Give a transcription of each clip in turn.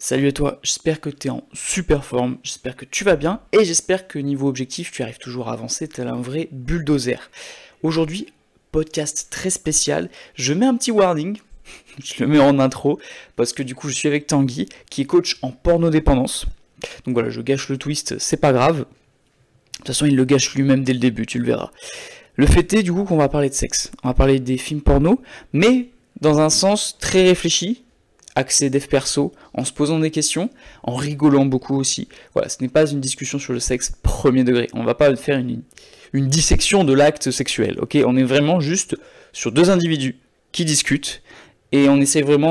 Salut à toi, j'espère que tu es en super forme, j'espère que tu vas bien et j'espère que niveau objectif tu arrives toujours à avancer tel un vrai bulldozer. Aujourd'hui, podcast très spécial, je mets un petit warning, je le mets en intro parce que du coup je suis avec Tanguy qui est coach en pornodépendance. Donc voilà, je gâche le twist, c'est pas grave. De toute façon, il le gâche lui-même dès le début, tu le verras. Le fait est du coup qu'on va parler de sexe, on va parler des films porno, mais dans un sens très réfléchi, axé dev perso, en se posant des questions, en rigolant beaucoup aussi. Voilà, ce n'est pas une discussion sur le sexe premier degré. On va pas faire une dissection de l'acte sexuel, ok? On est vraiment juste sur deux individus qui discutent et on essaie vraiment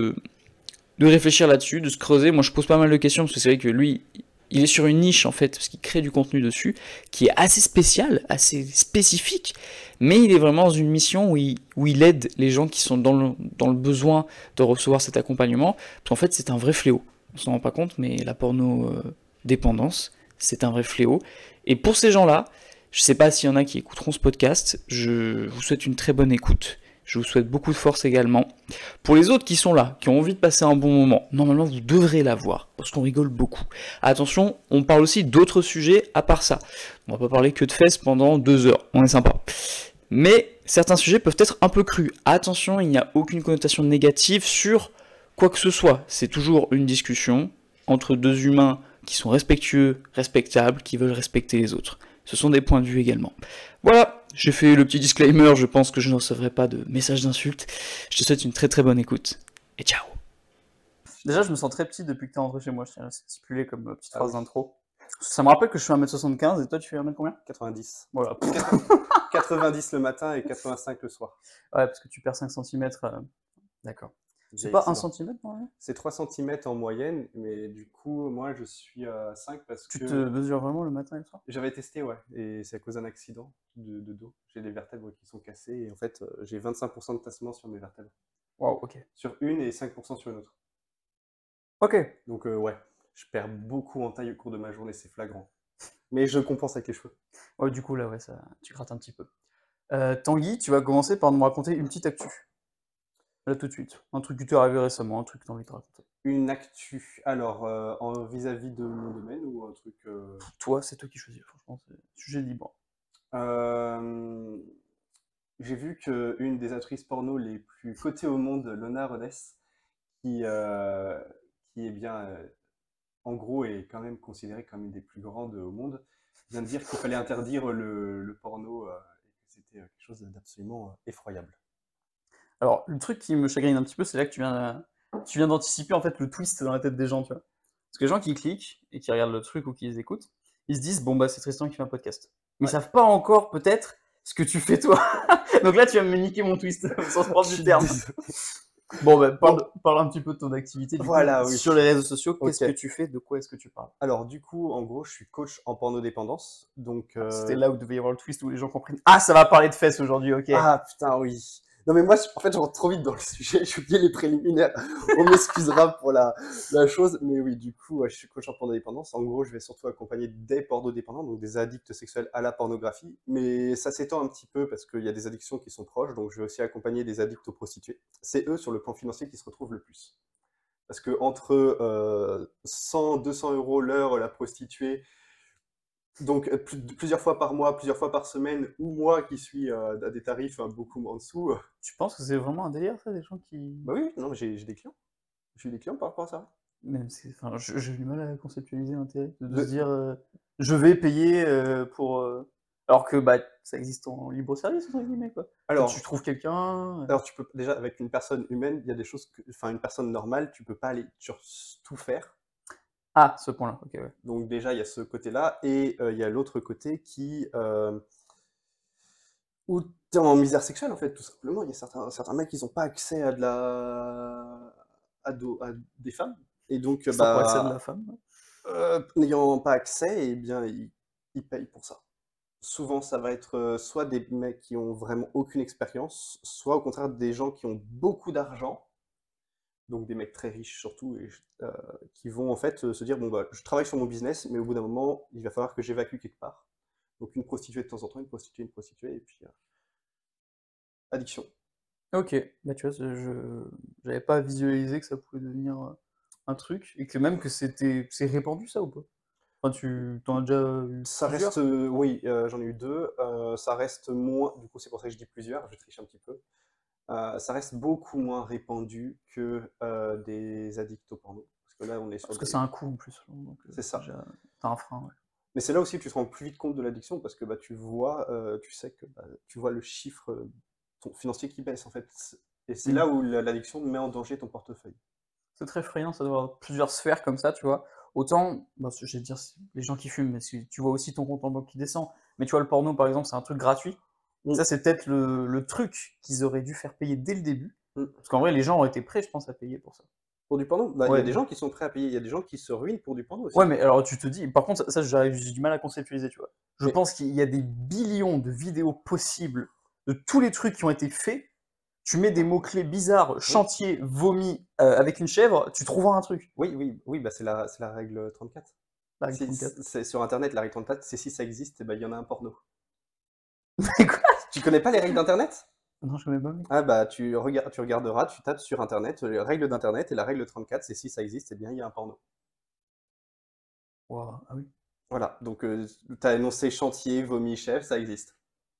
de réfléchir là-dessus, de se creuser. Moi, je pose pas mal de questions parce que c'est vrai que lui, il est sur une niche en fait, parce qu'il crée du contenu dessus, qui est assez spécial, assez spécifique, mais il est vraiment dans une mission où il aide les gens qui sont dans le besoin de recevoir cet accompagnement, parce qu'en fait c'est un vrai fléau. On s'en rend pas compte, mais la porno dépendance, c'est un vrai fléau. Et pour ces gens-là, je sais pas s'il y en a qui écouteront ce podcast, je vous souhaite une très bonne écoute. Je vous souhaite beaucoup de force également. Pour les autres qui sont là, qui ont envie de passer un bon moment, normalement vous devrez l'avoir, parce qu'on rigole beaucoup. Attention, on parle aussi d'autres sujets à part ça. On va pas parler que de fesses pendant 2 heures, on est sympa. Mais certains sujets peuvent être un peu crus. Attention, il n'y a aucune connotation négative sur quoi que ce soit. C'est toujours une discussion entre deux humains qui sont respectueux, respectables, qui veulent respecter les autres. Ce sont des points de vue également. Voilà, j'ai fait le petit disclaimer, je pense que je ne recevrai pas de messages d'insultes. Je te souhaite une très très bonne écoute, et ciao. Déjà, je me sens très petit depuis que t'es rentré chez moi, je tiens à stipuler comme petite Ah phrase oui, d'intro. Ça me rappelle que je fais 1m75 et toi tu fais 1m combien? 90. Voilà. 90 le matin et 85 le soir. Ouais, parce que tu perds 5 cm. D'accord. C'est pas un Vieillissant. centimètre normalement? C'est 3 cm en moyenne, mais du coup, moi, je suis à 5 parce Tu te que mesures vraiment le matin et le soir? j'avais testé, ouais, et c'est à cause d'un accident de dos. J'ai des vertèbres qui sont cassées et en fait, j'ai 25% de tassement sur mes vertèbres. Waouh, ok. Sur une et 5% sur une autre. Ok. Donc, ouais, je perds beaucoup en taille au cours de ma journée, c'est flagrant. Mais je compense avec les cheveux. Ouais, du coup, là, ouais, ça, tu grattes un petit peu. Tanguy, tu vas commencer par me raconter une petite actu. Là, tout de suite. Un truc qui t'est arrivé récemment, un truc que t'as envie de raconter. Une actu, alors, vis-à-vis de mon domaine ou un truc. Toi, c'est toi qui choisis, franchement, c'est sujet libre. Euh, J'ai vu qu'une des actrices porno les plus cotées au monde, Lona Rhodes, qui, euh, qui est bien, en gros, est quand même considérée comme une des plus grandes au monde, vient de dire qu'il fallait interdire le porno et que c'était quelque chose d'absolument effroyable. Alors, le truc qui me chagrine un petit peu, c'est là que tu viens d'anticiper en fait le twist dans la tête des gens, tu vois. Parce que les gens qui cliquent et qui regardent le truc ou qui les écoutent, ils se disent bon bah c'est Tristan qui fait un podcast. Mais ils Ouais. savent pas encore peut-être ce que tu fais toi. Donc là tu vas me niquer mon twist sans se Je prendre du suis terme. désolé. Bon bah Bon, parle un petit peu de ton activité du coup voilà, oui. sur les réseaux sociaux. Qu'est-ce Ok. que tu fais? De quoi est-ce que tu parles? Alors, du coup, en gros, je suis coach en pornodépendance. Donc, Ah, c'était là où devait y avoir le twist où les gens comprennent. Ah ça va parler de fesses aujourd'hui, ok. ah putain, oui. Non, mais moi, en fait, je rentre trop vite dans le sujet. J'ai oublié les préliminaires. On m'excusera pour la chose. Mais oui, du coup, ouais, je suis coach en pornodépendance. En gros, je vais surtout accompagner des pornodépendants, donc des addicts sexuels à la pornographie. Mais ça s'étend un petit peu parce qu'il y a des addictions qui sont proches. Donc, je vais aussi accompagner des addicts aux prostituées. C'est eux, sur le plan financier, qui se retrouvent le plus. Parce que entre 100, 200 euros l'heure, la prostituée, donc plusieurs fois par mois, plusieurs fois par semaine, ou moi qui suis à des tarifs beaucoup en dessous. Tu penses que c'est vraiment un délire ça des gens qui. Bah oui, non, mais j'ai des clients. J'ai eu des clients par rapport à ça. Même enfin, j'ai du mal à conceptualiser l'intérêt de se De- dire je vais payer pour. Alors que bah, ça existe en libre service, entre guillemets, quoi. Toi, tu alors, trouves quelqu'un. alors, tu peux déjà, avec une personne humaine, il y a des choses que, enfin, une personne normale, tu peux pas aller sur tout faire. Ah, ce point-là, ok, ouais. Donc déjà, il y a ce côté-là, et il y a l'autre côté où tu es en misère sexuelle, en fait, tout simplement. Il y a certains mecs qui n'ont pas accès à à des femmes, et donc, Sans pour accès de la femme. Ouais. n'ayant pas accès, eh bien, ils payent pour ça. Souvent, ça va être soit des mecs qui ont vraiment aucune expérience, soit au contraire des gens qui ont beaucoup d'argent, donc des mecs très riches surtout, qui vont en fait se dire, bon bah, je travaille sur mon business, mais au bout d'un moment, il va falloir que j'évacue quelque part. Donc une prostituée de temps en temps, une prostituée, et puis addiction. Ok, bah tu vois, j'avais pas visualisé que ça pouvait devenir. un truc et que même que c'est répandu ça ou pas? Enfin, tu t'en as déjà eu Ça reste, plusieurs? oui, j'en ai eu 2. Ça reste moins, du coup, c'est pour ça que je dis plusieurs, je triche un petit peu. Ça reste beaucoup moins répandu que, des addicts au porno. Parce que là, on est sur Parce que c'est des un coût en plus, donc c'est ça. déjà, tu un frein, ouais. Mais c'est là aussi que tu te rends plus vite compte de l'addiction parce que, bah, tu vois, tu sais que, bah, tu vois le chiffre, ton financier qui baisse, en fait. Et c'est Mmh. là où l'addiction met en danger ton portefeuille. C'est très effrayant, ça doit avoir plusieurs sphères comme ça, tu vois? Autant, bah, je vais dire, les gens qui fument, mais tu vois aussi ton compte en banque qui descend. Mais tu vois, le porno, par exemple, c'est un truc gratuit. Mmh, Ça, c'est peut-être le truc qu'ils auraient dû faire payer dès le début. mmh. Parce qu'en vrai, les gens ont été prêts, je pense, à payer pour ça. Pour du porno? Bah, il y a Ouais, des gens qui sont prêts à payer, il y a des gens qui se ruinent pour du porno ouais, aussi. mais alors tu te dis, par contre, ça j'ai du mal à conceptualiser, tu vois? Je Mais pense qu'il y a des billions de vidéos possibles de tous les trucs qui ont été faits. Tu mets des mots-clés bizarres, oui, chantier, vomi, avec une chèvre, tu trouveras un truc. oui, oui, oui, bah, c'est la règle 34. La règle Si 34. c'est sur internet, la règle 34, c'est si ça existe, et bah, il y en a un porno. Mais quoi? Tu connais pas les règles d'internet? Non, je connais pas, mec. Ah bah, tu regarderas, tu tapes sur internet, les règles d'internet et la règle 34, c'est si ça existe, eh bien, il y a un porno. Waouh, ah oui. Voilà, donc tu as énoncé chantier, vomi, chef, ça existe.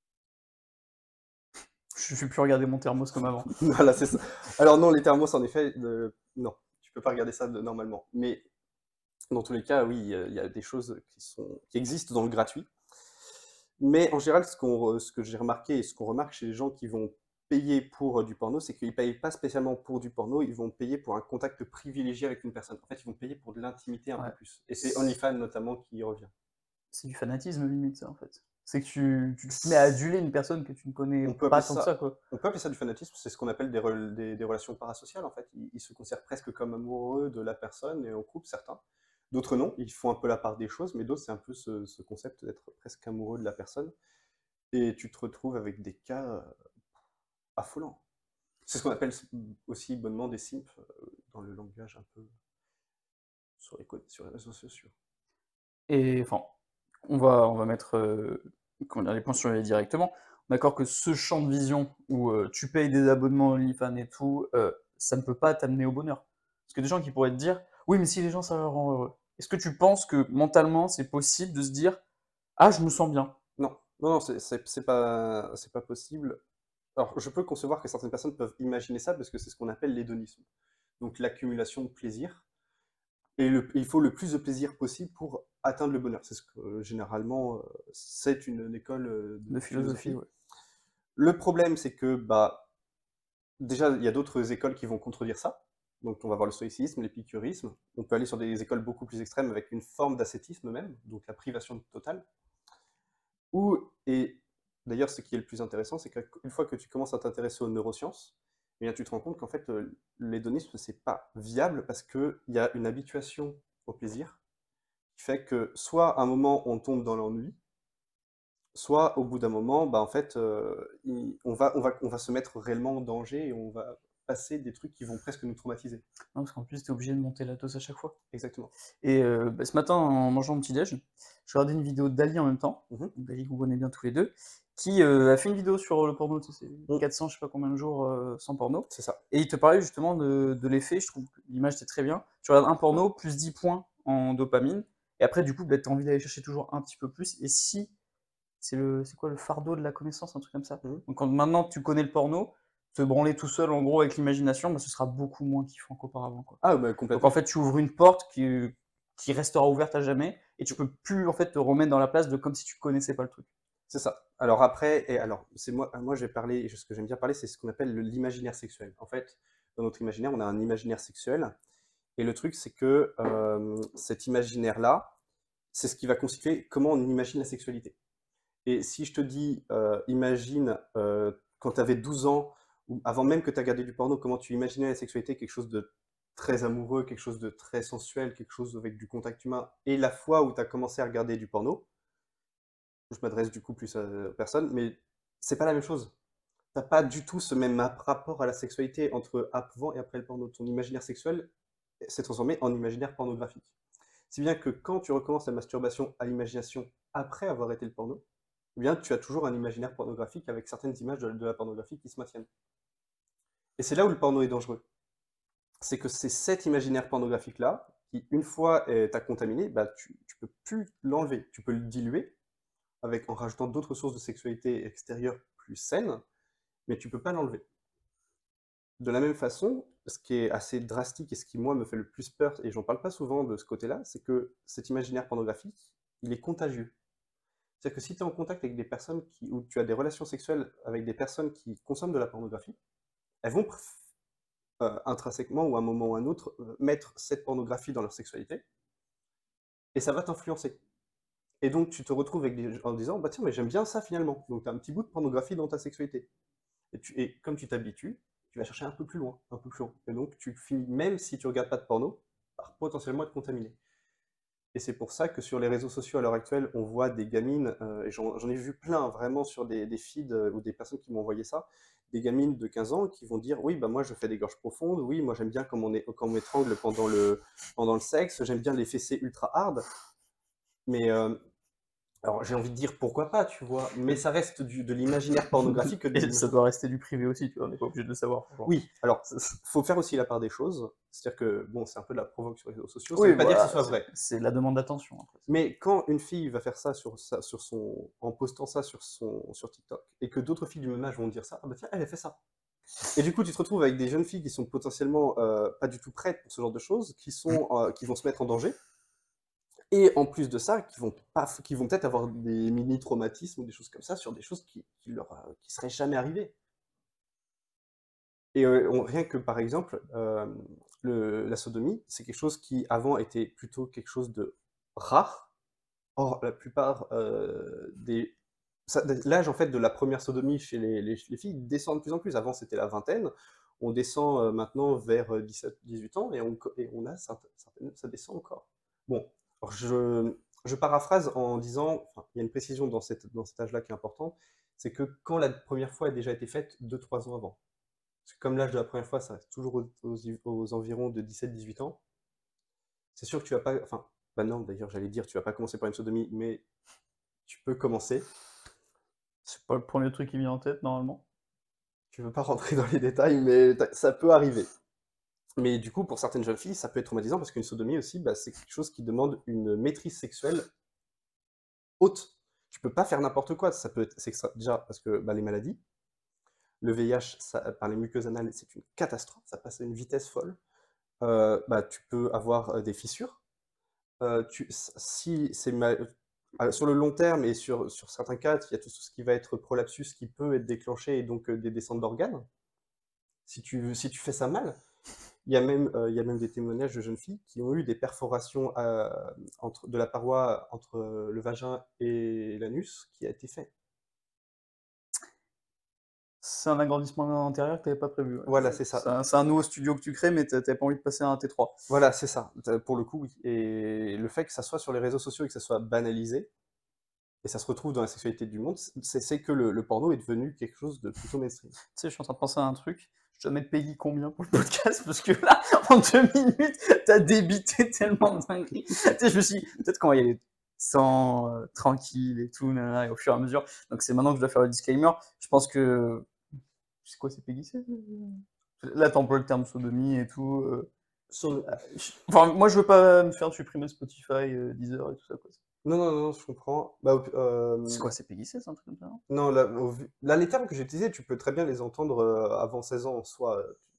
Je vais plus regarder mon thermos comme avant. Voilà, c'est ça. Alors non, les thermos, en effet, non, tu peux pas regarder ça normalement. Mais dans tous les cas, oui, il y a des choses qui existent dans le gratuit. Mais en général, ce que j'ai remarqué et ce qu'on remarque chez les gens qui vont payer pour du porno, c'est qu'ils ne payent pas spécialement pour du porno, ils vont payer pour un contact privilégié avec une personne. En fait, ils vont payer pour de l'intimité un peu Ouais. plus. Et c'est OnlyFans notamment qui y revient. C'est du fanatisme limite, ça, en fait. C'est que tu te mets à aduler une personne que tu ne connais On peut pas appeler tant que ça, ça, quoi. on peut appeler ça du fanatisme, c'est ce qu'on appelle des relations parasociales en fait. Ils se considèrent presque comme amoureux de la personne et en couple, certains. D'autres non, ils font un peu la part des choses, mais d'autres c'est un peu ce concept d'être presque amoureux de la personne. Et tu te retrouves avec des cas affolants. C'est ce qu'on appelle aussi bonnement des simps dans le langage un peu sur les réseaux sociaux. Et enfin, on va mettre, comment dire? Les points sur les i directement. D'accord que ce champ de vision où, tu payes des abonnements OnlyFans et tout, ça ne peut pas t'amener au bonheur. Parce que des gens qui pourraient te dire: «Oui, mais si les gens ça leur rend heureux». Est-ce que tu penses que mentalement, c'est possible de se dire: «Ah, je me sens bien»? Non, non, non, c'est pas possible. Alors, je peux concevoir que certaines personnes peuvent imaginer ça parce que c'est ce qu'on appelle l'hédonisme. Donc l'accumulation de plaisir. Et il faut le plus de plaisir possible pour atteindre le bonheur. C'est ce que généralement, c'est une école De de philosophie, philosophie. ouais. Le problème, c'est que bah, déjà, il y a d'autres écoles qui vont contredire ça. Donc on va voir le stoïcisme, l'épicurisme. On peut aller sur des écoles beaucoup plus extrêmes avec une forme d'ascétisme même, donc la privation totale. Et d'ailleurs, ce qui est le plus intéressant, c'est qu'une fois que tu commences à t'intéresser aux neurosciences, eh bien, tu te rends compte qu'en fait, l'hédonisme, c'est pas viable parce qu'il y a une habituation au plaisir qui fait que soit à un moment on tombe dans l'ennui, soit au bout d'un moment, bah, en fait, on va se mettre réellement en danger et on va passer des trucs qui vont presque nous traumatiser. Non, parce qu'en plus, tu es obligé de monter la dose à chaque fois. Exactement. Et bah, ce matin, en mangeant mon petit déj, je regardais une vidéo de Dali en même temps, Mmh mh. Dali qu'on connaît bien tous les 2, qui, a fait une vidéo sur le porno, tu sais, c'est Mmh. 400 je sais pas combien de jours, sans porno C'est ça. et il te parlait justement de l'effet, je trouve que l'image était très bien. Tu regardes un porno, plus 10 points en dopamine et après du coup, bah, tu as envie d'aller chercher toujours un petit peu plus et si c'est quoi? Le fardeau de la connaissance, un truc comme ça? Mmh. Donc quand maintenant tu connais le porno, te branler tout seul en gros avec l'imagination, bah, ce sera beaucoup moins kiffant qu'auparavant, quoi. Ah bah, Donc en complètement. fait, tu ouvres une porte qui restera ouverte à jamais et tu peux plus en fait te remettre dans la place de comme si tu connaissais pas le truc. C'est ça. Alors après et alors, c'est moi je vais parler ce que j'aime bien parler, c'est ce qu'on appelle l'imaginaire sexuel. En fait, dans notre imaginaire, on a un imaginaire sexuel et le truc, c'est que, cet imaginaire-là, c'est ce qui va constituer comment on imagine la sexualité. Et si je te dis, imagine, quand tu avais 12 ans ou avant même que tu aies regardé du porno, comment tu imaginais la sexualité, quelque chose de très amoureux, quelque chose de très sensuel, quelque chose avec du contact humain et la fois où tu as commencé à regarder du porno, je m'adresse du coup plus aux personnes, mais c'est pas la même chose. Tu as pas du tout ce même rapport à la sexualité entre avant et après le porno. Ton imaginaire sexuel s'est transformé en imaginaire pornographique. Si bien que quand tu recommences la masturbation à l'imagination après avoir arrêté le porno, eh bien, tu as toujours un imaginaire pornographique avec certaines images de la pornographie qui se maintiennent. Et c'est là où le porno est dangereux. c'est que c'est cet imaginaire pornographique-là qui, une fois t'a contaminé, bah, tu peux plus l'enlever. Tu peux le diluer en rajoutant d'autres sources de sexualité extérieure plus saines, mais tu peux pas l'enlever. De la même façon, ce qui est assez drastique et ce qui, moi, me fait le plus peur, et j'en parle pas souvent de ce côté-là, c'est que cet imaginaire pornographique, il est contagieux. C'est-à-dire que si tu es en contact avec des personnes ou tu as des relations sexuelles avec des personnes qui consomment de la pornographie, elles vont intrinsèquement ou à un moment ou à un autre mettre cette pornographie dans leur sexualité et ça va t'influencer. Et donc tu te retrouves en disant bah tiens mais j'aime bien ça finalement. Donc tu as un petit bout de pornographie dans ta sexualité. Et comme tu t'habitues, tu vas chercher un peu plus loin, un peu plus loin. Et donc tu finis, même si tu regardes pas de porno, par potentiellement être contaminé. Et c'est pour ça que sur les réseaux sociaux à l'heure actuelle, on voit des gamines, et j'en ai vu plein vraiment sur des feeds ou des personnes qui m'ont envoyé ça, des gamines de 15 ans qui vont dire oui, bah moi je fais des gorges profondes, oui, moi j'aime bien quand on m'étrangle pendant le sexe, j'aime bien les fessées ultra hard, mais alors j'ai envie de dire pourquoi pas, tu vois, mais ça reste de l'imaginaire pornographique que de Et ça l'imaginaire. doit rester du privé aussi, tu vois, on n'est pas obligé de le savoir, franchement. Oui, alors faut faire aussi la part des choses, c'est-à-dire que bon, c'est un peu de la provoque sur les réseaux sociaux, ça Oui, veut pas dire que ce voilà, soit vrai. c'est la demande d'attention, après. Mais quand une fille va faire ça en postant ça sur TikTok, et que d'autres filles du même âge vont dire ça, ah bah tiens, elle a fait ça. Et du coup, tu te retrouves avec des jeunes filles qui sont potentiellement pas du tout prêtes pour ce genre de choses, qui vont se mettre en danger, et en plus de ça, qui vont peut-être avoir des mini-traumatismes ou des choses comme ça sur des choses qui seraient jamais arrivées. Et rien que par exemple, la sodomie, c'est quelque chose qui avant était plutôt quelque chose de rare. Or, la plupart l'âge en fait de la première sodomie chez les filles descend de plus en plus. Avant, c'était la vingtaine. On descend maintenant vers 17-18 ans et ça descend encore. Bon, alors je paraphrase en disant, enfin, il y a une précision dans cet âge-là qui est importante, c'est que quand la première fois a déjà été faite 2-3 ans avant. Parce que comme l'âge de la première fois, ça reste toujours aux environs de 17-18 ans, c'est sûr que tu vas pas, enfin, bah non, d'ailleurs, j'allais dire, tu vas pas commencer par une sodomie, mais tu peux commencer. C'est pas le premier truc qui vient en tête, normalement. Tu veux pas rentrer dans les détails, mais ça peut arriver. Mais du coup, pour certaines jeunes filles, ça peut être traumatisant parce qu'une sodomie aussi, bah, c'est quelque chose qui demande une maîtrise sexuelle haute. Tu peux pas faire n'importe quoi. Ça peut être, déjà parce que bah, les maladies, le VIH par les muqueuses anales, c'est une catastrophe. Ça passe à une vitesse folle. Bah, tu peux avoir des fissures. Si c'est sur le long terme et sur certains cas, il y a tout ce qui va être prolapsus qui peut être déclenché et donc des descentes d'organes. Si tu fais ça mal, il y a même des témoignages de jeunes filles qui ont eu des perforations de la paroi entre le vagin et l'anus qui a été fait. C'est un agrandissement intérieur que tu pas prévu, ouais. Voilà, c'est ça. C'est un nouveau studio que tu crées, mais tu pas envie de passer à un T3. Voilà, c'est ça. Pour le coup, oui. Et le fait que ça soit sur les réseaux sociaux et que ça soit banalisé, et ça se retrouve dans la sexualité du monde, c'est que le porno est devenu quelque chose de plutôt mainstream. Tu sais, je suis en train de penser à un truc. Je dois mettre Peggy combien pour le podcast? Parce que là, en 2 minutes, t'as débité tellement de dingueries. Tu sais, je me suis dit, peut-être qu'on va y aller sans, tranquille et tout, nanana, et au fur et à mesure. Donc c'est maintenant que je dois faire le disclaimer. Je pense que. C'est quoi, c'est Peggy 16? Là, t'emploies le terme sodomie et tout. Enfin, moi, je veux pas me faire supprimer Spotify, Deezer et tout ça, quoi. Non, non, non, je comprends. Bah, C'est quoi, c'est Peggy 16, un truc comme ça, non? non, là, les termes que j'ai utilisés, tu peux très bien les entendre avant 16 ans en soi.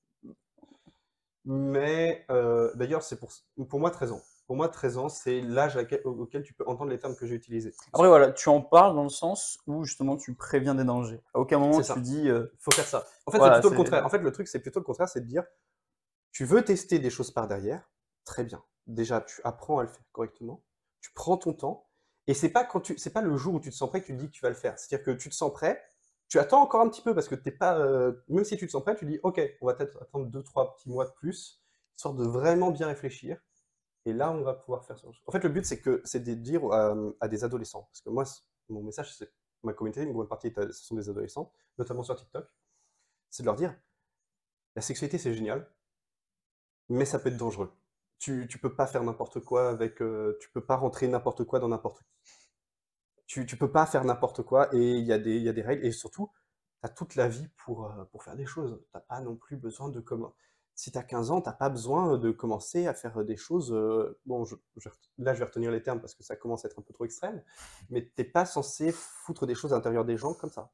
Mais d'ailleurs, c'est pour moi 13 ans. Pour moi, 13 ans, c'est l'âge auquel tu peux entendre les termes que j'ai utilisés. Après, voilà, tu en parles dans le sens où justement tu préviens des dangers. À aucun moment C'est tu ça. dis. Faut faire ça. En fait, c'est Voilà, plutôt le c'est. contraire. En fait, le truc, c'est plutôt le contraire, c'est de dire, tu veux tester des choses par derrière, très bien. Déjà, tu apprends à le faire correctement, tu prends ton temps, et c'est pas le jour où tu te sens prêt que tu te dis que tu vas le faire. C'est-à-dire que tu te sens prêt, tu attends encore un petit peu parce que t'es pas, même si tu te sens prêt, tu dis, ok, on va peut-être attendre 2-3 petits mois de plus, histoire de vraiment bien réfléchir. Et là, on va pouvoir faire ça. En fait, le but, c'est de dire à des adolescents, parce que moi, mon message, c'est ma communauté, une grande partie, ce sont des adolescents, notamment sur TikTok, c'est de leur dire, la sexualité, c'est génial, mais ça peut être dangereux. Tu peux pas faire n'importe quoi tu peux pas rentrer n'importe quoi dans n'importe qui. Tu peux pas faire n'importe quoi et il y a des règles et surtout, tu as toute la vie pour faire des choses. T'as pas non plus besoin de comment. si tu as 15 ans, tu pas besoin de commencer à faire des choses. Bon, là, je vais retenir les termes parce que ça commence à être un peu trop extrême, mais t'es pas censé foutre des choses à l'intérieur des gens comme ça.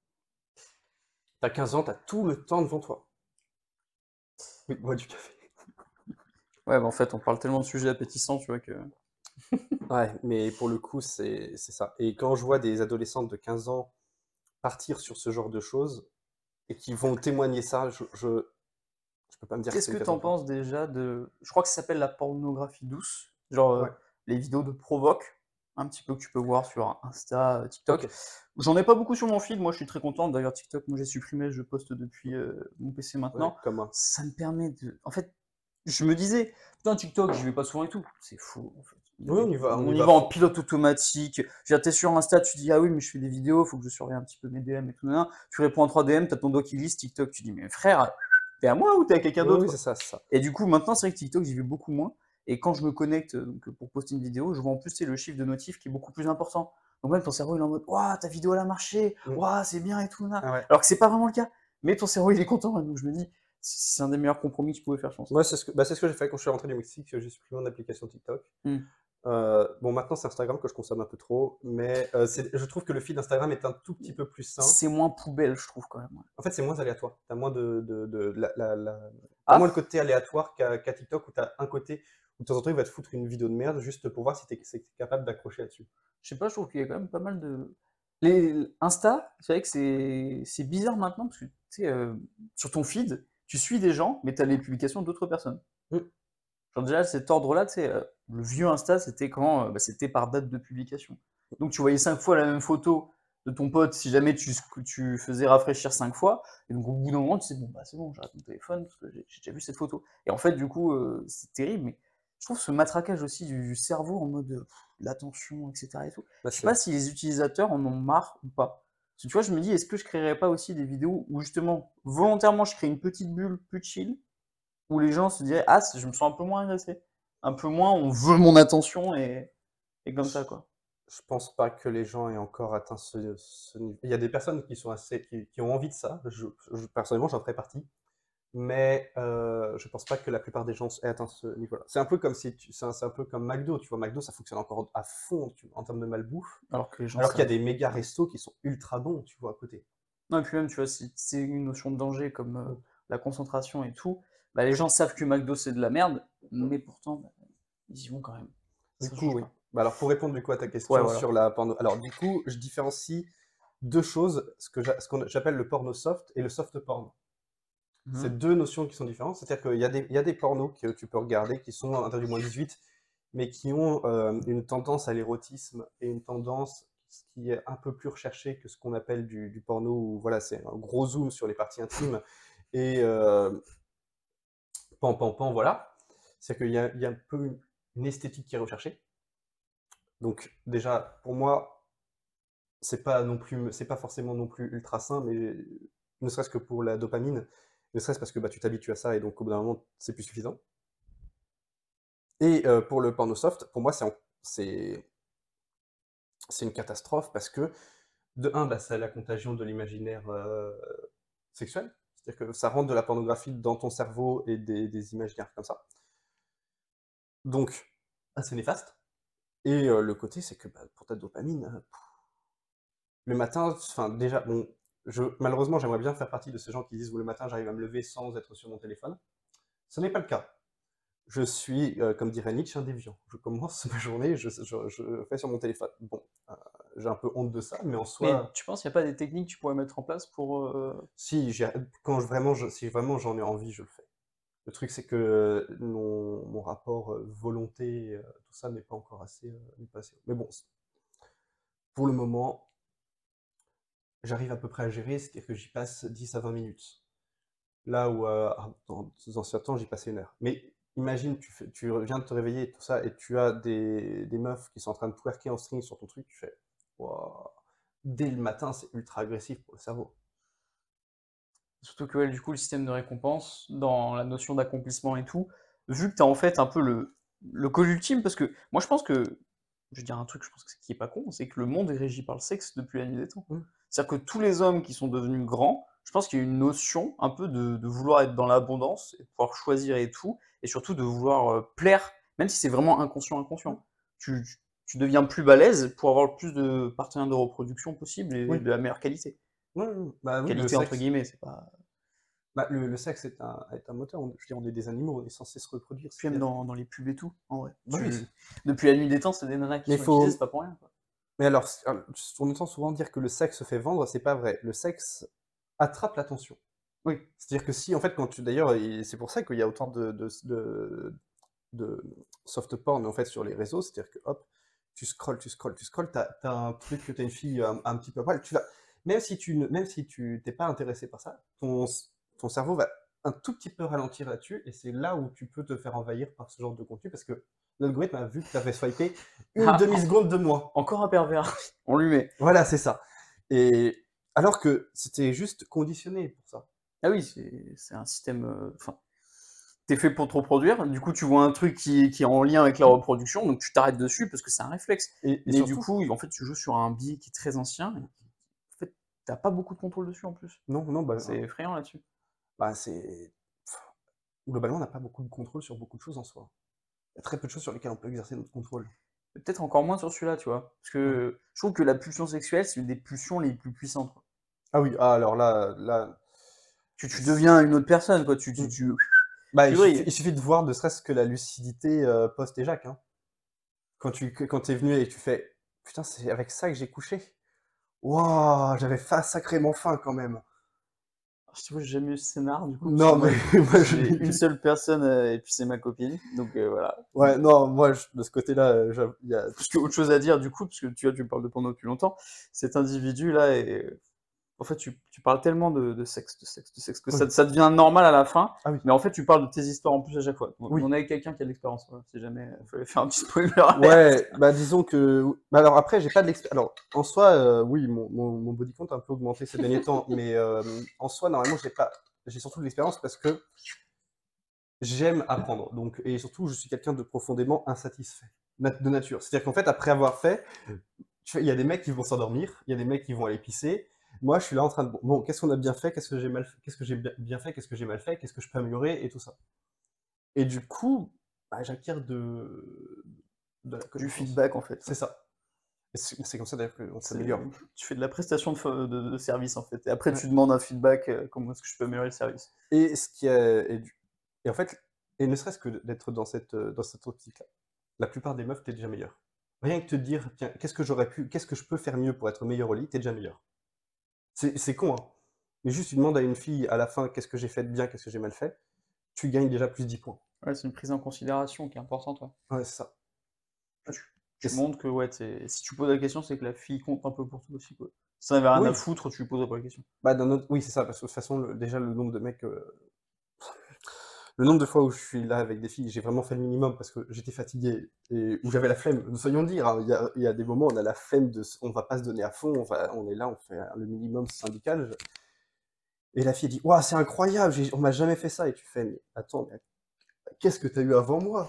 T'as 15 ans, t'as tout le temps devant toi. Oui, bois du café. Ouais, bah en fait, on parle tellement de sujets appétissants, tu vois, que... Ouais, mais pour le coup, c'est ça. Et quand je vois des adolescentes de 15 ans partir sur ce genre de choses et qui vont témoigner ça, je peux pas me dire que Qu'est-ce c'est que une t'en catastrophe. penses déjà de... Je crois que ça s'appelle la pornographie douce, genre Ouais, les vidéos de provoque, un petit peu que tu peux voir sur Insta, TikTok. ok. J'en ai pas beaucoup sur mon feed, moi je suis très content, d'ailleurs TikTok, moi j'ai supprimé, je poste depuis mon PC Ouais, maintenant. comme moi. Ça me permet de... En fait, je me disais, putain TikTok, j'y vais pas souvent et tout. C'est fou, en fait. Oui, on On y y va va en fond. pilote automatique. T'es sur Insta, tu dis, ah oui, mais je fais des vidéos, faut que je surveille un petit peu mes DM et tout. Nan, nan. Tu réponds à 3 DM, t'as ton doigt qui lisse, TikTok, tu dis, mais frère, t'es à moi ou t'es à quelqu'un Oui, oui, d'autre? c'est ça, c'est ça. Et du coup, maintenant, c'est vrai que TikTok, j'y vais beaucoup moins. Et quand je me connecte donc, pour poster une vidéo, je vois en plus c'est le chiffre de notif qui est beaucoup plus important. Donc même ton cerveau il est en mode waouh, ta vidéo elle a marché, Mm. waouh, c'est bien et tout là. Ah ouais. Alors que c'est pas vraiment le cas. Mais ton cerveau il est content. Donc je me dis, c'est un des meilleurs compromis que je pouvais faire, je pense. Moi, c'est ce que j'ai fait quand je suis rentré du Mexique. J'ai supprimé mon application TikTok. Hmm. Bon, maintenant, c'est Instagram que je consomme un peu trop, mais je trouve que le feed Instagram est un tout petit peu plus sain. C'est moins poubelle, je trouve quand même. Ouais. En fait, c'est moins aléatoire. T'as moins t'as moins le Ah, côté aléatoire qu'à TikTok où t'as un côté où de temps en temps il va te foutre une vidéo de merde juste pour voir si t'es capable d'accrocher là-dessus. je sais pas, je trouve qu'il y a quand même pas mal de. Les Insta, c'est vrai que c'est bizarre maintenant parce que tu sais, sur ton feed, tu suis des gens, mais tu as les publications d'autres personnes. Mm. Genre déjà, cet ordre-là, tu sais, le vieux Insta, c'était quand c'était par date de publication. Donc tu voyais 5 fois la même photo de ton pote si jamais tu faisais rafraîchir 5 fois. Et donc au bout d'un moment, tu sais, bon, bah c'est bon, j'arrête mon téléphone parce que j'ai déjà vu cette photo. Et en fait, du coup, c'est terrible, mais je trouve ce matraquage aussi du cerveau en mode l'attention, etc. Et tout. Bah, Je sais c'est pas vrai. si les utilisateurs en ont marre ou pas. Parce que tu vois, je me dis, est-ce que je créerais pas aussi des vidéos où justement, volontairement, je crée une petite bulle plus chill où les gens se diraient ah je me sens un peu moins agressé, un peu moins on veut mon attention et comme Je, ça quoi. je pense pas que les gens aient encore atteint ce niveau. Il y a des personnes qui sont qui ont envie de ça. Personnellement, j'en ferais partie. Mais je pense pas que la plupart des gens aient atteint ce niveau-là. C'est un peu comme c'est un peu comme McDo, tu vois. McDo, ça fonctionne encore à fond en termes de malbouffe, Alors que les gens alors qu'il y a savent. des méga restos qui sont ultra bons, tu vois, à côté. Non et puis même tu vois si c'est une notion de danger comme Mm. la concentration et tout, bah, les gens savent que McDo c'est de la merde, mais pourtant bah, ils y vont quand même. Du Ça coup, change oui. pas. Bah alors, pour répondre du coup à ta Ouais question voilà. sur la porno, alors du coup, je différencie deux choses, ce qu'on j'appelle le porno soft et le soft porn. Mhm. C'est deux notions qui sont différentes. C'est-à-dire il y a des pornos que tu peux regarder qui sont interdits moins 18, mais qui ont une tendance à l'érotisme et une tendance qui est un peu plus recherchée que ce qu'on appelle du porno, où voilà, c'est un gros zoom sur les parties intimes et pan, pan, pan, voilà. C'est-à-dire il y a un peu une esthétique qui est recherchée. Donc déjà, pour moi, c'est pas forcément non plus ultra sain, mais ne serait-ce que pour la dopamine, ne serait-ce parce que bah, tu t'habitues à ça et donc au bout d'un moment, c'est plus suffisant. Et pour le porno soft, pour moi, c'est c'est une catastrophe parce que, de un, bah, c'est la contagion de l'imaginaire sexuel. C'est-à-dire que ça rentre de la pornographie dans ton cerveau et des imaginaires comme ça. Donc, assez néfaste. Et le côté, c'est que bah, pour ta dopamine, le matin, enfin déjà, bon, malheureusement, j'aimerais bien faire partie de ces gens qui disent, le matin, j'arrive à me lever sans être sur mon téléphone. Ce n'est pas le cas. Je suis, comme dirait Nietzsche, un déviant. Je commence ma journée, je fais sur mon téléphone. Bon, j'ai un peu honte de ça, mais en Mais soi, tu penses qu'il n'y a pas des techniques que tu pourrais mettre en place pour si, si vraiment j'en ai envie, je le fais. Le truc, c'est que mon rapport volonté, tout ça n'est pas encore n'est pas assez. Mais bon, pour le moment, j'arrive à peu près à gérer, c'est-à-dire que j'y passe 10 à 20 minutes. Là où dans d'anciens temps, j'y passais 1 heure. Mais imagine, tu viens de te réveiller et tout ça, et tu as des meufs qui sont en train de twerker en string sur ton truc, tu fais waouh. Dès le matin, c'est ultra agressif pour le cerveau. surtout que ouais, du coup le système de récompense dans la notion d'accomplissement et tout, vu que tu as en fait un peu le call ultime parce que moi je pense que je veux dire un truc, je pense que qui est pas con, c'est que le monde est régi par le sexe depuis la nuit des temps. Mm. C'est-à-dire que tous les hommes qui sont devenus grands, je pense qu'il y a une notion un peu de vouloir être dans l'abondance et de pouvoir choisir et tout, et surtout de vouloir, plaire, même si c'est vraiment Mmh. inconscient. Tu deviens plus balèze pour avoir le plus de partenaires de reproduction possible et Oui. de la meilleure qualité. Oui, oui, bah, oui, le «Qualité» entre sexe guillemets, c'est pas bah, le sexe est un moteur. Je veux dire, on est des animaux, on est censés se reproduire. puis même C'est-à-dire dans les pubs et tout, en vrai. bah, oui, Depuis la nuit des temps, c'est des nanas qui mais sont utilisées, c'est faut pas pour rien, quoi. mais alors on entend souvent dire que le sexe se fait vendre, c'est pas vrai. Le sexe attrape l'attention. Oui. C'est-à-dire que si, en fait, quand tu d'ailleurs et c'est pour ça qu'il y a autant de soft porn, en fait, sur les réseaux. C'est-à-dire que, hop, tu scrolles, tu as un truc que tu as une fille un petit peu à poil, tu vas même si tu tu pas intéressé par ça, ton cerveau va un tout petit peu ralentir là-dessus et c'est là où tu peux te faire envahir par ce genre de contenu parce que l'algorithme a vu que tu avais swipé une Ah, demi-seconde de moins. encore un pervers, on lui met. Voilà, c'est ça et alors que c'était juste conditionné pour ça. Ah oui, c'est un système, enfin, tu fait pour te reproduire, du coup, tu vois un truc qui est en lien avec la Mmh reproduction, donc tu t'arrêtes dessus parce que c'est un réflexe. et Mais du surtout coup, en fait, tu joues sur un biais qui est très ancien et en fait, tu pas beaucoup de contrôle dessus, en plus. non, non, C'est effrayant là-dessus. c'est globalement, on n'a pas beaucoup de contrôle sur beaucoup de choses en soi. Il y a très peu de choses sur lesquelles on peut exercer notre contrôle. Peut-être encore moins sur celui-là, tu vois? Parce Ouais. que je trouve que la pulsion sexuelle, c'est une des pulsions les plus puissantes, quoi. Ah oui, ah alors là, Tu c deviens une autre personne, quoi, mmh, tu bah, tu brilles. il suffit de voir ne serait-ce que la lucidité, post-éjac, hein. Quand tu es venu et tu fais: «Putain, c'est avec ça que j'ai couché? Waouh, j'avais sacrément faim quand même». Je t'avoue, j'ai jamais eu ce scénar, du coup, parce que Non, mais moi, moi je l'ai j'ai une eu. seule personne, et puis c'est ma copine, donc voilà. Ouais, non, moi je de ce côté-là, j'avoue, il y a Parce que autre chose à dire, du coup, parce que tu vois, tu me parles de porno depuis longtemps, cet individu-là est en fait, tu parles tellement de sexe que oui. ça devient normal à la fin, Ah oui, mais en fait, tu parles de tes histoires en plus à chaque fois. oui. On est avec quelqu'un qui a de l'expérience, voilà, si jamais, fallait faire un petit spoiler alert. Ouais, bah, disons que bah, alors après j'ai pas de l'expé alors en soi, oui, mon body count a un peu augmenté ces derniers temps, mais en soi, normalement, j'ai surtout de l'expérience parce que j'aime apprendre, donc et surtout, je suis quelqu'un de profondément insatisfait, de nature. C'est-à-dire qu'en fait, après avoir fait, il y a des mecs qui vont s'endormir, il y a des mecs qui vont aller pisser. Moi, je suis là en train de: «Bon, qu'est-ce qu'on a bien fait? Qu'est-ce que j'ai mal fait? Qu'est-ce que j'ai bien fait? Qu'est-ce que j'ai mal fait? Qu'est-ce que je peux améliorer?» et tout ça et du coup, bah, j'acquiers de la Du connaissance. feedback, en fait. C'est ça et c'est comme ça d'ailleurs qu'on C'est s'améliore. tu fais de la prestation de service, en fait, et après Ouais tu demandes un feedback, comment est-ce que je peux améliorer le service? et ce qui est et en fait et ne serait-ce que d'être dans cette optique-là, la plupart des meufs, tu es déjà meilleur. Rien que te dire: «Tiens, qu'est-ce que je peux faire mieux pour être meilleur au lit?» tu es déjà meilleur. C'est con, hein, mais juste tu demandes à une fille à la fin: «Qu'est-ce que j'ai fait de bien? Qu'est-ce que j'ai mal fait?» tu gagnes déjà plus 10 points. Ouais, c'est une prise en considération qui est importante, ouais. Ouais, c'est ça. Ah, Et tu montres que, ouais, si tu poses la question, c'est que la fille compte un peu pour toi aussi, quoi. Si tu en avais rien à oui, foutre, tu lui poserais pas la question. bah, d'un autre oui, c'est ça, parce que de toute façon, déjà le nombre de mecs, le nombre de fois où je suis là avec des filles, j'ai vraiment fait le minimum parce que j'étais fatigué et où j'avais la flemme. Soyons dire, hein, il y a des moments où on a la flemme on va pas se donner à fond, on est là, on fait le minimum syndical. Et la fille dit: «Waouh, c'est incroyable, on m'a jamais fait ça». Et tu fais: «Mais attends, mais qu'est-ce que tu as eu avant moi?»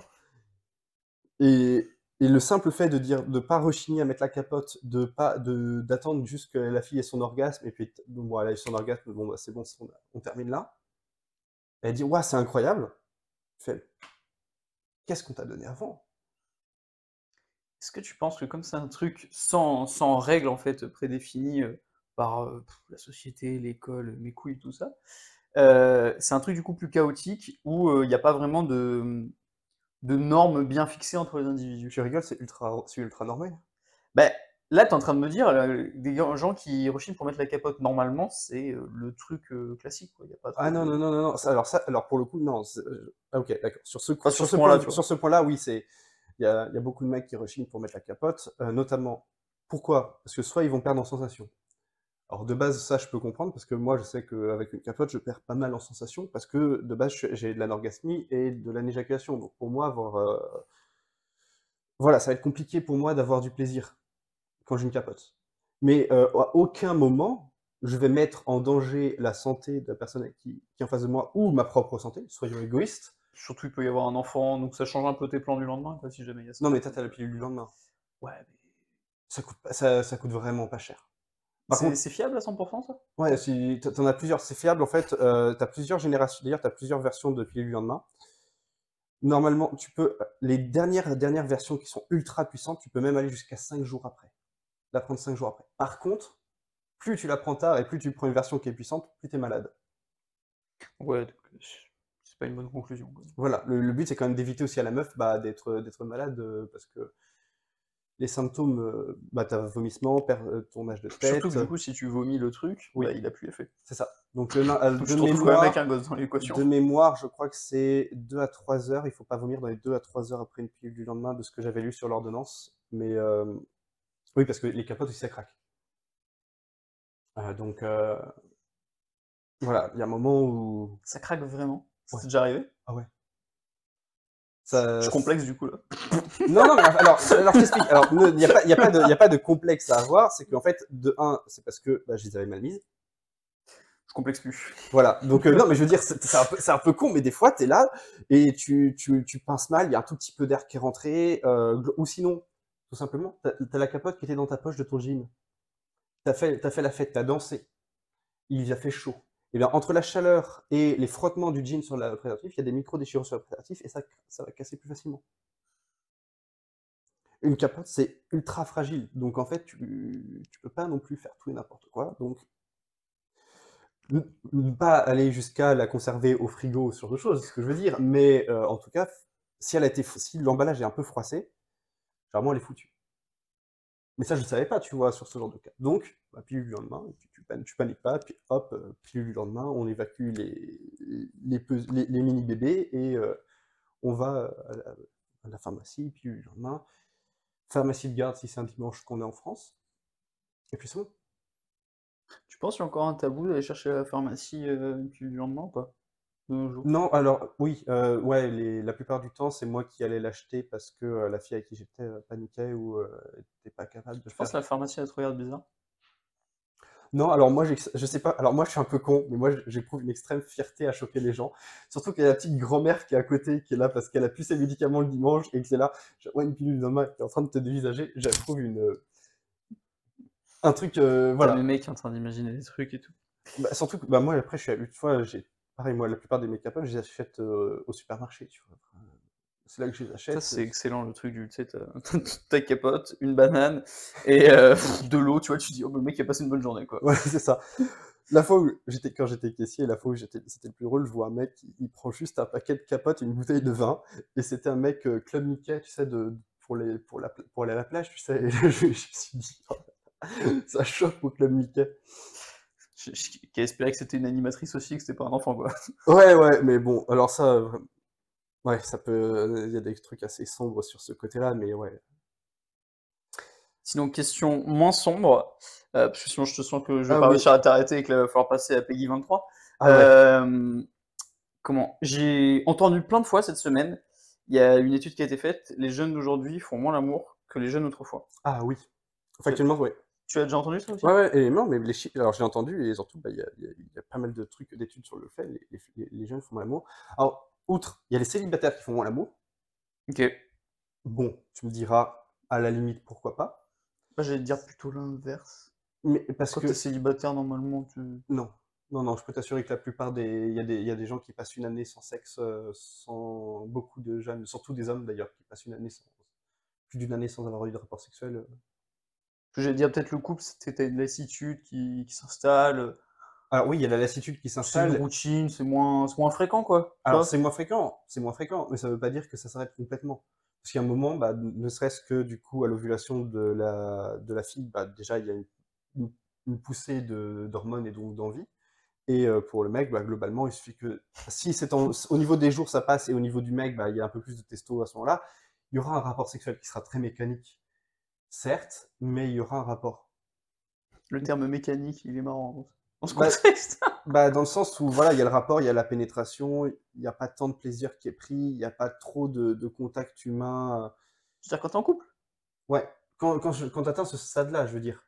et le simple fait de dire, de pas rechigner à mettre la capote, de pas d'attendre juste que la fille ait son orgasme et puis bon, elle a eu son orgasme, bon, bah, c'est bon, on termine là. Elle dit: «Waouh, c'est incroyable». Tu fais: «Qu'est-ce qu'on t'a donné avant?» Est-ce que tu penses que comme c'est un truc sans règles, en fait, prédéfinies, par, la société, l'école, mes couilles, tout ça, c'est un truc du coup plus chaotique où, il y a pas vraiment de normes bien fixées entre les individus? Tu rigoles, c'est ultra normé. Beh, là, tu es en train de me dire, des gens qui rechignent pour mettre la capote normalement, c'est, le truc, classique, quoi. Il y a pas Ah trop non, non, de non, non, non, ça alors pour le coup, non, ah OK, d'accord. pas sur ce point-là, tu vois? Sur ce point-là, oui, il y a beaucoup de mecs qui rechignent pour mettre la capote, notamment pourquoi? Parce que soit ils vont perdre en sensation. Alors de base, ça, je peux comprendre parce que moi, je sais qu'avec une capote, je perds pas mal en sensation parce que de base, j'ai de l'anorgasmie et de l'anéjaculation. Donc pour moi, voilà, ça va être compliqué pour moi d'avoir du plaisir quand j'ai une capote. Mais à aucun moment, je vais mettre en danger la santé de la personne qui est en face de moi ou ma propre santé, soyons égoïstes. Surtout, il peut y avoir un enfant, donc ça change un peu tes plans du lendemain, quoi, si jamais il y a ça, Non, mais toi, donc tu as la pilule du lendemain. ouais, mais Ça coûte vraiment pas cher. Par contre, C'est fiable à 100% ça? ouais, si tu en as plusieurs, c'est fiable en fait, tu as plusieurs générations, d'ailleurs tu as plusieurs versions de pilule du lendemain. Normalement, tu peux, les dernières versions qui sont ultra puissantes, tu peux même aller jusqu'à 5 jours après. La prendre 5 jours après. Par contre, plus tu la prends tard et plus tu prends une version qui est puissante, plus tu es malade. Ouais, donc c'est pas une bonne conclusion, quoi. Voilà, le but c'est quand même d'éviter aussi à la meuf, d'être malade, parce que les symptômes, tu as vomissement, tournage de Surtout que tête, du coup, si tu vomis le truc, bah, oui, il a plus effet. c'est ça. Donc Donc tu te retrouves quand même avec un gosse dans l'équation. de mémoire, je crois que c'est 2 à 3 heures, il faut pas vomir dans les 2 à 3 heures après une pilule du lendemain, de ce que j'avais lu sur l'ordonnance. Mais oui, parce que les capotes aussi, ça craque. Donc voilà, il y a un moment où Ça craque vraiment? ouais, C'est déjà arrivé? ah ouais, Je ça suis complexe du coup là. non, non, mais alors je t'explique. Alors, il y a pas de complexe à avoir. C'est qu'en fait, de un, c'est parce que je les avais mal mises. Je complexe plus. Voilà. Donc, non, mais je veux dire, c'est un peu con, mais des fois, tu es là et tu pinces mal, il y a un tout petit peu d'air qui est rentré, ou sinon, tout simplement, t'as la capote qui était dans ta poche de ton jean. T'as fait la fête, t'as dansé, il a fait chaud. Et bien, entre la chaleur et les frottements du jean sur le préservatif, il y a des micro-déchirures sur le préservatif et ça va casser plus facilement. Une capote, c'est ultra fragile. Donc en fait, tu peux pas non plus faire tout et n'importe quoi. Donc, ne pas aller jusqu'à la conserver au frigo, ce genre de choses, c'est ce que je veux dire. Mais en tout cas, si l'emballage est un peu froissé, généralement elle est foutue. Mais ça, je ne savais pas, tu vois, sur ce genre de cas. Donc, pilule du lendemain, et puis tu paniques pas, puis hop, pilule du lendemain, on évacue les mini-bébés et on va à la pharmacie, pilule du lendemain, pharmacie de garde si c'est un dimanche qu'on est en France, et puis c'est bon. Tu penses qu'il y a encore un tabou d'aller chercher à la pharmacie du lendemain ou pas? De nos jours? Non, alors oui, ouais, la plupart du temps, c'est moi qui allais l'acheter parce que la fille avec qui j'étais paniquait ou était pas capable de Tu penses faire. que la pharmacie elle te regarde bizarre? Non, alors moi, je sais pas, alors moi, je suis un peu con, mais moi, j'éprouve une extrême fierté à choquer les gens. Surtout qu'il y a la petite grand-mère qui est à côté, qui est là parce qu'elle a plus ses médicaments le dimanche et que c'est là, ouais, une pilule dans le main, qui est en train de te dévisager. J'approuve un truc, T'as mes voilà. mecs en train d'imaginer des trucs et tout. Surtout que moi, après, je suis une fois, pareil, moi, la plupart des make-up, je les achète au supermarché, tu vois. C'est là que je les Ça, achète. c'est excellent le truc du, tu sais, ta capote, une banane et de l'eau, tu vois, tu te dis, oh, le mec il a passé une bonne journée, quoi. Ouais, c'est ça. Quand j'étais caissier, la fois où c'était le plus drôle, je vois un mec, il prend juste un paquet de capotes et une bouteille de vin, et c'était un mec Club Mickey, tu sais, pour aller à la plage, tu sais, et je me suis dit, oh, ça choque au Club Mickey. Qui a espéré que c'était une animatrice aussi, que c'était pas un enfant, quoi. Ouais, ouais, mais bon, alors ça, ouais, ça peut, il y a des trucs assez sombres sur ce côté-là, mais ouais. Sinon, question moins sombre, parce que sinon je te sens que je vais Ah pas oui, réussir à t'arrêter et qu'il va falloir passer à Peggy 23. ah ouais, Euh, Comment? J'ai entendu plein de fois cette semaine, il y a une étude qui a été faite, les jeunes d'aujourd'hui font moins l'amour que les jeunes d'autrefois. ah oui. Tu as, Factuellement, ouais. tu as déjà entendu ça aussi? Ouais, ouais, et non, mais les chiffres, alors j'ai entendu, et surtout, il y a pas mal de trucs, d'études sur le fait, les jeunes font l'amour. Alors, outre, il y a les célibataires qui font moins l'amour. Ok. Bon, tu me diras, à la limite, pourquoi pas. Moi, j'allais te dire plutôt l'inverse. Mais parce Quand t'es que, célibataire, normalement, tu... non, non, non, je peux t'assurer que la plupart il y a des gens qui passent une année sans sexe, sans beaucoup de jeunes, surtout des hommes d'ailleurs, qui passent plus d'une année sans avoir eu de rapport sexuel. J'allais dire peut-être le couple, c'est que t'as une lassitude qui s'installe, Alors oui, il y a la lassitude qui c'est une s'installe. routine, c'est moins fréquent, quoi. Tu Alors vois? c'est moins fréquent, mais ça veut pas dire que ça s'arrête complètement. Parce qu'il y a un moment, ne serait-ce que du coup à l'ovulation de la fille, déjà il y a une, une poussée d'hormones et donc d'envie. Et pour le mec, globalement, il suffit que si au niveau des jours ça passe et au niveau du mec, il y a un peu plus de testo à ce moment-là, il y aura un rapport sexuel qui sera très mécanique, certes, mais il y aura un rapport. Le terme mécanique, il est marrant dans ce Bah, contexte. dans le sens où voilà, il y a le rapport, il y a la pénétration, il n'y a pas tant de plaisir qui est pris, il n'y a pas trop de contact humain. C'est-à-dire quand t'es en couple? Ouais, quand tu atteins ce stade-là, je veux dire.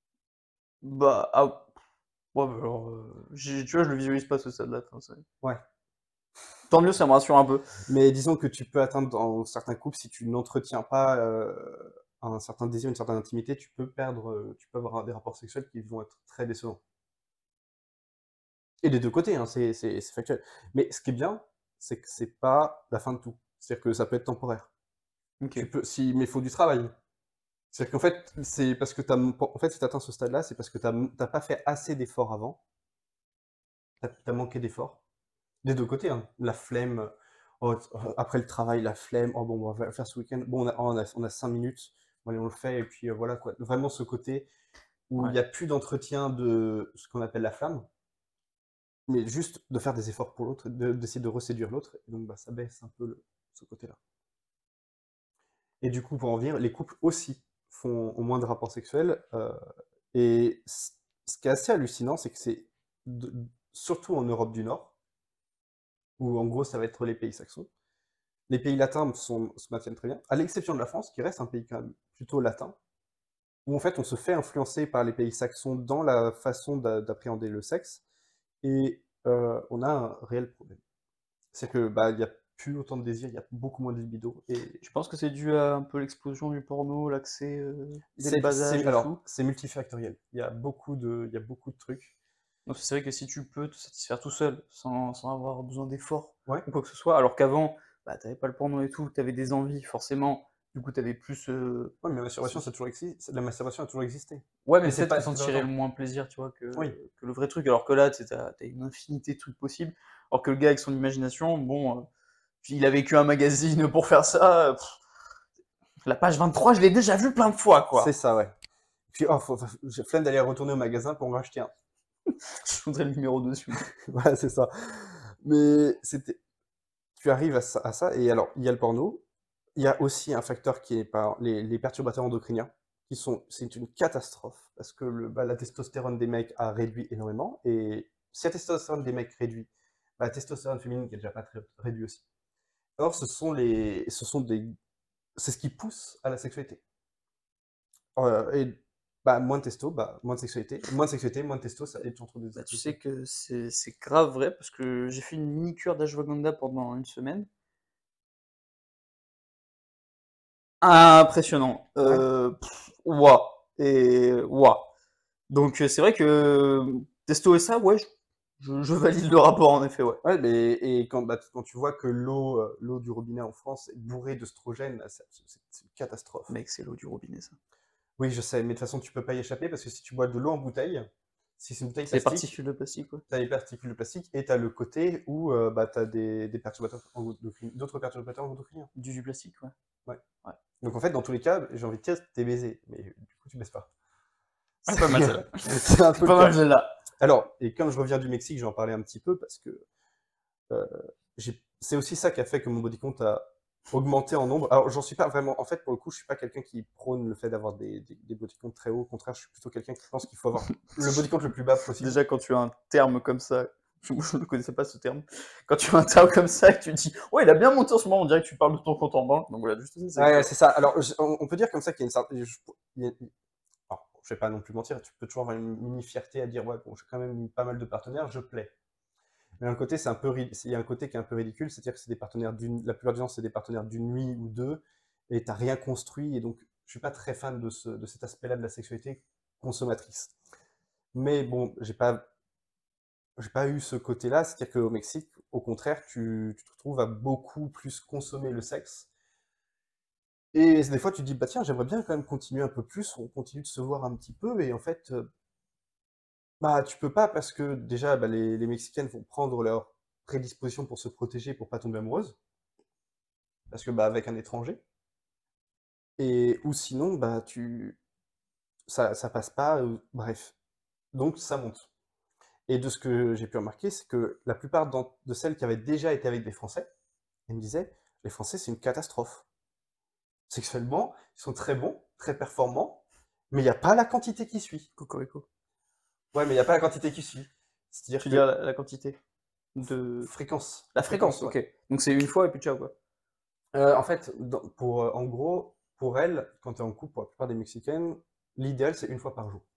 Bah, ah, ouais, bah alors, tu vois, je le visualise pas ce stade-là. Enfin, Ouais. tant mieux, ça me rassure un peu. Mais disons que tu peux atteindre dans certains couples si tu n'entretiens pas un certain désir, une certaine intimité, tu peux avoir des rapports sexuels qui vont être très décevants. Et des 2 côtés, hein, c'est factuel. Mais ce qui est bien, c'est que c'est pas la fin de tout. C'est-à-dire que ça peut être temporaire. Tu OK. peux si mais il faut du travail. C'est-à-dire qu'en fait, c'est parce que en fait, si tu atteins ce stade-là, c'est parce que tu pas fait assez d'efforts avant, tu as manqué d'efforts. Des 2 côtés, hein. La flemme, oh après le travail, la flemme: «Oh bon, on va faire ce week-end. Bon, on a 5 minutes, bon allez, on le fait» et puis, voilà quoi. Vraiment ce côté où il Ouais. y a plus d'entretien de ce qu'on appelle la flamme, mais juste de faire des efforts pour l'autre, d'essayer de reséduire l'autre et donc bah, ça baisse un peu ce côté-là. Et du coup, pour en venir, les couples aussi ont moins de rapports sexuels, et ce qui est assez hallucinant, c'est que c'est de surtout en Europe du Nord, où en gros ça va être les pays saxons. Les pays latins se maintiennent très bien, à l'exception de la France, qui reste un pays quand même plutôt latin, où en fait on se fait influencer par les pays saxons dans la façon d'appréhender le sexe, et on a un réel problème. C'est que, bah, il y a plus autant de désir, il y a beaucoup moins de libido et Tu penses que c'est dû à un peu l'explosion du porno, l'accès, dès le bas âge et tout? c'est multifactoriel. Il y a beaucoup de trucs. Donc c'est vrai que si tu peux te satisfaire tout seul, sans avoir besoin d'efforts Ouais, ou quoi que ce soit, alors qu'avant, bah, tu pas le porno et tout, tu avais des envies forcément, du coup tu avais plus, ouais, mais ce la masturbation a toujours existé. ouais, Mais mais c'est peut-être que pas tu en depuis très tirais le longtemps. moins plaisir, tu vois, Oui. que le vrai truc. Alors que là, tu sais, tu une infinité de trucs possibles, alors que le gars avec son imagination, bon, il a vécu un magazine pour faire ça, la page 23, je l'ai déjà vu plein de fois, C'est quoi. ça, ouais. Puis, oh, j'ai flemme d'aller retourner au magasin pour en racheter un. Je voudrais le numéro dessus. Voilà, c'est ça. Mais tu arrives à ça, et alors, il y a le porno. Il y a aussi un facteur qui est pas les perturbateurs endocriniens, c'est une catastrophe parce que la testostérone des mecs a réduit énormément, et si la testostérone des mecs réduit, bah, la testostérone féminine qui est déjà pas très réduit aussi. Or, c'est ce qui pousse à la sexualité. Et bah, moins de testo, bah, moins de sexualité. Moins de sexualité, moins de testo, ça et tu retrouves des Bah, tu sais trucs. que c'est grave vrai parce que j'ai fait une mini cure d'ashwagandha pendant une semaine. Impressionnant, Ouais. waouh et waouh! Donc c'est vrai que, testo et ça, ouais, je valide le rapport en effet, ouais. Ouais, mais et quand tu vois que l'eau du robinet en France est bourrée d'œstrogènes, là, c'est une catastrophe. Mec, c'est l'eau du robinet ça. Oui, je sais, mais de toute façon, tu peux pas y échapper parce que si tu bois de l'eau en bouteille, si c'est une bouteille C'est les plastique, particules de plastique, ouais. tu as les particules de plastique et tu as le côté où bah, tu as des perturbateurs d'autres perturbateurs endocriniens. Du plastique, ouais. Ouais. Ouais. Donc en fait, dans tous les cas, j'ai envie de dire, t'es baisé, mais du coup, tu baisses pas. Ah, pas mal celle-là. C'est un peu le Pas mal cas. celle-là. Alors, et comme je reviens du Mexique, je vais en parler un petit peu parce que euh, c'est aussi ça qui a fait que mon body count a augmenté en nombre. Alors, j'en suis pas vraiment. En fait, pour le coup, je suis pas quelqu'un qui prône le fait d'avoir des body counts très hauts. Au contraire, je suis plutôt quelqu'un qui pense qu'il faut avoir le body count le plus bas possible. Déjà quand tu as un terme comme ça, je ne connaissais pas ce terme. Quand tu as un terme comme ça et que tu dis: «Ouais, il a bien monté en ce moment», on dirait que tu parles de ton compte en banque, donc voilà, juste ça, c'est Ouais, excellent. c'est ça. Alors, on peut dire comme ça qu'il y a une certaine. Alors, je vais pas non plus mentir, tu peux toujours avoir une mini fierté à dire ouais, bon, j'ai quand même eu pas mal de partenaires, je plais. Mais d'un côté, il y a un côté qui est un peu ridicule, c'est-à-dire que c'est des partenaires la plupart du temps, c'est des partenaires d'une nuit ou deux, et t'as rien construit, et donc je suis pas très fan de cet aspect-là de la sexualité consommatrice. Mais bon, j'ai pas eu ce côté-là, c'est-à-dire qu'au Mexique, au contraire, tu te retrouves à beaucoup plus consommer le sexe. Et des fois, tu te dis, bah tiens, j'aimerais bien quand même continuer un peu plus, on continue de se voir un petit peu, et en fait, bah tu peux pas parce que déjà, bah, les Mexicaines vont prendre leur prédisposition pour se protéger, pour pas tomber amoureuse, parce que bah avec un étranger, et ou sinon, bah ça passe pas, bref. Donc ça monte. Et de ce que j'ai pu remarquer, c'est que la plupart de celles qui avaient déjà été avec des Français, elles me disaient, les Français, c'est une catastrophe. Sexuellement, ils sont très bons, très performants, mais il n'y a pas la quantité qui suit. Cocorico. Ouais, mais il n'y a pas la quantité qui suit. C'est-à-dire Tu dis la que la quantité de fréquence, la la fréquence, fréquence, ouais. OK. Donc c'est une fois et puis ciao, quoi. En fait, en gros, pour elles, quand tu es en couple, pour la plupart des Mexicaines, l'idéal, c'est une fois par jour.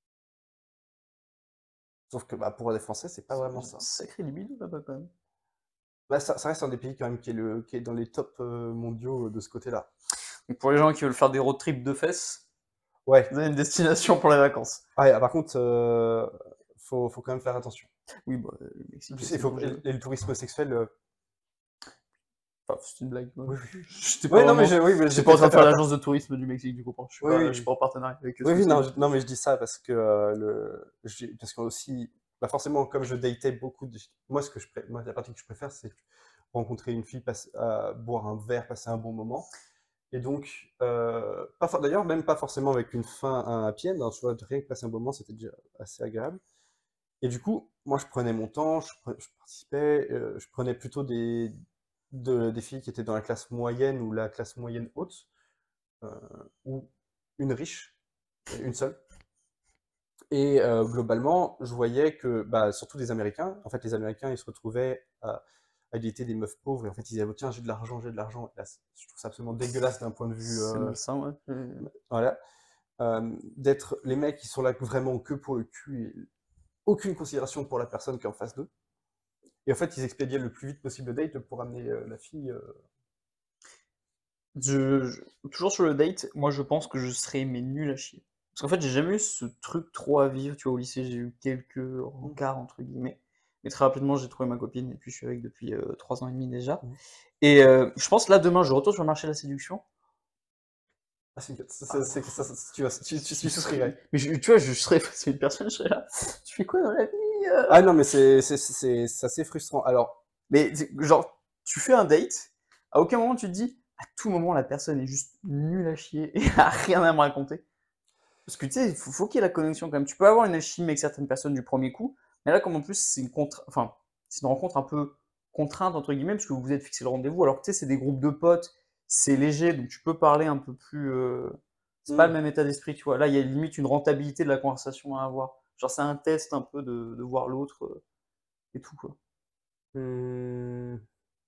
Sauf que bah, pour des Français, c'est pas vraiment Ils ont un ça. sacré libido là-bas quand même. Bah, ça reste un des pays quand même qui est dans les tops mondiaux de ce côté-là. Donc pour les gens qui veulent faire des road trips de fesses, Ouais. vous avez une destination pour les vacances. Ah, par contre, faut quand même faire attention. Oui, bah, le Mexique, Il c'est faut, dangereux. et le tourisme sexuel, Enfin, c'est une blague. Ouais. oui, oui. J'étais pas Oui, non, mais vraiment. oui, mais J'étais pas j'étais en train très de faire faire l'agence attention. de tourisme du Mexique, du coup. Oui, Je suis oui. pas en partenariat avec eux Oui, oui, non, spécialement. non, mais je dis ça parce que parce que aussi, bah forcément, comme je datais beaucoup, moi, moi, la partie que je préfère, c'est rencontrer une fille, boire un verre, passer un bon moment. Et donc, d'ailleurs, même pas forcément avec une fin un happy end, hein, tu vois, rien que passer un bon moment, c'était déjà assez agréable. Et du coup, moi, je prenais mon temps, je participais, je prenais plutôt des filles qui étaient dans la classe moyenne ou la classe moyenne haute, euh, ou une riche, une seule. Et globalement, je voyais que, bah, surtout des Américains, en fait, les Américains, ils se retrouvaient à dater des meufs pauvres, et en fait, ils disaient, oh, tiens, j'ai de l'argent, j'ai de l'argent. Et là, je trouve ça absolument dégueulasse d'un point de vue, C'est malsain, ouais. voilà, d'être les mecs qui sont là vraiment que pour le cul, et aucune considération pour la personne qui est en face d'eux. Et en fait, ils expédiaient le plus vite possible le date pour amener la fille. Toujours sur le date, moi je pense que je serais mais nul à chier. Parce qu'en fait, j'ai jamais eu ce truc trop à vivre. Tu vois, au lycée, j'ai eu quelques Mhm. rencarts, entre guillemets. Mais très rapidement, j'ai trouvé ma copine et puis je suis avec depuis 3 ans et demi déjà. Mhm. Et je pense là, demain, je retourne sur le marché de la séduction. Ah, tu souscrirais. Mais tu vois, je serais face à une personne, je serais là. Tu fais quoi dans la vie Ah non, mais c'est assez frustrant. Alors, Mais genre, tu fais un date, à aucun moment tu te dis, à tout moment la personne est juste nulle à chier et a rien à me raconter. Parce que tu sais, faut qu'il y ait la connexion quand même. Tu peux avoir une alchimie avec certaines personnes du premier coup, mais là, comme en plus, enfin, c'est une rencontre un peu contrainte, entre guillemets, parce que vous vous êtes fixé le rendez-vous, alors que tu sais, c'est des groupes de potes, c'est léger, donc tu peux parler un peu plus. C'est pas le hmm, même état d'esprit, tu vois. Là, il y a limite une rentabilité de la conversation à avoir. Genre, c'est un test un peu de voir l'autre et tout, quoi. hmm,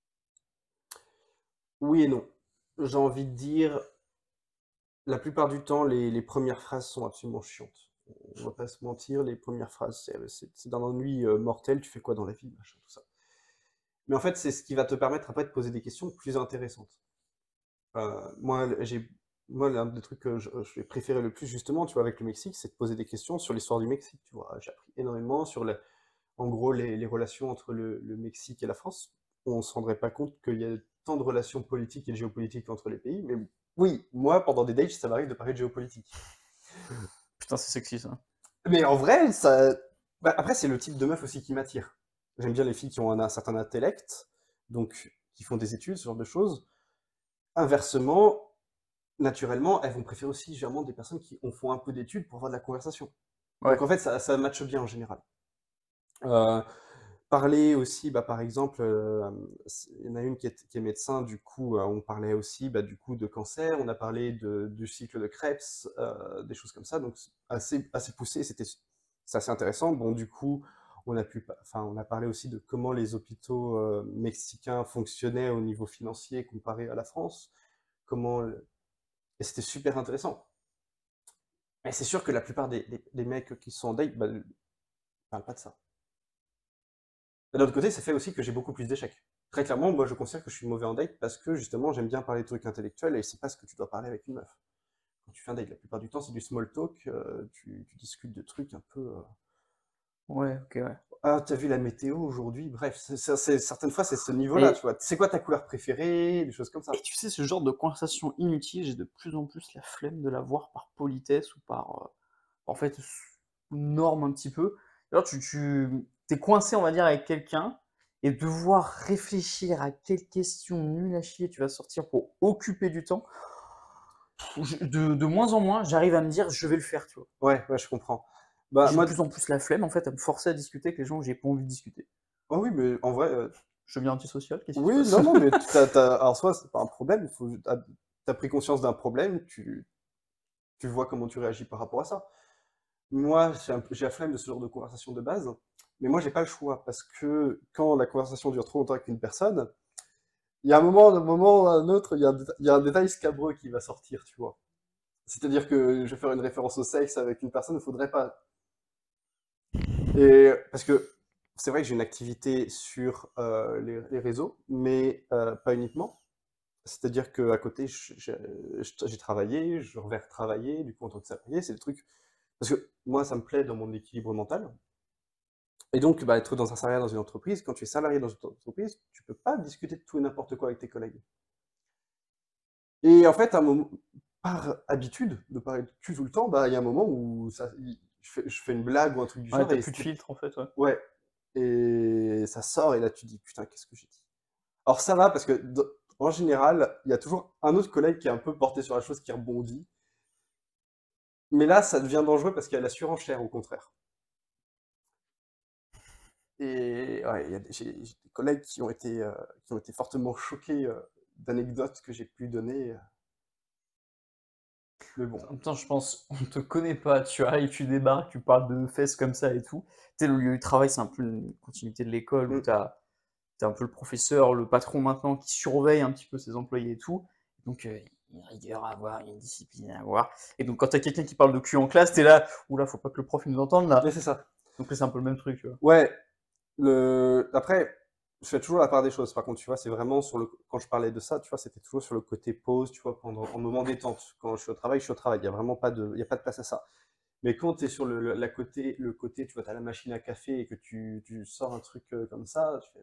oui et non. J'ai envie de dire, la plupart du temps, les premières phrases sont absolument chiantes. On va pas se mentir, les premières phrases, c'est d'un ennui mortel. Tu fais quoi dans la vie, machin, tout ça. Mais en fait, c'est ce qui va te permettre après de poser des questions plus intéressantes. Moi, l'un des trucs que je vais préférer le plus, justement, tu vois, avec le Mexique, c'est de poser des questions sur l'histoire du Mexique, tu vois. J'ai appris énormément sur, en gros, les relations entre le Mexique et la France. On se rendrait pas compte qu'il y a tant de relations politiques et géopolitiques entre les pays, mais oui, moi, pendant des dates, ça m'arrive de parler de géopolitique. Putain, c'est sexy ça. Mais en vrai, ça. Bah, après, c'est le type de meuf aussi qui m'attire. J'aime bien les filles qui ont un certain intellect, donc qui font des études, ce genre de choses. Inversement, naturellement, elles vont préférer aussi généralement des personnes qui font un peu d'études pour avoir de la conversation. Ouais. Donc en fait, ça matche bien en général. Euh, Parler aussi, bah, par exemple, il y en a une qui est médecin, du coup, on parlait aussi bah, du coup de cancer, on a parlé du cycle de Krebs, des choses comme ça, donc assez poussé, c'est assez intéressant. Bon, du coup, on a parlé aussi de comment les hôpitaux mexicains fonctionnaient au niveau financier comparé à la France, comment, et c'était super intéressant. Mais c'est sûr que la plupart des mecs qui sont en date, bah, ne parlent pas de ça. D'un autre côté, ça fait aussi que j'ai beaucoup plus d'échecs. Très clairement, moi je considère que je suis mauvais en date parce que justement j'aime bien parler de trucs intellectuels et c'est pas ce que tu dois parler avec une meuf. Quand tu fais un date, la plupart du temps c'est du small talk, tu discutes de trucs un peu. Ouais, ok, ouais. Ah, t'as vu la météo aujourd'hui? Bref, certaines fois c'est ce niveau-là, tu Et, vois. C'est quoi ta couleur préférée? Des choses comme et ça. tu sais, ce genre de conversation inutile, j'ai de plus en plus la flemme de l'avoir par politesse ou par, en fait, norme un petit peu. Alors, t'es coincé, on va dire, avec quelqu'un et devoir réfléchir à quelle question nulle à chier tu vas sortir pour occuper du temps. De moins en moins, j'arrive à me dire, je vais le faire, tu vois. Ouais, ouais, je comprends. Et Bah j'ai de moi, plus en plus la flemme, en fait, à me forcer à discuter avec les gens où j'ai pas envie de discuter. oh oui, mais en vrai, Je deviens antisocial, qu'est-ce qui se oui, passe? non, non, mais alors soit c'est pas un problème, t'as pris conscience d'un problème, tu vois comment tu réagis par rapport à ça. Moi, j'ai la flemme de ce genre de conversation de base, mais moi, j'ai pas le choix, parce que quand la conversation dure trop longtemps avec une personne, il y a un moment ou un autre, il y a un détail scabreux qui va sortir, tu vois. C'est-à-dire que je vais faire une référence au sexe avec une personne, il faudrait pas. Et parce que c'est vrai que j'ai une activité sur les réseaux, mais pas uniquement. C'est-à-dire qu'à côté, j'ai travaillé, je vais retravailler, du coup, en tant que salarié, c'est des trucs. Parce que moi, ça me plaît dans mon équilibre mental. Et donc, bah, être dans un salariat dans une entreprise, quand tu es salarié dans une entreprise, tu peux pas discuter de tout et n'importe quoi avec tes collègues. Et en fait, à un moment, par habitude de parler de cul tout le temps, bah, il y a un moment où je fais une blague ou un truc du Ouais, genre, t'as et plus de filtre en fait, ouais. ouais, et ça sort, et là tu dis, putain, qu'est-ce que j'ai dit? Alors ça va, parce que en général, il y a toujours un autre collègue qui est un peu porté sur la chose, qui rebondit. Mais là, ça devient dangereux parce qu'il y a la surenchère, au contraire. Et ouais, j'ai des collègues qui ont été fortement choqués d'anecdotes que j'ai pu donner. Mais bon. En même temps, je pense, on te connaît pas, tu arrives, tu débarques, tu parles de fesses comme ça et tout. Tu sais, le lieu de travail, c'est un peu une continuité de l'école où Mm. t'as un peu le professeur, le patron maintenant qui surveille un petit peu ses employés et tout. Donc, il y a une rigueur à avoir, il y a une discipline à avoir. Et donc, quand t'as quelqu'un qui parle de cul en classe, t'es là, oula, faut pas que le prof il nous entende Mais là. c'est ça. Donc là, c'est un peu le même truc, tu vois. Ouais, après, je fais toujours la part des choses. Par contre, tu vois, c'est vraiment sur le. Quand je parlais de ça, tu vois, c'était toujours sur le côté pause, tu vois, pendant en moment détente. Quand je suis au travail, je suis au travail. Il y a vraiment pas de, il y a pas de place à ça. Mais quand tu es sur le côté, tu vois, tu as la machine à café et que tu sors un truc comme ça, tu fais.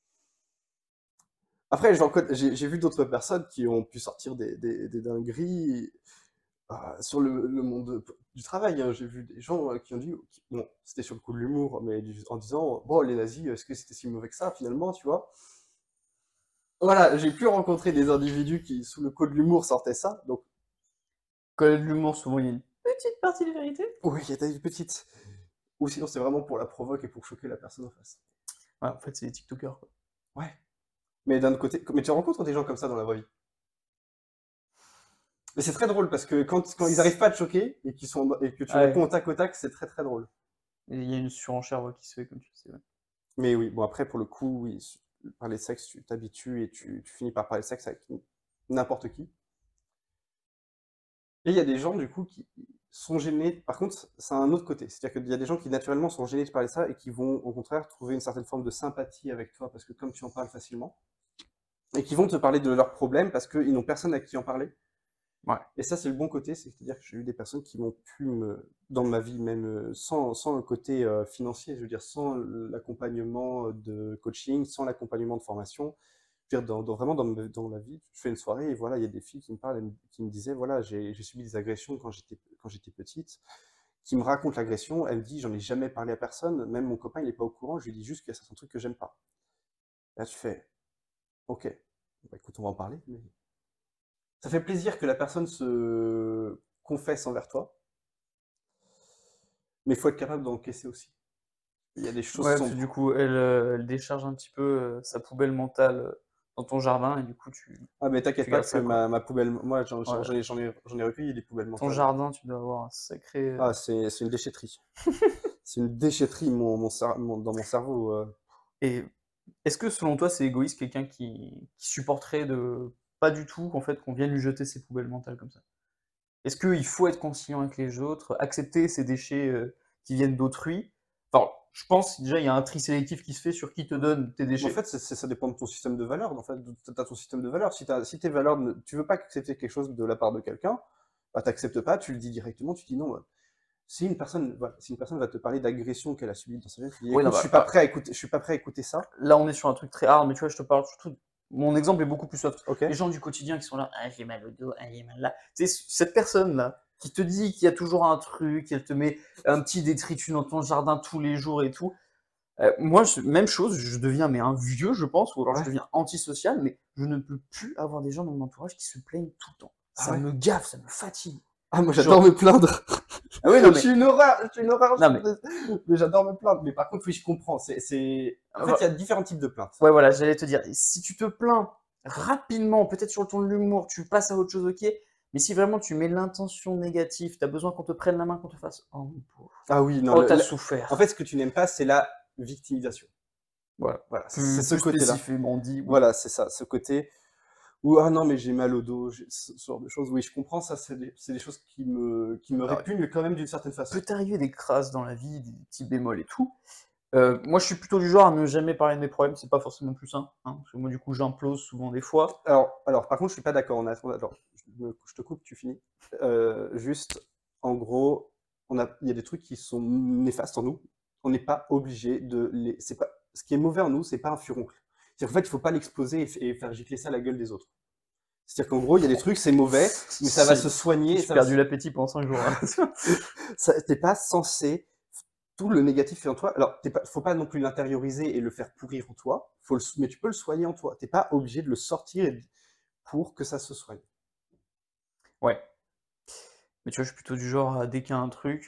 Après, j'ai vu d'autres personnes qui ont pu sortir des dingueries sur le monde du travail. Hein. J'ai vu des gens qui ont dit, bon, c'était sur le coup de l'humour, mais en disant, bon, les nazis, est-ce que c'était si mauvais que ça finalement, tu vois? Voilà, j'ai pu rencontrer des individus qui, sous le coup de l'humour, sortaient ça. Donc, Quand il y a de l'humour, souvent, il y a une petite partie de vérité. oui, il y a une petite. Ou sinon, c'est vraiment pour la provoque et pour choquer la personne en face. Ouais, en fait, c'est des TikTokers, quoi. Ouais. Mais d'un autre côté, mais tu rencontres des gens comme ça dans la vraie vie. Mais c'est très drôle parce que quand ils arrivent pas à te choquer et que tu réponds Ouais, au tac, c'est très très drôle. et il y a une surenchère ouais, qui se fait, comme tu sais. Ouais. Mais oui, bon après pour le coup, oui, parler de sexe, tu t'habitues et tu finis par parler de sexe avec n'importe qui. Et il y a des gens du coup qui sont gênés. Par contre, c'est un autre côté. C'est-à-dire qu'il y a des gens qui naturellement sont gênés de parler de ça et qui vont au contraire trouver une certaine forme de sympathie avec toi parce que comme tu en parles facilement, et qui vont te parler de leurs problèmes parce qu'ils n'ont personne à qui en parler. Ouais. Et ça, c'est le bon côté, c'est-à-dire que j'ai eu des personnes qui m'ont pu dans ma vie, même sans le côté financier, je veux dire, sans l'accompagnement de coaching, sans l'accompagnement de formation, je veux dire, vraiment dans ma vie, je fais une soirée et voilà, il y a des filles qui me parlent, qui me disaient, voilà, j'ai subi des agressions quand j'étais petite, qui me racontent l'agression, elle me dit, j'en ai jamais parlé à personne, même mon copain, il n'est pas au courant, je lui dis juste qu'il y a certains trucs que j'aime pas. Là, tu fais, ok, bah, écoute, on va en parler, mais ça fait plaisir que la personne se confesse envers toi, mais il faut être capable d'encaisser aussi. Il y a des choses Ouais, parce que du sombres. coup, elle décharge un petit peu sa poubelle mentale dans ton jardin et du coup, Ah, mais tu t'inquiète pas gardes que ça, quoi. ma poubelle, moi Ouais. j'en ai recueilli des poubelles Ton mentales. jardin, tu dois avoir un sacré. Ah, c'est une déchetterie. C'est une déchetterie dans mon cerveau. Et est-ce que selon toi, c'est égoïste quelqu'un qui supporterait de pas du tout en fait qu'on vienne lui jeter ses poubelles mentales comme ça? Est-ce qu'il faut être conciliant avec les autres, accepter ces déchets qui viennent d'autrui? Enfin, je pense déjà il y a un tri sélectif qui se fait sur qui te donne tes Mais en déchets. fait, ça dépend de ton système de valeurs. En fait, t'as ton système de valeurs. Si tes valeurs, tu veux pas accepter quelque chose de la part de quelqu'un, bah t'acceptes pas, tu le dis directement, tu dis non. Si une personne, voilà, si une personne va te parler d'agression qu'elle a subie dans sa vie, tu dis Oui, non, écoute, bah, ah, je suis pas prêt à écouter ça. là on est sur un truc très hard, mais tu vois, je te parle surtout. Mon exemple est beaucoup plus soft. Ok. Les gens du quotidien qui sont là, ah j'ai mal au dos, ah j'ai mal là. Tu sais, cette personne-là qui te dit qu'il y a toujours un truc, elle te met un petit détritus dans ton jardin tous les jours et tout. Moi, même chose, je deviens mais un vieux, je pense, ou alors je Ouais. deviens antisocial, mais je ne peux plus avoir des gens dans mon entourage qui se plaignent tout le temps. Ah Ça ouais. me gaffe, ça me fatigue. Ah, moi j'adore Genre, me plaindre. ah oui, non mais, Je suis une horreur, non mais, mais j'adore me plaindre. Mais par contre, oui, je comprends. En fait, il y a différents types de plaintes. ouais, voilà, j'allais te dire, si tu te plains rapidement, peut-être sur le ton de l'humour, tu passes à autre chose, ok, mais si vraiment tu mets l'intention négative, t'as besoin qu'on te prenne la main, qu'on te fasse, oh mon pauvre, Ah oui, non, oh t'as en fait, souffert. ce que tu n'aimes pas, c'est la victimisation. Voilà, Voilà, c'est ce plus côté-là. spécifiquement dit, oui. Voilà, c'est ça, ce côté où, ah non, mais j'ai mal au dos, ce genre de choses. Oui, je comprends, ça, c'est des choses qui me Alors, répugnent quand même d'une certaine peut façon. t'arriver des crasses dans la vie, des petits bémols et tout, Moi, je suis plutôt du genre à ne jamais parler de mes problèmes, c'est pas forcément plus sain, hein, parce que moi, du coup, j'implose souvent des fois. Alors, par contre, je suis pas d'accord. Alors, je te coupe, tu finis. Juste, en gros, il y a des trucs qui sont néfastes en nous. On n'est pas obligé de les. C'est pas, ce qui est mauvais en nous, c'est pas un furoncle. C'est-à-dire qu'en fait, il faut pas l'exploser et faire gicler ça à la gueule des autres. C'est-à-dire qu'en gros, il y a des trucs, c'est mauvais, mais ça va se soigner. J'ai perdu l'appétit pendant 5 jours. T'es pas censé. Tout le négatif est en toi. Alors, faut pas non plus l'intérioriser et le faire pourrir en toi, mais tu peux le soigner en toi. T'es pas obligé de le sortir pour que ça se soigne. Ouais, mais tu vois, je suis plutôt du genre à dès qu'il y a un truc,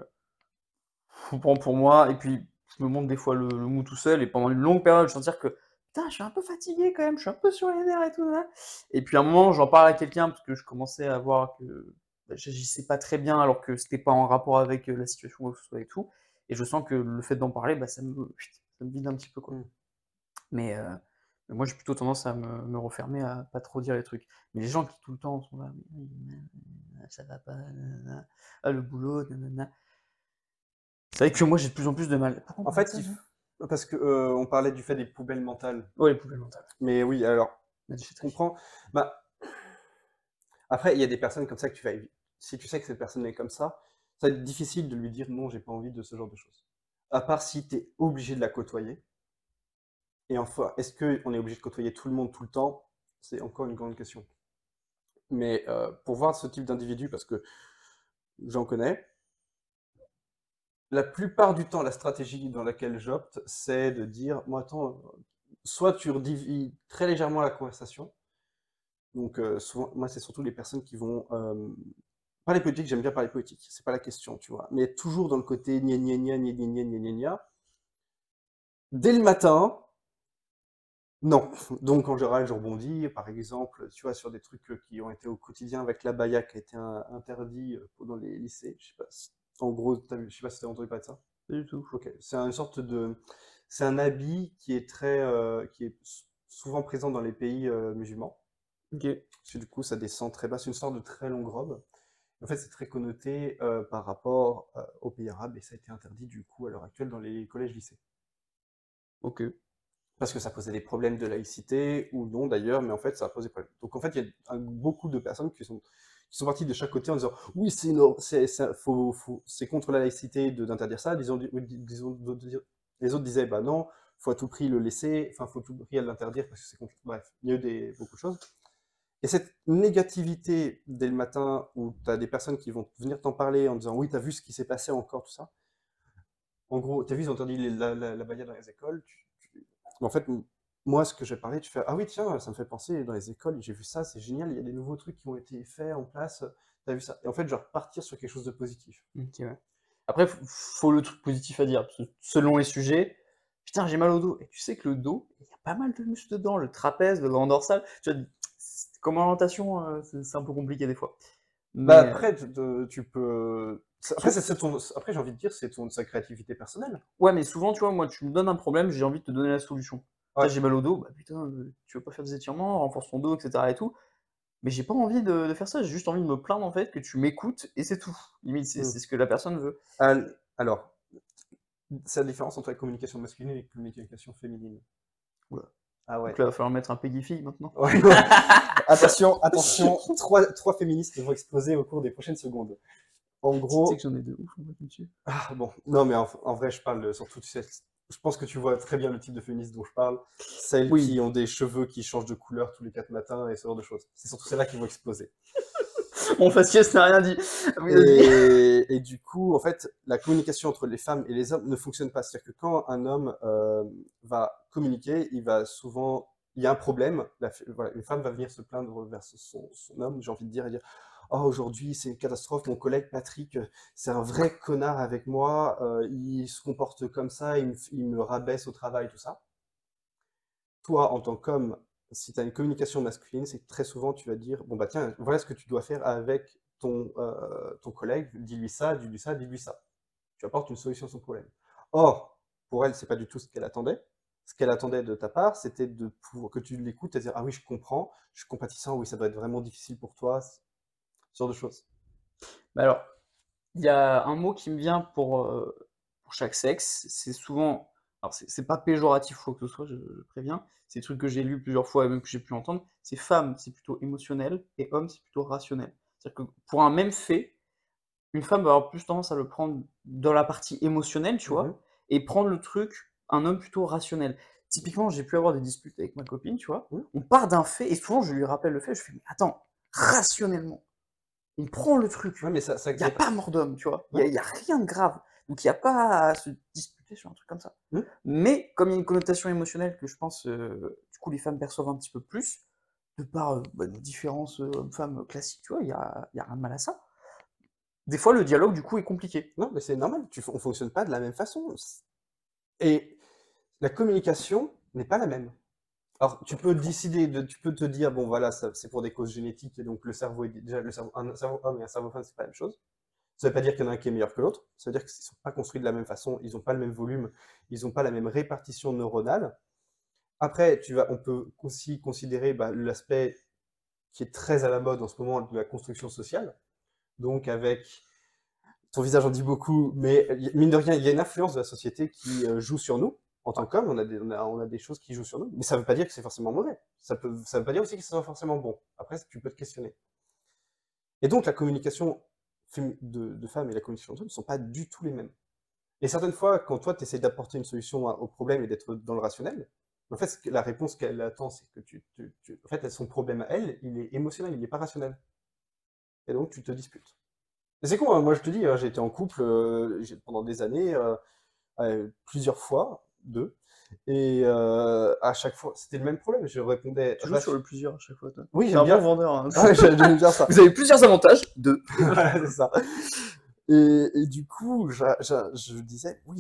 faut prendre pour moi et puis je me monte des fois le mou tout seul et pendant une longue période, je vais sentir que: «Putain, je suis un peu fatigué quand même, je suis un peu sur les nerfs et tout là». Et puis à un moment, j'en parle à quelqu'un parce que je commençais à voir que, bah, j'agissais pas très bien alors que c'était pas en rapport avec, la situation ou quoi que ce soit et tout et je sens que le fait d'en parler, bah, ça me vide un petit peu, quoi. Mmh. Mais moi, j'ai plutôt tendance à me refermer, à pas trop dire les trucs. Mais les gens qui tout le temps sont là: «Oui, ça va pas, nanana, ah le boulot, nanana». C'est vrai que moi, j'ai de plus en plus de mal. Pourquoi on En parlait de fait, ça déjà? parce que on parlait du fait des poubelles mentales. Ouais, les poubelles mentales, Mais oui, alors, la je déchetterie. comprends. Bah, après, il y a des personnes comme ça que tu vas éviter. Si tu sais que cette personne est comme ça va être difficile de lui dire non, j'ai pas envie de ce genre de choses. À part si tu es obligé de la côtoyer. Et enfin, est-ce qu'on est obligé de côtoyer tout le monde tout le temps? C'est encore une grande question. Mais pour voir ce type d'individu, parce que j'en connais, la plupart du temps, la stratégie dans laquelle j'opte, c'est de dire, moi, attends, soit tu redivis très légèrement la conversation, donc souvent, moi, c'est surtout les personnes qui vont parler politique, j'aime bien parler politique, c'est pas la question, tu vois, mais toujours dans le côté gna gna gna gna gna gna gna gna gna. Dès le matin, non. Donc en général, je rebondis, par exemple, tu vois, sur des trucs qui ont été au quotidien avec l'abaya qui a été interdit dans les lycées. Je sais pas en gros, je sais pas si tu as entendu parler de ça. Pas du tout. Ok, c'est une sorte de, c'est un habit qui est qui est souvent présent dans les pays musulmans. OK. Parce que du coup, ça descend très bas. C'est une sorte de très longue robe. En fait, c'est très connoté par rapport aux pays arabes et ça a été interdit du coup à l'heure actuelle dans les collèges-lycées. OK. Parce que ça posait des problèmes de laïcité, ou non d'ailleurs, mais en fait, ça a posé problème. Donc en fait, il y a beaucoup de personnes qui sont parties de chaque côté en disant oui, c'est contre la laïcité d'interdire ça. Les autres disaient bah non, faut à tout prix le laisser, enfin, faut à tout prix l'interdire parce que c'est contre. Bref, il y a eu beaucoup de choses. Et cette négativité dès le matin où tu as des personnes qui vont venir t'en parler en disant oui, tu as vu ce qui s'est passé encore, tout ça. En gros, tu as vu, ils ont interdit la baïa dans les écoles. En fait, moi, ce que j'ai parlé, tu fais ah oui, tiens, ça me fait penser, dans les écoles, j'ai vu ça, c'est génial, il y a des nouveaux trucs qui ont été faits en place, t'as vu ça? Et en fait, genre, partir sur quelque chose de positif. OK, ouais. Après, faut le truc positif à dire, parce que selon les sujets: «Putain, j'ai mal au dos» et tu sais que le dos, il y a pas mal de muscles dedans, le trapèze, le grand dorsal, tu vois? Comme orientation, c'est un peu compliqué des fois. Bah Mais après, tu peux. Après, sou après, j'ai envie de dire, c'est sa créativité personnelle. ouais, mais souvent, tu vois, moi, tu me donnes un problème, j'ai envie de te donner la solution. Ouais. Tiens, j'ai mal au dos, bah putain, tu veux pas faire des étirements, renforce ton dos et cetera et tout. Mais j'ai pas envie de faire ça, j'ai juste envie de me plaindre, en fait, que tu m'écoutes et c'est tout. Limite, Hmm. c'est ce que la personne veut. Alors, c'est la différence entre la communication masculine et la communication féminine. Ouh là. Ah Donc ouais. là, il va falloir mettre un Peggy maintenant. Ouais, ouais. Attention, attention, trois féministes vont exploser au cours des prochaines secondes. En Tu sais que gros, j'en ai de ouf, en fait, dessus. ah, bon, non, mais en vrai, je parle surtout de celles. Je pense que tu vois très bien le type de féministes dont je parle. Celles Oui, qui ont des cheveux qui changent de couleur tous les 4 matins et ce genre de choses. C'est surtout celles-là qui vont exploser. mon faciès n'a rien dit. Oui, vas-y. Et du coup, en fait, la communication entre les femmes et les hommes ne fonctionne pas. C'est-à-dire que quand un homme va communiquer, il va souvent. Il y a un problème. Voilà, une femme va venir se plaindre vers son homme, j'ai envie de dire, et dire oh, aujourd'hui, c'est une catastrophe. Mon collègue Patrick, c'est un vrai connard avec moi. Il se comporte comme ça. Il me rabaisse au travail, tout ça. Toi, en tant qu'homme, si tu as une communication masculine, c'est que très souvent, tu vas dire, bon, bah tiens, voilà ce que tu dois faire avec ton collègue, dis-lui ça, dis-lui ça, dis-lui ça. Tu apportes une solution à son problème. Or, pour elle, c'est pas du tout ce qu'elle attendait. Ce qu'elle attendait de ta part, c'était que tu l'écoutes et dire, ah oui, je comprends, je suis compatissant, oui, ça doit être vraiment difficile pour toi, ce genre de choses. Bah alors, il y a un mot qui me vient pour chaque sexe, c'est souvent alors c'est pas péjoratif ou quoi que ce soit, je préviens, c'est des trucs que j'ai lus plusieurs fois et même que j'ai pu entendre, c'est femme, c'est plutôt émotionnel et homme, c'est plutôt rationnel. C'est-à-dire que pour un même fait, une femme va avoir plus tendance à le prendre dans la partie émotionnelle, tu Mmh. vois? Et prendre le truc, un homme plutôt rationnel. Typiquement, j'ai pu avoir des disputes avec ma copine, tu vois? Mmh. On part d'un fait et souvent je lui rappelle le fait, je fais: «Mais attends, rationnellement, on prend le truc, Ouais, mais ça il y a crée pas. pas mort d'homme», tu vois? Il y Ouais. a y a rien de grave. Donc il y a pas à se disputer sur un truc comme ça. Mmh. Mais comme il y a une connotation émotionnelle que je pense, du coup les femmes perçoivent un petit peu plus, de par, nos différences, hommes-femmes classiques, tu vois? Il y a rien de mal à ça. Des fois le dialogue du coup est compliqué. Non, mais c'est normal, on fonctionne pas de la même façon. Et la communication n'est pas la même. Alors, tu peux te dire, bon voilà, ça, c'est pour des causes génétiques, et donc le cerveau est déjà, un cerveau homme et un cerveau femme, c'est pas la même chose. Ça veut pas dire qu'il y en a un qui est meilleur que l'autre, ça veut dire qu'ils sont pas construits de la même façon, ils ont pas le même volume, ils ont pas la même répartition neuronale. Après, on peut aussi considérer l'aspect qui est très à la mode en ce moment de la construction sociale, donc avec ton visage en dit beaucoup, mais mine de rien, il y a une influence de la société qui joue sur nous. En tant qu'homme, on a des choses qui jouent sur nous, mais ça ne veut pas dire que c'est forcément mauvais. Ça veut pas dire aussi que ce soit forcément bon. Après, tu peux te questionner. Et donc, la communication de femmes et la communication d'hommes ne sont pas du tout les mêmes. Et certaines fois, quand toi, tu essaies d'apporter une solution au problème et d'être dans le rationnel, en fait, la réponse qu'elle attend, c'est que en fait, son problème à elle, il est émotionnel, il n'est pas rationnel. Et donc, tu te disputes. Et c'est con, hein, moi je te dis, j'ai été en couple pendant des années, plusieurs fois, 2, et à chaque fois, c'était le même problème. Je répondais Tu joues sur le plusieurs à chaque fois, toi. oui, Tu es j'aime un bon bien. vendeur, hein. Ouais, j'aime bien ça. Vous avez plusieurs avantages, 2. Voilà, c'est ça. Et du coup, je disais, oui,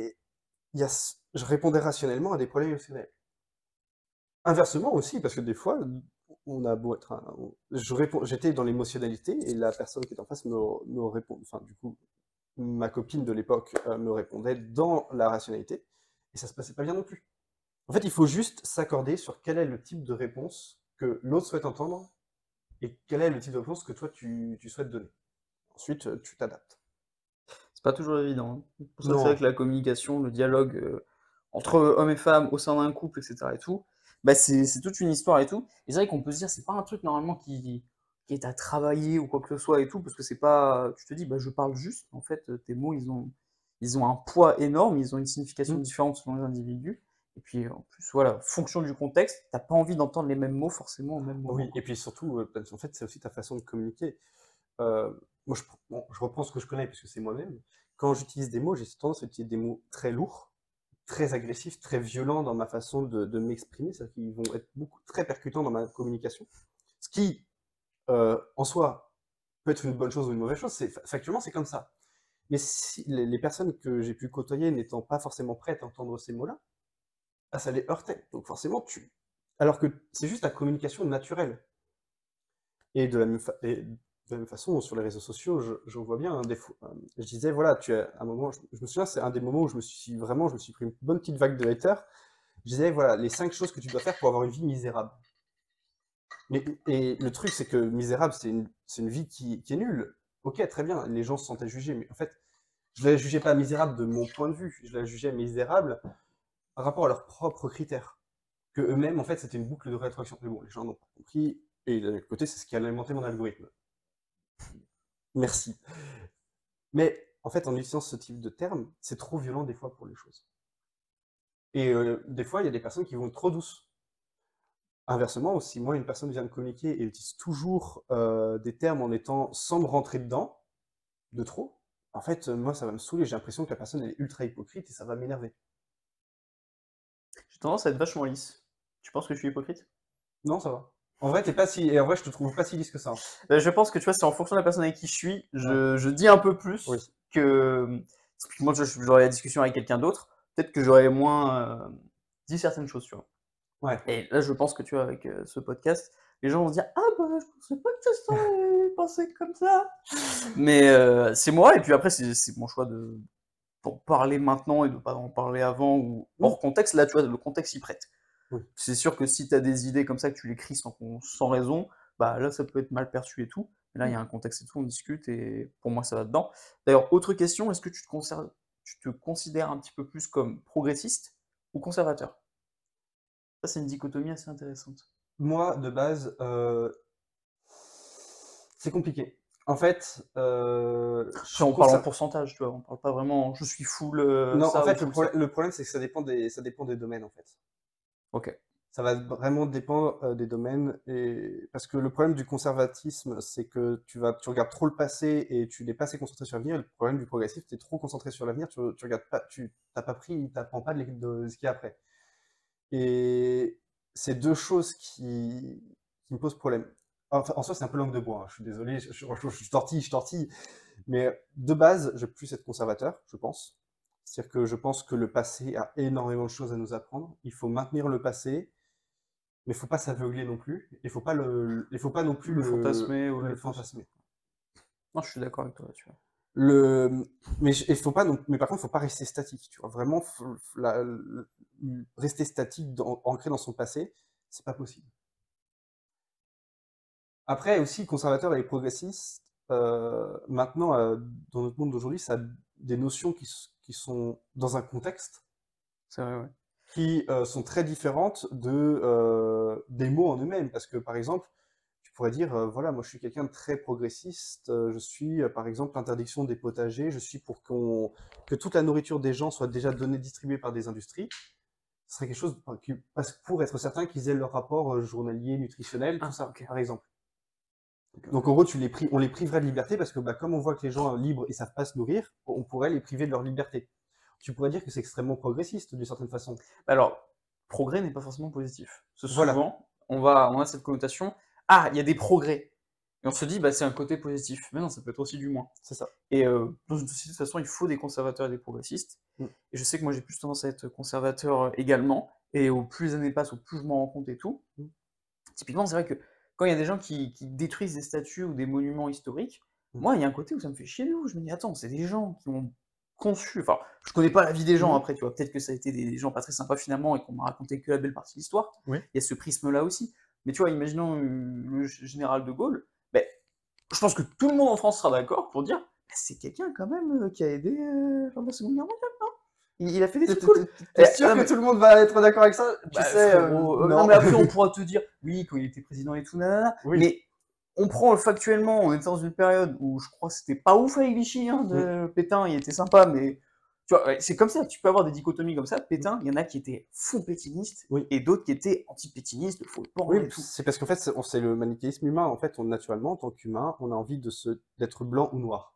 je répondais rationnellement à des problèmes émotionnels. Inversement aussi, parce que des fois, on a beau être j'étais dans l'émotionnalité et la personne qui est en face me répond, enfin, du coup, ma copine de l'époque me répondait dans la rationalité, et ça se passait pas bien non plus. En fait, il faut juste s'accorder sur quel est le type de réponse que l'autre souhaite entendre et quel est le type de réponse que toi tu souhaites donner. Ensuite, tu t'adaptes. C'est pas toujours évident, hein. C'est pour ça que c'est Non. vrai que la communication, le dialogue, entre hommes et femmes au sein d'un couple et cetera et tout, bah, c'est toute une histoire et tout. Et c'est vrai qu'on peut se dire: «C'est pas un truc normalement qui est à travailler ou quoi que ce soit et tout», parce que c'est pas tu te dis: «Bah, je parle juste». En fait, tes mots, ils ont un poids énorme, ils ont une signification Mm. différente selon les individus et puis, en plus, voilà, fonction du contexte, tu as pas envie d'entendre les mêmes mots forcément au même moment, Oui, et quoi. puis surtout, parce qu'en fait, c'est aussi ta façon de communiquer. Moi, bon, je reprends ce que je connais puisque c'est moi-même. Quand j'utilise des mots, j'ai tendance à utiliser des mots très lourds, très agressifs, très violents dans ma façon de m'exprimer, c'est-à-dire qu'ils vont être très percutants dans ma communication. Ce qui, en soi, peut être une bonne chose ou une mauvaise chose, factuellement, c'est comme ça. Mais si les personnes que j'ai pu côtoyer n'étant pas forcément prêtes à entendre ces mots-là, ah, ça les heurtait. Donc forcément, alors que c'est juste la communication naturelle. Et de la même façon, sur les réseaux sociaux, je vois bien, hein, des fois, je disais, voilà, à un moment, je me souviens, c'est un des moments où je me suis pris une bonne petite vague de haters. Je disais, voilà, les 5 choses que tu dois faire pour avoir une vie misérable. Et le truc, c'est que misérable, c'est une vie qui est nulle. Ok, très bien, les gens se sentaient jugés, mais en fait, je la jugeais pas misérable de mon point de vue, je la jugeais misérable par rapport à leurs propres critères. Que eux-mêmes, en fait, c'était une boucle de rétroaction. Mais bon, les gens n'ont pas compris, et d'un autre côté, c'est ce qui a alimenté mon algorithme. Merci. Mais en fait, en utilisant ce type de terme, c'est trop violent des fois pour les choses. Et des fois, il y a des personnes qui vont être trop douces. Inversement, si moi, une personne vient me communiquer et utilise toujours des termes sans me rentrer dedans, de trop, en fait, moi, ça va me saouler. J'ai l'impression que la personne elle est ultra hypocrite et ça va m'énerver. J'ai tendance à être vachement lisse. Tu penses que je suis hypocrite? Non, ça va. En vrai, t'es pas si, et en vrai, je te trouve pas si lisse que ça, hein. Je pense que tu vois, c'est en fonction de la personne avec qui je suis, Ouais. je dis un peu Oui. plus que typiquement, tu vois, j'aurais la discussion avec quelqu'un d'autre, peut-être que j'aurais moins, dit certaines choses, tu vois? Ouais. Et là, je pense que, tu vois, avec, ce podcast, les gens vont se dire: «Ah bah, je pensais pas que ça pensait comme ça». Mais, c'est moi et puis après c'est mon choix d'en parler maintenant et de pas en parler avant ou Mmh. hors contexte. Là, tu vois, le contexte s'y prête. Oui. C'est sûr que si tu as des idées comme ça, que tu l'écris sans raison, bah là, ça peut être mal perçu et tout. Mais là, il y Mmh. a un contexte et tout, on discute et pour moi, ça va dedans. D'ailleurs, autre question, est-ce que tu te considères un petit peu plus comme progressiste ou conservateur? Ça, c'est une dichotomie assez intéressante. Moi, de base, c'est compliqué. En fait, Après, je on parle en conserve. pourcentage, tu vois? On parle pas vraiment «je suis full, Non, en ça» ou fait, full ça. le problème, c'est que ça dépend des domaines, en fait. OK. Ça va vraiment dépendre, des domaines et parce que le problème du conservatisme, c'est que tu regardes trop le passé et tu n'es pas assez concentré sur l'avenir. Le problème du progressisme, tu es trop concentré sur l'avenir, tu regardes pas, tu apprends pas de ce qu'il y a après. Et c'est 2 choses qui me posent problème. Enfin, en soi, c'est un peu langue de bois, hein, je suis désolé, je tortille, mais de base, je vais plus être conservateur, je pense. C'est-à-dire que je pense que le passé a énormément de choses à nous apprendre. Il faut maintenir le passé, mais il faut pas s'aveugler non plus. Il faut pas non plus Le fantasmer, le ouais, tout ça. fantasmer. Non, je suis d'accord avec toi là-dessus. Il faut pas non, mais par contre, il faut pas rester statique, tu vois. Vraiment, rester statique, ancré dans son passé, c'est pas possible. Après aussi, conservateur et progressiste, maintenant, dans notre monde d'aujourd'hui, ça a des notions qui sont dans un contexte C'est vrai, ouais. qui sont très différentes des mots en eux-mêmes. Parce que par exemple, tu pourrais dire, voilà, moi je suis quelqu'un de très progressiste, je suis par exemple l'interdiction des potagers, je suis pour que toute la nourriture des gens soit déjà donnée, distribuée par des industries. Ce serait quelque chose pour être certain qu'ils aient leur rapport journalier, nutritionnel, tout Ah, ça, OK. par exemple. D'accord. Donc en gros, on les priverait de liberté parce que bah, comme on voit que les gens libres et savent pas se nourrir, on pourrait les priver de leur liberté. Tu pourrais dire que c'est extrêmement progressiste d'une certaine façon. Alors, progrès n'est pas forcément positif. Parce que Voilà, souvent, on a cette connotation: «Ah, il y a des progrès» et on se dit: «Bah, c'est un côté positif». Mais non, ça peut être aussi du moins. c'est ça. Et dans une société, de toute façon, il faut des conservateurs et des progressistes. Mm. Et je sais que moi, j'ai plus tendance à être conservateur également. Et au plus les années passent, au plus je m'en rends compte et tout. Mm. Typiquement, c'est vrai que quand il y a des gens qui détruisent des statues ou des monuments historiques, Mm. moi, il y a un côté où ça me fait chier de ouf. Je me dis, attends, c'est des gens qui ont conçu. Enfin, je connais pas la vie des gens Mhm. après, tu vois. Peut-être que ça a été des gens pas très sympas finalement et qu'on m'a raconté que la belle partie de l'histoire. Oui. Il y a ce prisme-là aussi. Mais tu vois, imaginons le général de Gaulle. Ben, je pense que tout le monde en France sera d'accord pour dire, bah, c'est quelqu'un quand même qui a aidé lors de la Seconde Guerre mondiale, non? Il a fait des trucs cool. T'es sûr Non, que mais tout le monde va être d'accord avec ça? Tu bah, sais, frérot, non, non. mais après, on pourra te dire, oui, quand il était président et tout, nanana, Oui. mais on prend factuellement, on était dans une période où je crois que c'était pas ouf avec Vichy, hein, Mm. de Pétain, il était sympa, mais tu vois, ouais, c'est comme ça, tu peux avoir des dichotomies comme ça. Mm. Pétain, il y en a qui étaient faux pétinistes Oui. et d'autres qui étaient anti-pétinistes, faux Oui, pan et tout. c'est parce qu'en fait, c'est le manichéisme humain. En fait, naturellement, en tant qu'humain, on a envie d'être blanc ou noir.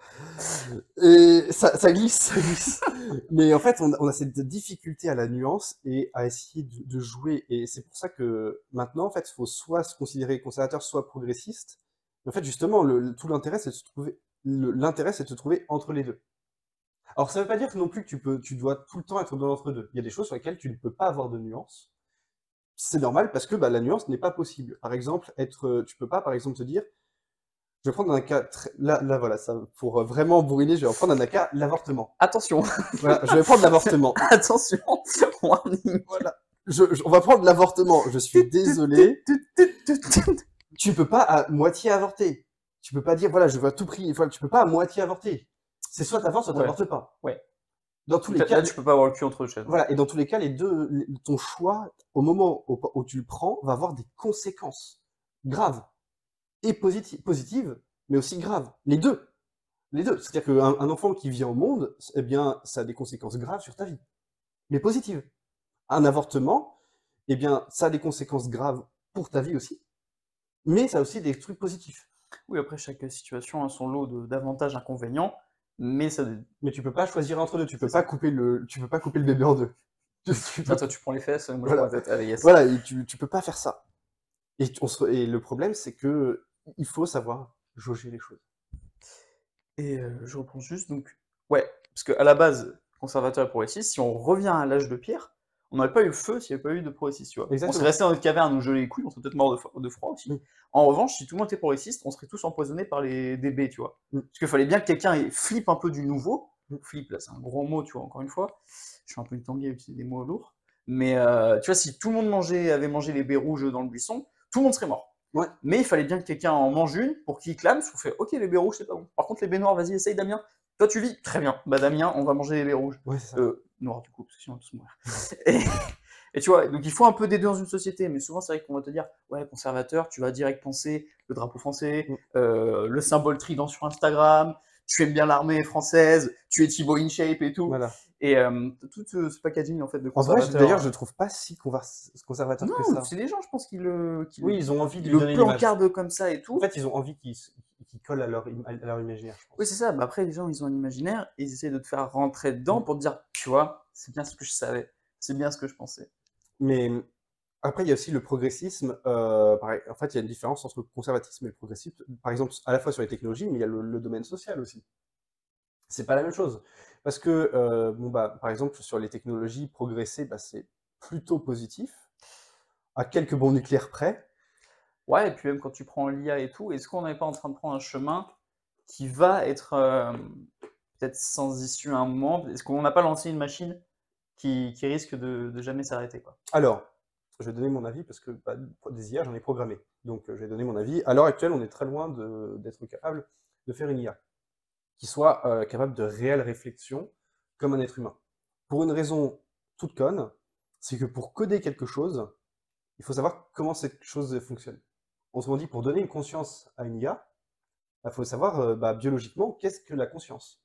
Et ça glisse, ça glisse. Mais en fait, on a cette difficulté à la nuance et à essayer de jouer. Et c'est pour ça que maintenant, en fait, il faut soit se considérer conservateur, soit progressiste. Mais en fait, justement, tout l'intérêt, c'est de se trouver, l'intérêt, c'est de se trouver entre les deux. Alors, ça veut pas dire que non plus que tu dois tout le temps être dans l'entre-deux. Il y a des choses sur lesquelles tu ne peux pas avoir de nuance. C'est normal parce que bah, la nuance n'est pas possible. Par exemple, tu peux pas, par exemple, te dire, je vais prendre un cas là, voilà, ça, pour vraiment bourriner, je vais en prendre un cas, l'avortement. Attention, Voilà, je vais prendre l'avortement. attention, warning. Voilà. On va prendre l'avortement. Je suis désolé. Tu peux pas à moitié avorter. Tu peux pas dire, voilà, je veux à tout prix. Voilà, tu peux pas à moitié avorter. C'est soit t'avortes, soit Ouais, t'avortes pas. ouais. Dans tous les Là, cas, là, tu peux pas avoir le cul entre deux chaises. voilà. Et dans tous les cas, ton choix, au moment où tu le prends, va avoir des conséquences graves et positives, mais aussi graves. Les deux. Les deux. C'est-à-dire qu'un enfant qui vient au monde, eh bien, ça a des conséquences graves sur ta vie, mais positives. Un avortement, eh bien, ça a des conséquences graves pour ta vie aussi, mais ça a aussi des trucs positifs. Oui, après, chaque situation a son lot d'avantages, inconvénients, mais ça. Mais tu peux pas choisir entre deux, C'est ça. tu peux pas couper le bébé en deux. Tu Tiens, peux- toi, tu prends les fesses, moi, je prends voilà, la tête. Allez, yes. voilà, et tu peux pas faire ça. Et le problème, c'est que il faut savoir jauger les choses. Et je reprends juste, donc, ouais, parce qu'à la base, conservateur et progressiste, si on revient à l'âge de pierre, on n'aurait pas eu le feu s'il n'y avait pas eu de progressiste, tu vois. On serait Exactement. resté dans notre caverne où gelait les couilles, on serait peut-être mort de froid aussi. Mm, En revanche, si tout le monde était progressiste, on serait tous empoisonnés par des baies, tu vois. mm, Parce qu'il fallait bien que quelqu'un flippe un peu du nouveau. mm. Flip, là, c'est un gros mot, tu vois, encore une fois. Je suis un peu une tanguée à utiliser des mots lourds. Mais tu vois, si tout le monde avait mangé les baies rouges dans le buisson, tout le monde serait mort. Ouais. Mais il fallait bien que quelqu'un en mange une pour qu'il clame, on fait OK, les baies rouges, c'est pas bon. Par contre, les baies noires, vas-y, essaye, Damien. Toi, tu vis très bien. Bah, Damien, on va manger des baies rouges. Ouais, c'est ça. Noir, du coup, parce que sinon on va tous mourir. Et, et tu vois, donc il faut un peu des deux dans une société, mais souvent, c'est vrai qu'on va te dire, ouais, conservateur, tu vas direct penser le drapeau français, Mm. le symbole trident sur Instagram, tu aimes bien l'armée française, tu es Thibaut InShape et tout. Voilà. Et tout ce packaging en fait de En vrai, conservateur. d'ailleurs, je le trouve pas si conservateur que Non, ça. c'est des gens, je pense, Oui, ils ont envie de qui lui le donner l'image. plancardent comme ça et En tout. fait, ils ont envie qu'il colle à leur imaginaire, je Oui, pense. c'est ça. Bah, après, les gens, ils ont un imaginaire et ils essaient de te faire rentrer dedans Mm. pour te dire, tu vois, c'est bien ce que je savais, c'est bien ce que je pensais. Mais après, il y a aussi le progressisme. Pareil, en fait, il y a une différence entre le conservatisme et le progressisme. Par exemple, à la fois sur les technologies, mais il y a le domaine social aussi. C'est pas la même chose. Parce que, bon, bah, par exemple, sur les technologies, progresser, bah, c'est plutôt positif, à quelques bons nucléaires près. Ouais, et puis même quand tu prends l'IA et tout, est-ce qu'on n'est pas en train de prendre un chemin qui va être peut-être sans issue à un moment? Est-ce qu'on n'a pas lancé une machine qui risque de jamais s'arrêter, quoi? Alors, je vais donner mon avis parce que bah, des IA, j'en ai programmé. Donc, je vais donner mon avis. À l'heure actuelle, on est très loin d'être capable de faire une IA qui soit capable de réelle réflexion comme un être humain. Pour une raison toute conne, c'est que pour coder quelque chose, il faut savoir comment cette chose fonctionne. Autrement dit, pour donner une conscience à une IA, il faut savoir bah, biologiquement qu'est-ce que la conscience,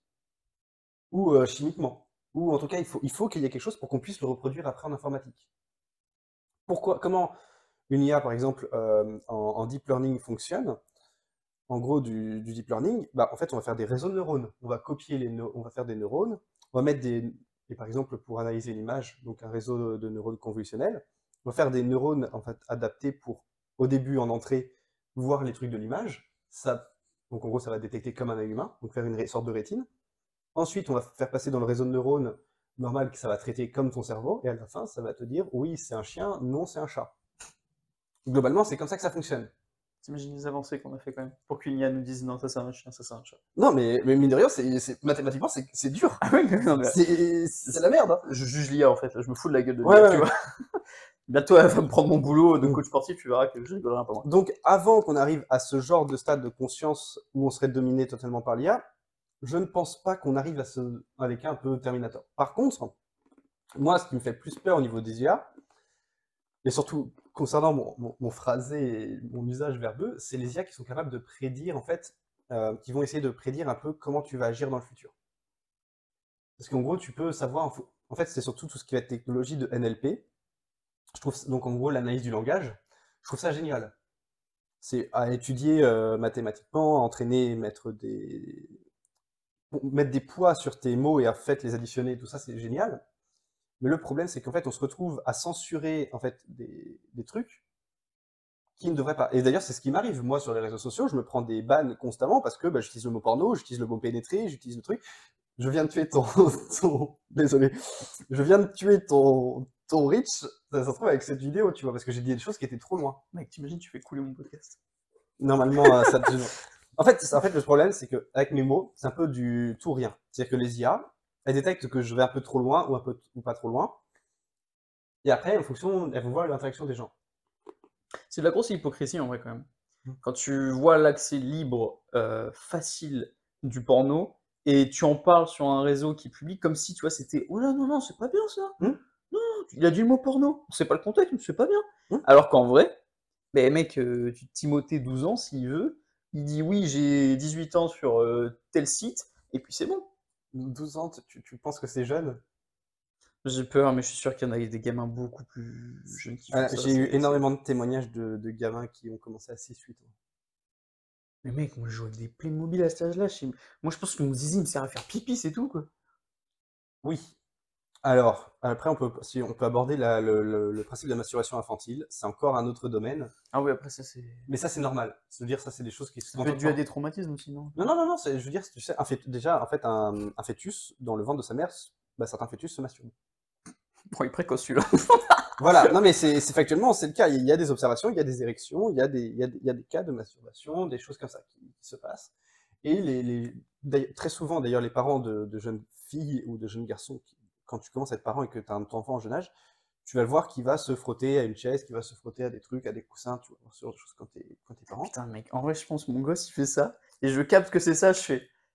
ou chimiquement, ou en tout cas, il faut qu'il y ait quelque chose pour qu'on puisse le reproduire après en informatique. Pourquoi, comment une IA, par exemple, en deep learning fonctionne? En gros, du deep learning, bah, en fait, on va faire des réseaux de neurones. On va copier on va faire des neurones, on va mettre et par exemple, pour analyser une image, donc un réseau de neurones convolutionnels, on va faire des neurones en fait, adaptés pour, au début, en entrée, voir les trucs de l'image. Donc en gros, ça va détecter comme un œil humain, donc faire une sorte de rétine. Ensuite, on va faire passer dans le réseau de neurones normal que ça va traiter comme ton cerveau, et à la fin, ça va te dire oui, c'est un chien, non, c'est un chat. Globalement, c'est comme ça que ça fonctionne. T'imagines les avancées qu'on a fait quand même pour qu'une IA nous dise non, ça c'est un chien, ça c'est un chat. Non, mais mine de rien, mathématiquement, c'est dur. Ah oui, mais non, mais C'est la merde, hein. je juge l'IA en fait, là, je me fous de la gueule de Ouais, l'IA, ouais, tu ouais. vois. Bientôt, elle va me prendre mon boulot de Mm. coach sportif, tu verras que je rigolerai un peu moins. Donc, avant qu'on arrive à ce genre de stade de conscience où on serait dominé totalement par l'IA, je ne pense pas qu'on arrive à des cas un peu Terminator. Par contre, moi, ce qui me fait plus peur au niveau des IA, et surtout concernant mon phrasé et mon usage verbeux, c'est les IA qui sont capables de prédire, en fait, qui vont essayer de prédire un peu comment tu vas agir dans le futur. Parce qu'en gros, tu peux savoir, en fait, c'est surtout tout ce qui va être technologie de NLP. Je trouve, donc en gros, l'analyse du langage, je trouve ça génial. C'est à étudier mathématiquement, entraîner, mettre des poids sur tes mots et à fait les additionner, tout ça, c'est génial. Mais le problème, c'est qu'en fait, on se retrouve à censurer en fait des trucs qui ne devraient pas. Et d'ailleurs, c'est ce qui m'arrive. Moi, sur les réseaux sociaux, je me prends des bans constamment parce que bah, j'utilise le mot porno, j'utilise le mot pénétrer, j'utilise le truc. Je viens de tuer désolé. Je viens de tuer ton Rich, ça se trouve avec cette vidéo, tu vois, parce que j'ai dit des choses qui étaient trop loin. Mec, t'imagines, tu fais couler mon podcast. Normalement, ça te gêne. En fait, le problème, c'est qu'avec mes mots, c'est un peu du tout rien. C'est-à-dire que les IA, elles détectent que je vais un peu trop loin ou pas trop loin. Et après, en fonction, elles vont voir l'interaction des gens. C'est de la grosse hypocrisie en vrai quand même. Quand tu vois l'accès libre, facile du porno et tu en parles sur un réseau qui publie comme si, tu vois, c'était: «Oh là, non, non, c'est pas bien ça! Hum, Non, il a dit le mot porno, on sait pas le contexte, mais c'est pas bien». hum. Alors qu'en vrai, beh, mec, Timothée 12 ans s'il veut, il dit: «Oui, j'ai 18 ans sur, tel site» et puis c'est bon. 12 ans, tu penses que c'est jeune? J'ai peur, mais je suis sûr qu'il y en a des gamins beaucoup plus jeunes qui font ça, J'ai eu c'est énormément de témoignages de gamins qui ont commencé à 6-8 ans. mais mec, moi je joue avec des Playmobil à cet âge-là, moi je pense que mon zizi me sert à faire pipi, c'est tout, quoi. Oui. Alors, après, si on peut aborder le principe de la masturbation infantile, c'est encore un autre domaine. Ah oui, après ça c'est Mais ça, c'est normal. C'est-à-dire, ça, c'est des choses qui ça en peut tant être que dû à parent. des traumatismes aussi, non? Non, non, non, non, je veux dire, tu sais, déjà, en fait, un fœtus, dans le ventre de sa mère, bah, certains fœtus se masturbent. Bon, il est précoce celui-là. Voilà, non, mais factuellement, c'est le cas. Il y a des observations, il y a des érections, il y a des cas de masturbation, des choses comme ça qui se passent. Et très souvent, d'ailleurs, les parents de jeunes filles ou de jeunes garçons, quand tu commences à être parent et que tu as un enfant en jeune âge, tu vas le voir qui va se frotter à une chaise, qui va se frotter à des trucs, à des coussins, tu vas voir ce genre de choses quand t'es parent. Putain, mec, en vrai, je pense que mon gosse il fait ça, et je capte que c'est ça, je fais: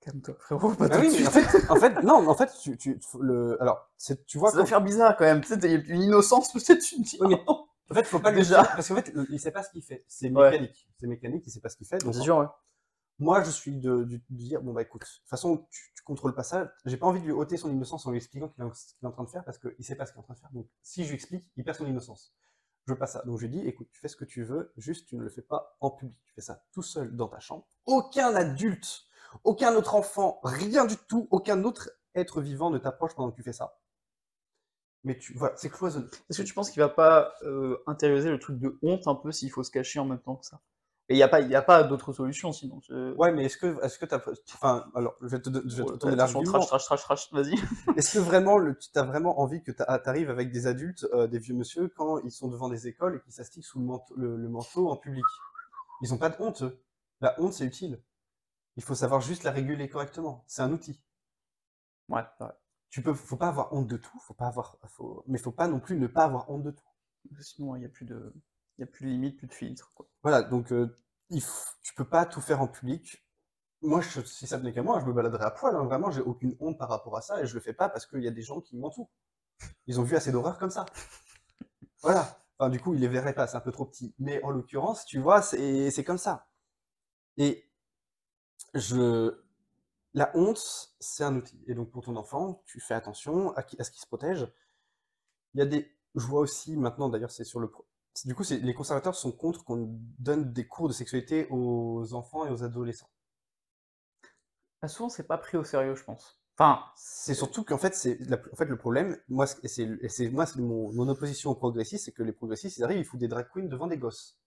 Calme-toi, frérot, pas Ah tout de oui, mais suite. non, en fait, alors, tu vois, Ça doit faire bizarre quand même. Tu sais, t'as une innocence, peut-être, tu te dis, oui, oh mais non. en fait, faut pas le Déjà. tirer, parce qu'en fait, il sait pas ce qu'il fait. Ouais, C'est mécanique, il sait pas ce qu'il fait. Donc, c'est sûr, ouais. moi, je suis de dire, bon, bah, écoute, de toute façon, tu contrôles pas ça. J'ai pas envie de lui ôter son innocence en lui expliquant ce qu'il est en train de faire, parce qu'il sait pas ce qu'il est en train de faire. Donc, si je lui explique, il perd son innocence. Je veux pas ça. Donc, je lui dis, écoute, tu fais ce que tu veux, juste, tu ne le fais pas en public. Tu fais ça tout seul dans ta chambre. Aucun adulte, aucun autre enfant, rien du tout, aucun autre être vivant ne t'approche pendant que tu fais ça. Mais voilà, c'est cloisonné. Est-ce que tu penses qu'il va pas intérioriser le truc de honte un peu s'il faut se cacher en même temps que ça? Et il y a pas d'autre solution sinon. Ouais, mais est-ce que t'as, enfin, alors, je vais te Oh, retourner attention, trash, l'argument. trash, trash, trash, vas-y. Est-ce que vraiment, tu as vraiment envie que t'arrives avec des adultes, des vieux monsieur, quand ils sont devant des écoles et qu'ils s'astiquent sous le manteau en public? Ils ont pas de honte, eux. La honte, c'est utile. Il faut savoir juste la réguler correctement. C'est un outil. Ouais, ouais. Faut pas avoir honte de tout, mais faut pas non plus ne pas avoir honte de tout. Sinon, il y a plus de limite, plus de filtre, quoi. Voilà, donc tu peux pas tout faire en public. Moi, si ça tenait qu'à moi, je me baladerais à poil, hein. Vraiment, j'ai aucune honte par rapport à ça et je le fais pas parce qu'il y a des gens qui m'entourent. Ils ont vu assez d'horreurs comme ça. Voilà. Enfin, du coup, ils les verraient pas, c'est un peu trop petit. Mais en l'occurrence, tu vois, c'est comme ça. Et je, la honte, c'est un outil. Et donc, pour ton enfant, tu fais attention à ce qu'il se protège. Je vois aussi maintenant, d'ailleurs, du coup, les conservateurs sont contre qu'on donne des cours de sexualité aux enfants et aux adolescents. Ah, souvent, c'est pas pris au sérieux, je pense. Enfin, C'est surtout qu'en fait, en fait, le problème, moi, c'est mon opposition aux progressistes, c'est que les progressistes, ils arrivent, ils foutent des drag queens devant des gosses.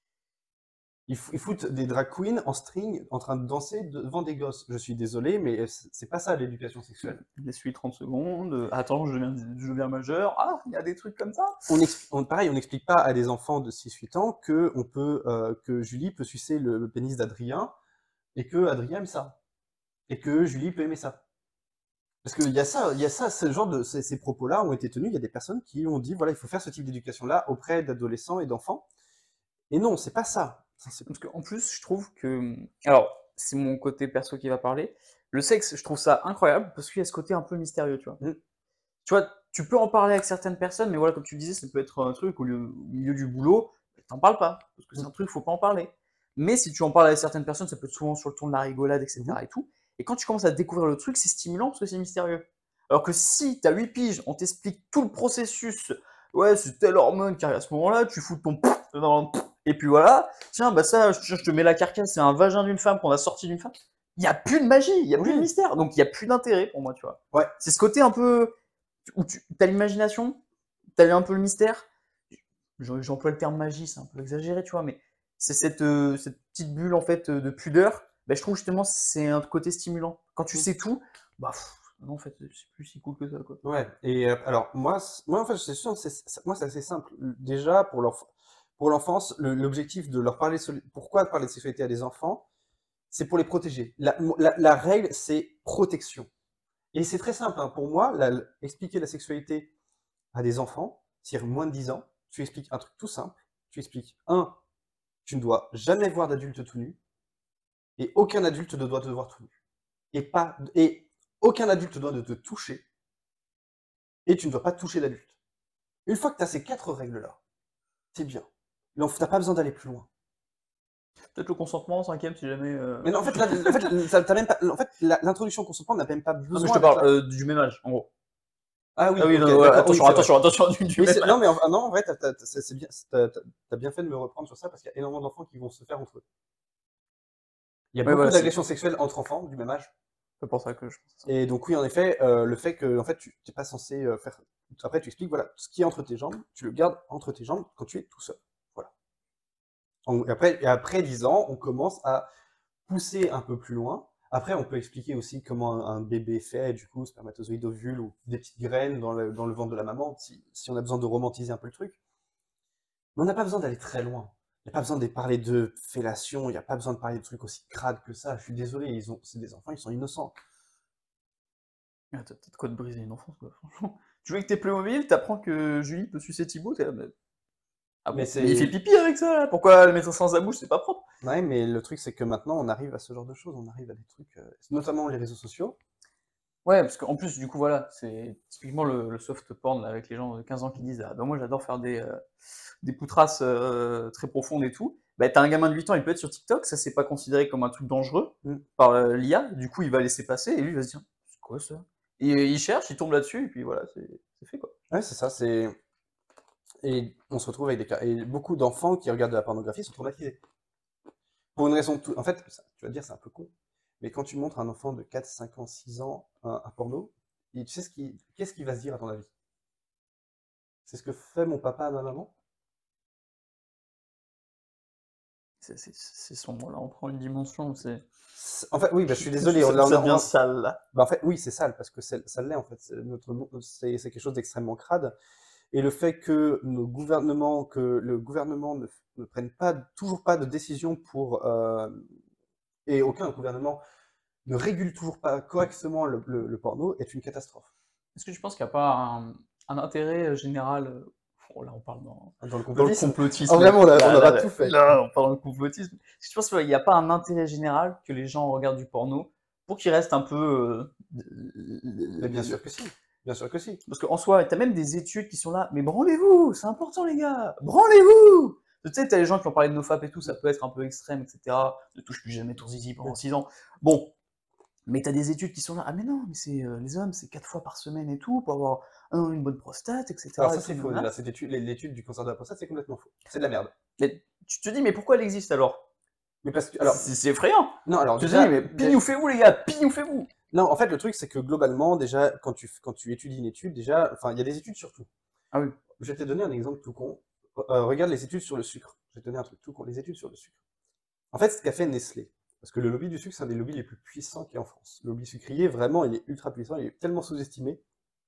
Ils foutent des drag queens en string en train de danser devant des gosses. Je suis désolé, mais c'est pas ça l'éducation sexuelle. laisse-lui 30 secondes. Attends, je deviens majeur. Ah, il y a des trucs comme ça. Pareil, on n'explique pas à des enfants de 6-8 ans que Julie peut sucer le pénis d'Adrien et que Adrien aime ça. Et que Julie peut aimer ça. Parce qu'il y a ça, ces propos-là ont été tenus. Il y a des personnes qui ont dit, voilà, il faut faire ce type d'éducation-là auprès d'adolescents et d'enfants. Et non, c'est pas ça. Parce qu'en plus, je trouve que. Alors, c'est mon côté perso qui va parler. Le sexe, je trouve ça incroyable parce qu'il y a ce côté un peu mystérieux, tu vois. Mm. Tu vois, tu peux en parler avec certaines personnes, mais voilà, comme tu disais, ça peut être un truc au milieu du boulot, t'en parles pas, parce que c'est un truc, faut pas en parler. Mais si tu en parles avec certaines personnes, ça peut être souvent sur le ton de la rigolade, etc. Mhm. et tout. Et quand tu commences à découvrir le truc, c'est stimulant parce que c'est mystérieux. Alors que si t'as 8 piges, on t'explique tout le processus, ouais, c'est telle hormone qui arrive à ce moment-là, tu fous ton et puis voilà, tiens, bah ça, je te mets la carcasse, c'est un vagin d'une femme qu'on a sorti d'une femme. Il n'y a plus de magie, il n'y a plus de Oui. mystère, donc il n'y a plus d'intérêt pour moi, tu vois. Ouais. C'est ce côté un peu où tu as l'imagination, tu as un peu le mystère. J'emploie le terme magie, c'est un peu exagéré, tu vois, mais c'est cette petite bulle en fait de pudeur. Bah, je trouve justement c'est un côté stimulant. Quand tu Mm. sais tout, bah non, en fait, c'est plus si cool que ça, quoi. Ouais. Et alors, moi, en fait, c'est sûr, moi, c'est assez simple. Déjà, pour l'enfance, l'objectif de leur parler, pourquoi parler de sexualité à des enfants, c'est pour les protéger. La règle, c'est protection. Et c'est très simple, hein. Pour moi, expliquer la sexualité à des enfants, c'est-à-dire moins de 10 ans, tu expliques un truc tout simple. Tu expliques, un, tu ne dois jamais voir d'adulte tout nu, et aucun adulte ne doit te voir tout nu. Et aucun adulte doit te toucher, et tu ne dois pas toucher d'adulte. Une fois que tu as ces 4 règles-là, c'est bien. Tu n'as pas besoin d'aller plus loin. Peut-être le consentement en cinquième si jamais. Mais non, en fait, l'introduction au consentement n'a même pas Non, mais je besoin te d'être parle là. du même âge, en gros. Ah oui, Ah oui, ok, non, ouais, d'accord, oui, attention, c'est vrai. attention, attention, du Oui, même âge. non, mais non, en vrai, c'est bien, t'as bien fait de me reprendre sur ça parce qu'il y a énormément d'enfants qui vont se faire entre eux. Il y a Ouais, beaucoup voilà, d'agressions sexuelles entre enfants du même âge. c'est pour ça que je pense à ça. Et donc, oui, en effet, le fait que en fait, tu n'es pas censé faire. Après, tu expliques, voilà, ce qui est entre tes jambes, tu le gardes entre tes jambes quand tu es tout seul. Voilà. Et après 10 ans, on commence à pousser un peu plus loin. Après, on peut expliquer aussi comment un bébé fait, du coup, spermatozoïde, ovule ou des petites graines dans le ventre de la maman, si on a besoin de romantiser un peu le truc. Mais on n'a pas besoin d'aller très loin. Il n'y a pas besoin de parler de fellation, il n'y a pas besoin de parler de trucs aussi crades que ça. Je suis désolé, c'est des enfants, ils sont innocents. Ah, t'as peut-être quoi de briser une enfance, quoi, franchement. Tu joues avec tes Playmobil, t'apprends que Julie peut sucer Thibaut, t'es là, ah Mais bon? Mais il fait c'est. pipi avec ça, là. Pourquoi le mettre ça dans sa bouche, c'est pas propre? Ouais, mais le truc, c'est que maintenant, on arrive à ce genre de choses. On arrive à des trucs, notamment les réseaux sociaux. Ouais, parce qu'en plus, du coup, voilà, c'est typiquement le soft porn là, avec les gens de 15 ans qui disent ah ben moi j'adore faire des poutrasses très profondes et tout. Bah, t'as un gamin de 8 ans, il peut être sur TikTok, ça c'est pas considéré comme un truc dangereux Mm. par l'IA, du coup il va laisser passer et lui il va se dire c'est quoi ça? Et il cherche, il tombe là-dessus et puis voilà, c'est fait quoi. Ouais, c'est ça. Et on se retrouve avec des cas. Et beaucoup d'enfants qui regardent de la pornographie sont traumatisés. Pour une raison tout. En fait, tu vas te dire, c'est un peu con. Mais quand tu montres à un enfant de 4, 5 ans, 6 ans un porno, tu sais qu'est-ce qu'il va se dire à ton avis? C'est ce que fait mon papa à ma maman? C'est sombre là, on prend une dimension, En fait, oui, bah, je suis désolé. ça, Là, ça devient sale là. bah, en fait, oui, c'est sale, parce que ça l'est, en fait. C'est quelque chose d'extrêmement crade. Et le fait que que le gouvernement ne prenne pas, toujours pas de décision et aucun gouvernement ne régule toujours pas correctement le porno est une catastrophe. Est-ce que tu penses qu'il n'y a pas un intérêt général oh là, on parle Dans le dans le complotisme. Oh, complotisme. vraiment, on Là, là, aura là, tout fait. là, on parle dans le complotisme. Est-ce que tu penses qu'il n'y a pas un intérêt général que les gens regardent du porno pour qu'ils restent un peu. Mais bien sûr que si. Bien sûr que si. Parce qu'en soi, tu as même des études qui sont là. Mais branlez-vous, c'est important les gars, branlez-vous. Tu sais, t'as les gens qui ont parlé de nofap et tout, ça peut être un peu extrême, etc. Ne touche plus jamais ton zizi pendant 6 ans. Bon, mais t'as des études qui sont là, ah mais non, mais c'est les hommes, c'est 4 fois par semaine et tout, pour avoir une bonne prostate, Alors etc. ça, Et tout, c'est faux, déjà. nanana. L'étude du cancer de la prostate, c'est complètement faux. C'est de la merde. Mais tu te dis, mais pourquoi elle existe alors? Mais parce que, alors, C'est effrayant. non, alors Tu te dis, déjà, mais pignoufez-vous les gars, pignoufez-vous. non, en fait, le truc, c'est que globalement, déjà, quand tu étudies une étude, déjà, enfin, il y a des études sur tout. Ah oui. Je vais te donner un exemple tout con. Regarde les études sur le sucre. Je vais te donner un truc tout con. Les études sur le sucre. En fait, ce qu'a fait Nestlé, parce que le lobby du sucre, c'est un des lobbies les plus puissants qu'il y a en France. Le lobby sucrier, vraiment, il est ultra puissant, il est tellement sous-estimé.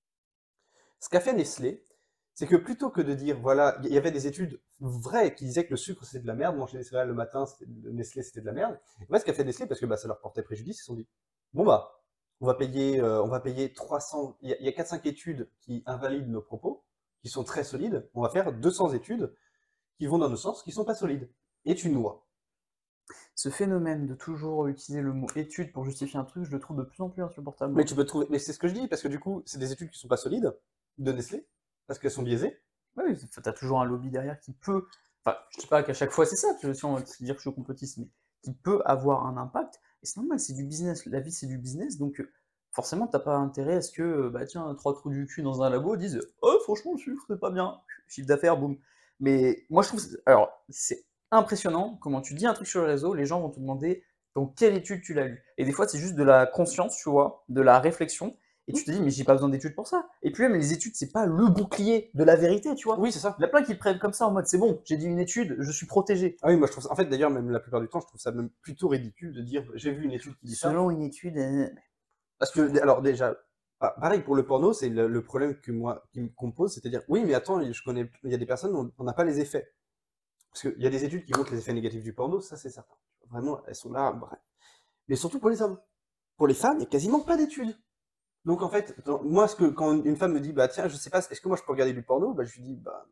Ce qu'a fait Nestlé, c'est que plutôt que de dire, voilà, il y avait des études vraies qui disaient que le sucre c'était de la merde, manger des céréales le matin, Nestlé c'était de la merde. Et moi, ce qu'a fait Nestlé, parce que bah, ça leur portait préjudice, ils se sont dit, bon bah, on va payer 300, il y a 4-5 études qui invalident nos propos, qui sont très solides, on va faire 200 études qui vont dans nos sens, qui sont pas solides. Et tu noies. Ce phénomène de toujours utiliser le mot étude pour justifier un truc, je le trouve de plus en plus insupportable. Mais tu peux trouver, mais c'est ce que je dis, parce que du coup, c'est des études qui sont pas solides, de Nestlé, parce qu'elles sont biaisées. Oui, t'as toujours un lobby derrière qui peut. Enfin, je dis pas qu'à chaque fois c'est ça, si on va dire que je suis complotiste, mais qui peut avoir un impact. Et c'est normal, c'est du business. La vie, c'est du business. Donc, forcément, t'as pas intérêt à ce que, bah tiens, 3 trous du cul dans un labo disent oh, franchement, le sucre, c'est pas bien. Chiffre d'affaires, boum. Mais moi, je trouve. Alors, c'est impressionnant comment tu dis un truc sur le réseau, les gens vont te demander dans quelle étude tu l'as lu. Et des fois, c'est juste de la conscience, tu vois, de la réflexion. Et tu te dis, mais j'ai pas besoin d'études pour ça. Et puis même, les études, c'est pas le bouclier de la vérité, tu vois. Oui, c'est ça. Il y en a plein qui le prennent comme ça en mode, c'est bon, j'ai dit une étude, je suis protégé. Ah oui, moi je trouve ça. En fait, d'ailleurs, même la plupart du temps, je trouve ça même plutôt ridicule de dire j'ai vu une étude qui dit ça. Selon une étude. Parce que, alors déjà, pareil pour le porno, c'est le problème qui me compose, c'est-à-dire, oui, mais attends, il y a des personnes où on n'a pas les effets. Parce qu'il y a des études qui montrent les effets négatifs du porno, ça c'est certain. Vraiment, elles sont là, bref. Mais surtout pour les hommes. Pour les femmes, il n'y a quasiment pas d'études. Donc en fait, moi, quand une femme me dit, bah tiens, je sais pas, est-ce que moi je peux regarder du porno, bah je lui dis, bah,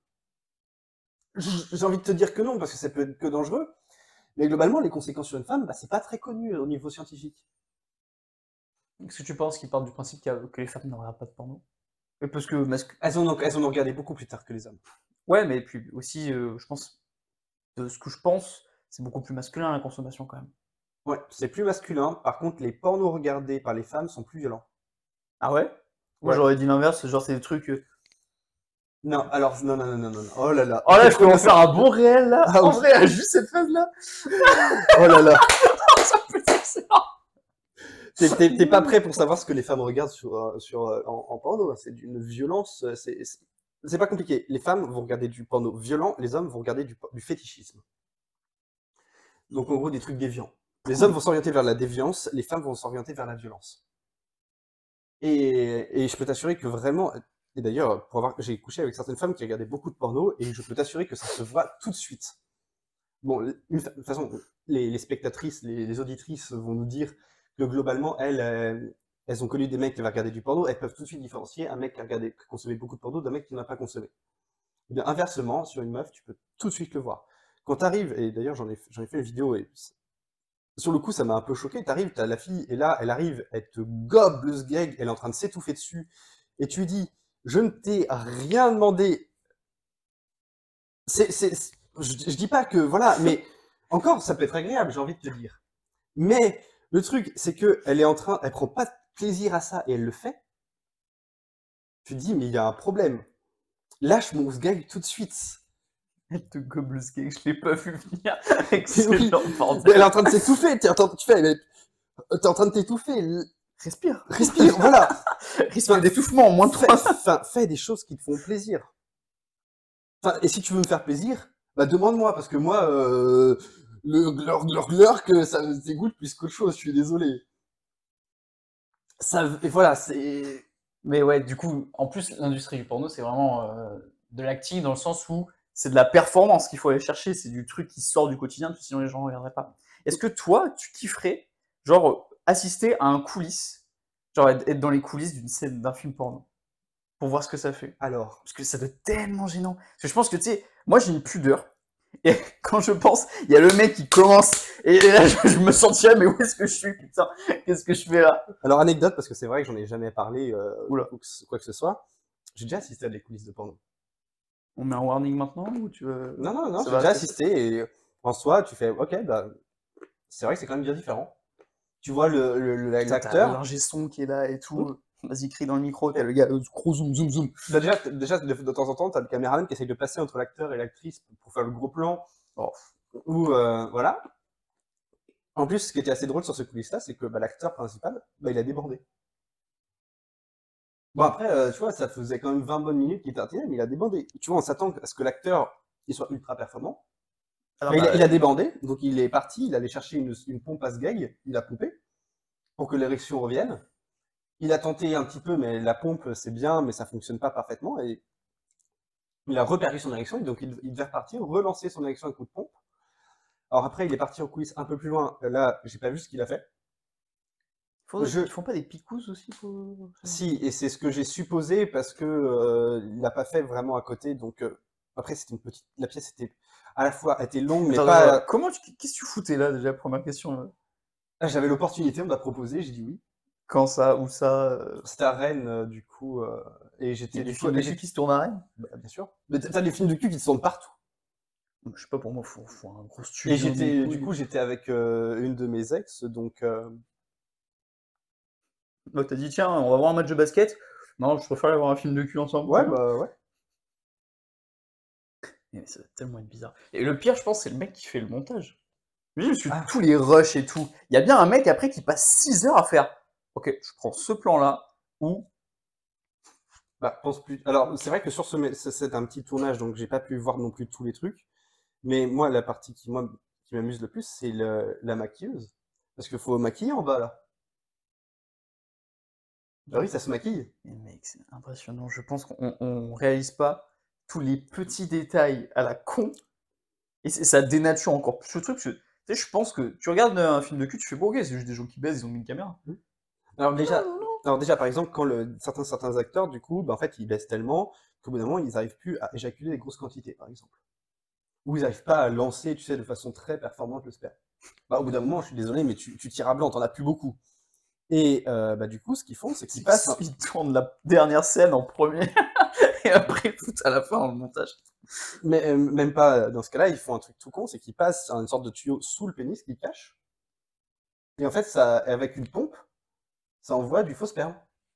j'ai envie de te dire que non, parce que ça peut être que dangereux. Mais globalement, les conséquences sur une femme, bah, c'est pas très connu au niveau scientifique. Est-ce que tu penses qu'ils partent du principe que les femmes ne regardent pas de porno? Parce que Elles en ont regardé beaucoup plus tard que les hommes. ouais, mais puis aussi, je pense, de ce que je pense, c'est beaucoup plus masculin la consommation quand même. Ouais, c'est plus masculin. Par contre, les pornos regardés par les femmes sont plus violents. Ah ouais? Moi Ouais. j'aurais dit l'inverse, genre c'est des trucs. Non, alors, non, non, non, non, non, non. Oh là là. Oh là, je commence à faire un bon réel là. Ah En oui. vrai, juste cette phase là. Oh là là. Ça peut être excellent. T'es pas prêt pour savoir ce que les femmes regardent en porno. C'est d'une violence. C'est pas compliqué. Les femmes vont regarder du porno violent, les hommes vont regarder du fétichisme. Donc, en gros, des trucs déviants. Les hommes vont s'orienter vers la déviance, les femmes vont s'orienter vers la violence. Et je peux t'assurer que vraiment, et d'ailleurs, j'ai couché avec certaines femmes qui regardaient beaucoup de porno, et je peux t'assurer que ça se voit tout de suite. Bon, de toute façon, les spectatrices, les auditrices vont nous dire que globalement, elles ont connu des mecs qui avaient regardé du porno, elles peuvent tout de suite différencier un mec qui qui consommé beaucoup de porno d'un mec qui n'en a pas consommé. Et bien, inversement, sur une meuf, tu peux tout de suite le voir. Quand t'arrives, et d'ailleurs j'en ai fait une vidéo, et sur le coup ça m'a un peu choqué, t'arrives, t'as la fille, et là elle arrive, elle te gobe le sgeg, elle est en train de s'étouffer dessus, et tu lui dis, je ne t'ai rien demandé. Je dis pas que, voilà, mais encore, ça peut être agréable, j'ai envie de te dire. Mais le truc, c'est que elle prend pas de plaisir à ça, et elle le fait. Tu te dis, mais il y a un problème. Lâche mon sgeg tout de suite. Elle te gobe le skate, je l'ai pas vu venir. Mais oui, Excellent, mais bordel. elle est en train de s'étouffer, t'es en train de t'étouffer. Respire. Respire, voilà. Risque d'étouffement, moins de 3. Fais des choses qui te font plaisir. Enfin, et si tu veux me faire plaisir, bah demande-moi, parce que moi, le gleur, que ça me dégoûte plus qu'autre chose, je suis désolé. Et voilà, c'est... Mais ouais, du coup, en plus, l'industrie du porno, c'est vraiment de l'acting dans le sens où c'est de la performance qu'il faut aller chercher, c'est du truc qui sort du quotidien, parce que sinon les gens ne regarderaient pas. Est-ce que toi, tu kifferais, genre, assister à un coulisse, genre être dans les coulisses d'une scène d'un film porno, pour voir ce que ça fait? Alors, Parce que ça doit être tellement gênant. Parce que je pense que, tu sais, moi j'ai une pudeur, et quand je pense, il y a le mec qui commence, et là je me sentirais, mais où est-ce que je suis, putain? Qu'est-ce que je fais là? alors anecdote, parce que c'est vrai que j'en ai jamais parlé, Oula. quoi que ce soit. J'ai déjà assisté à des coulisses de porno. On met un warning maintenant ou tu veux... Non, non, non, Ça j'ai va déjà rester? assisté, et en soi, tu fais, ok, bah, c'est vrai que c'est quand même bien différent. Tu vois Putain, t'as l'acteur. l'ingé son qui est là et Hmm. tout. Vas-y, crie dans le micro, t'as le gars, gros zoom, zoom, zoom. Bah, déjà de temps en temps, t'as le caméraman qui essaye de passer entre l'acteur et l'actrice pour faire le gros plan, Oh, ou voilà. En plus, ce qui était assez drôle sur ce coulisse-là, c'est que bah, l'acteur principal, bah, il a débordé. Bon, après, tu vois, ça faisait quand même 20 bonnes minutes qu'il tartinait, mais il a débordé. Tu vois, on s'attend à ce que l'acteur il soit ultra performant. alors Mais bah, il a débordé, donc il est parti, il allait chercher une pompe à sgeg, il a pompé pour que l'érection revienne. Il a tenté un petit peu, mais la pompe, c'est bien, mais ça fonctionne pas parfaitement. Et il a reperdu son érection, et donc il devait repartir, relancer son érection à coup de pompe. Alors après, il est parti en coulisses un peu plus loin. Là, j'ai pas vu ce qu'il a fait. ils font pas des picousses aussi pour... Si, et c'est ce que j'ai supposé, parce que il l'a pas fait vraiment à côté. Donc après, c'était une petite. La pièce était à la fois était longue, mais Attends, pas. qu'est-ce que tu foutais là déjà, première question là. Ah, j'avais l'opportunité, on m'a proposé, j'ai dit oui. Quand ça, où ça C'était à Rennes, du coup, et Il y a j'étais des du coup, films de cul qui se tournent à Rennes? bah, bien sûr. Mais t'as des films de cul qui te tournent partout. Je sais pas, pour moi, faut un gros Et studio des du couilles. coup, j'étais avec une de mes ex, donc Bah, t'as dit, tiens, on va voir un match de basket. Non, je préfère aller voir un film de cul ensemble. ouais, bah ouais. Mais ça va tellement être bizarre. Et le pire, je pense, c'est le mec qui fait le montage. Oui, parce que Ah, tous les rushs et tout, il y a bien un mec après qui passe 6 heures à faire. Ok, je prends ce plan-là, ou bah pense plus. Alors, c'est vrai que sur c'est un petit tournage, donc j'ai pas pu voir non plus tous les trucs. Mais moi, la partie qui m'amuse le plus, c'est la maquilleuse. Parce qu'il faut maquiller en bas, là. Bah oui, ça se maquille. mais mec, c'est impressionnant. Je pense qu'on réalise pas tous les petits détails à la con, et ça dénature encore plus le truc. Tu sais, je pense que tu regardes un film de cul, tu fais bon, ok, c'est juste des gens qui baisent, ils ont mis une caméra. Hmm. Alors Non, déjà, non, non. par exemple, quand certains acteurs, du coup, bah, en fait, ils baissent tellement qu'au bout d'un moment, ils n'arrivent plus à éjaculer des grosses quantités, par exemple. Ou ils n'arrivent pas à lancer, tu sais, de façon très performante le sperme. Bah, au bout d'un moment, je suis désolé, mais tu tires à blanc, t'en as plus beaucoup. Et bah, du coup, ce qu'ils font, c'est qu'ils C'est passent. qu'ils tournent la dernière scène en premier, et après tout à la fin dans le montage. Mais même pas dans ce cas-là, ils font un truc tout con, c'est qu'ils passent une sorte de tuyau sous le pénis qu'ils cachent. Et en fait, ça, avec une pompe, ça envoie du faux sperme.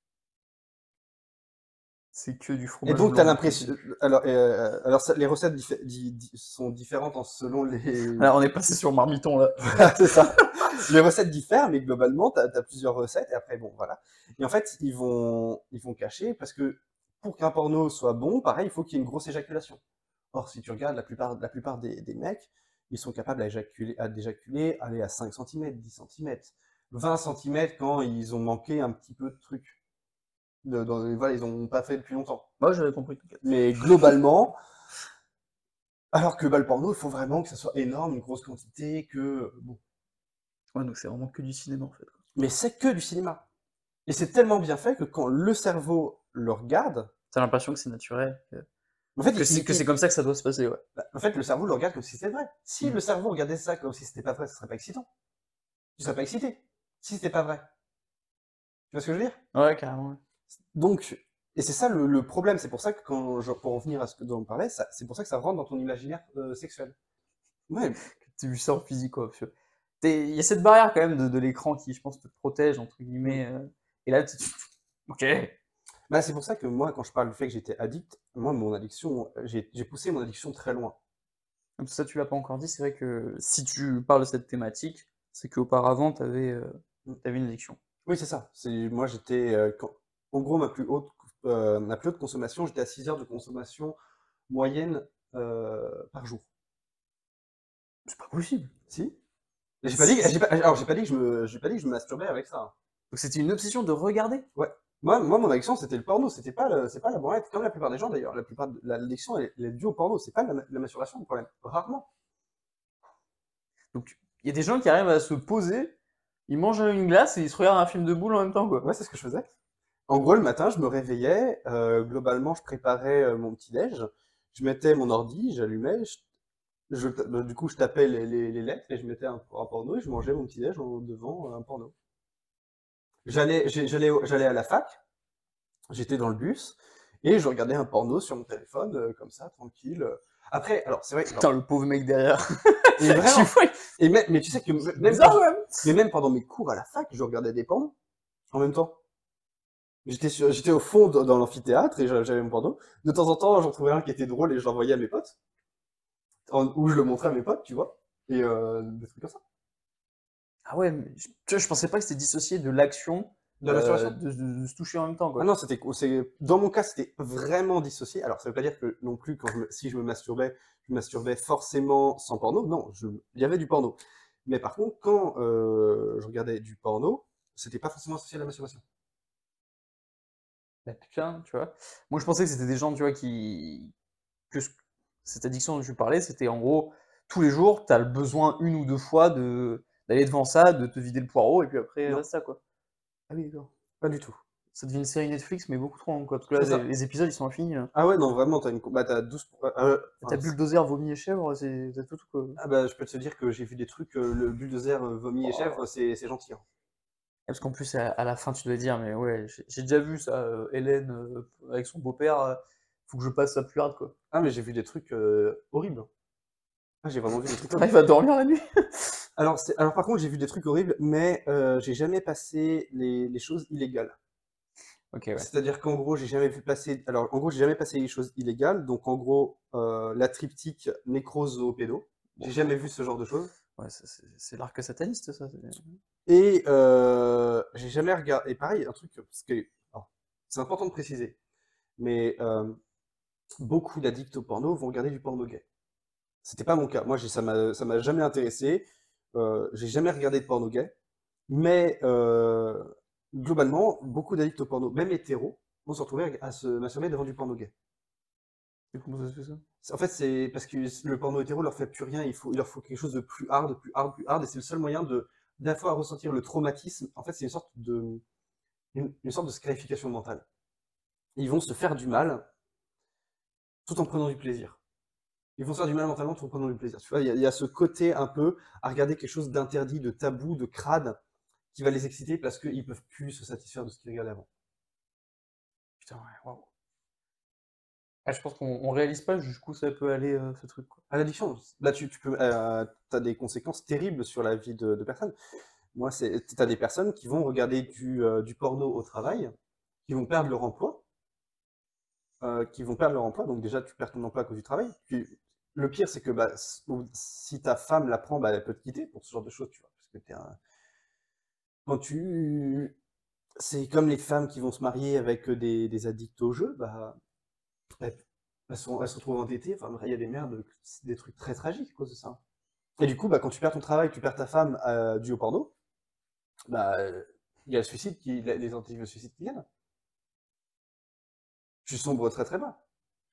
C'est que du Et fromage donc, tu as blanc. l'impression. Alors les recettes sont différentes selon les. Là, on est passé sur Marmiton là. C'est ça. Les recettes diffèrent, mais globalement, tu as plusieurs recettes. Et après, bon, voilà. Et en fait, ils vont cacher, parce que pour qu'un porno soit bon, pareil, il faut qu'il y ait une grosse éjaculation. Or, si tu regardes la plupart des mecs, ils sont capables d'éjaculer, aller à 5 cm, 10 cm, 20 cm quand ils ont manqué un petit peu de trucs. Voilà, ils n'ont pas fait depuis longtemps. Moi, j'avais compris. Mais globalement, alors que bah, le porno, il faut vraiment que ça soit énorme, une grosse quantité, que. Bon. Ouais, donc c'est vraiment que du cinéma en fait. Mais c'est que du cinéma. Et c'est tellement bien fait que quand le cerveau le regarde, T'as l'impression que c'est naturel. En fait, Que c'est comme ça que ça doit se passer, ouais. en fait, le cerveau le regarde comme si c'était vrai. Si Mm. le cerveau regardait ça comme si c'était pas vrai, ce serait pas excitant. Tu serais pas excité si c'était pas vrai. Tu vois ce que je veux dire? Ouais, carrément. Ouais. Donc, et c'est ça le problème. C'est pour ça que pour en venir à ce dont on parlait, c'est pour ça que ça rentre dans ton imaginaire sexuel. Ouais, Tu vu ça en physique, quoi. Il y a cette barrière quand même de l'écran qui, je pense, te protège, entre mm. guillemets. Et là, ok. Bah, c'est pour ça que moi, quand je parle du fait que j'étais addict, moi, mon addiction, j'ai poussé mon addiction très loin. Comme ça, tu l'as pas encore dit, c'est vrai que si tu parles de cette thématique, c'est qu'auparavant, Mm. t'avais une addiction. Oui, c'est ça. Moi, j'étais, en gros, ma plus haute consommation, j'étais à 6 heures de consommation moyenne par jour. C'est pas possible. Si? J'ai pas dit, Si- alors j'ai pas dit que je me masturbais avec ça, hein. Donc c'était une obsession de regarder. Ouais. Mon addiction, c'était le porno, c'est pas la branlette, comme la plupart des gens d'ailleurs. La plupart de l'addiction, elle est due au porno, c'est pas la masturbation le problème. Rarement. Donc il y a des gens qui arrivent à se poser, ils mangent une glace et ils se regardent un film de boule en même temps, quoi. Ouais, c'est ce que je faisais. En gros, le matin, je me réveillais, globalement, je préparais mon petit-déj, je mettais mon ordi, j'allumais, du coup, je tapais les lettres et je mettais un porno et je mangeais mon petit-déj devant un porno. J'allais à la fac, j'étais dans le bus et je regardais un porno sur mon téléphone, comme ça, tranquille. Après, alors c'est vrai, alors, Putain, le pauvre mec derrière. mais Tu vraiment, vois, mais tu sais que c'est même bizarre, quand même. mais même pendant mes cours à la fac, je regardais des pornos en même temps. J'étais au fond dans l'amphithéâtre et j'avais mon porno. De temps en temps, j'en trouvais un qui était drôle et je l'envoyais à mes potes, ou je le montrais à mes potes, tu vois, et des trucs comme ça. Ah ouais, mais tu vois, je pensais pas que c'était dissocié de l'action De la masturbation? de se toucher en même temps, Ah quoi. non, dans mon cas, c'était vraiment dissocié. Alors, ça veut pas dire que non plus, si je me masturbais forcément sans porno. Non, il y avait du porno. Mais par contre, quand je regardais du porno, c'était pas forcément associé à la masturbation. Bah putain, tu vois. Moi, je pensais que c'était des gens, tu vois, que cette addiction dont tu parlais, c'était en gros, tous les jours, t'as le besoin une ou deux fois d'aller devant ça, de te vider le poireau, et puis après, Non. basta, quoi. Ah oui, d'accord. Pas du tout. Ça devient une série Netflix, mais beaucoup trop long, quoi. Parce que là, C'est ça. les épisodes, ils sont infinis, là. Ah ouais, non, vraiment, t'as 12. T'as Enfin, Bulldozer, vomi et chèvre, t'as tout, quoi. ah bah, je peux te dire que j'ai vu des trucs, le bulldozer vomi et chèvre, Wow. c'est gentil, hein. Parce qu'en plus, à la fin, tu dois dire, mais ouais, j'ai déjà vu ça, Hélène avec son beau-père, faut que je passe ça plus hard, quoi. Ah, mais j'ai vu des trucs horribles, hein. Ah, j'ai vraiment vu des trucs horribles. T'arrives à dormir la nuit? Alors par contre, j'ai vu des trucs horribles, mais j'ai jamais passé les choses illégales. Ok, ouais. C'est-à-dire qu'en gros, j'ai jamais passé les choses illégales. Donc en gros, la triptyque nécroso-pédo. Bon, J'ai jamais vu ce genre de choses. ouais, c'est l'arc sataniste, ça. Et j'ai jamais regardé. Et pareil, un truc, parce que alors, c'est important de préciser, mais beaucoup d'addicts au porno vont regarder du porno gay. C'était pas mon cas. Moi, ça m'a jamais intéressé. J'ai jamais regardé de porno gay. Mais globalement, beaucoup d'addicts au porno, même hétéros, vont se retrouver à se masturber devant du porno gay. Et comment ça se fait ça? En fait, c'est parce que le porno hétéro leur fait plus rien, il leur faut quelque chose de plus hard, plus hard, plus hard, et c'est le seul moyen d'à la fois ressentir le traumatisme. En fait, c'est une sorte de scarification mentale. Ils vont se faire du mal tout en prenant du plaisir. Ils vont se faire du mal mentalement tout en prenant du plaisir. Tu vois, il y a ce côté un peu à regarder quelque chose d'interdit, de tabou, de crade, qui va les exciter parce qu'ils peuvent plus se satisfaire de ce qu'ils regardaient avant. Putain, ouais, waouh. Ah, je pense qu'on réalise pas jusqu'où ça peut aller, ce truc, quoi. À l'addiction, là t'as des conséquences terribles sur la vie de personnes. Moi, t'as des personnes qui vont regarder du porno au travail, qui vont perdre leur emploi, donc déjà tu perds ton emploi à cause du travail. Puis le pire, c'est que bah, si ta femme l'apprend, bah, elle peut te quitter pour ce genre de choses, tu vois, parce que quand c'est comme les femmes qui vont se marier avec des addicts au jeu, bah, elles, elles se retrouvent endettées. Enfin, il y a des trucs très tragiques à cause de ça. Et du coup, bah, quand tu perds ton travail, tu perds ta femme dû au porno, bah, il y a les tentatives de suicide qui viennent. Tu sombres très très bas.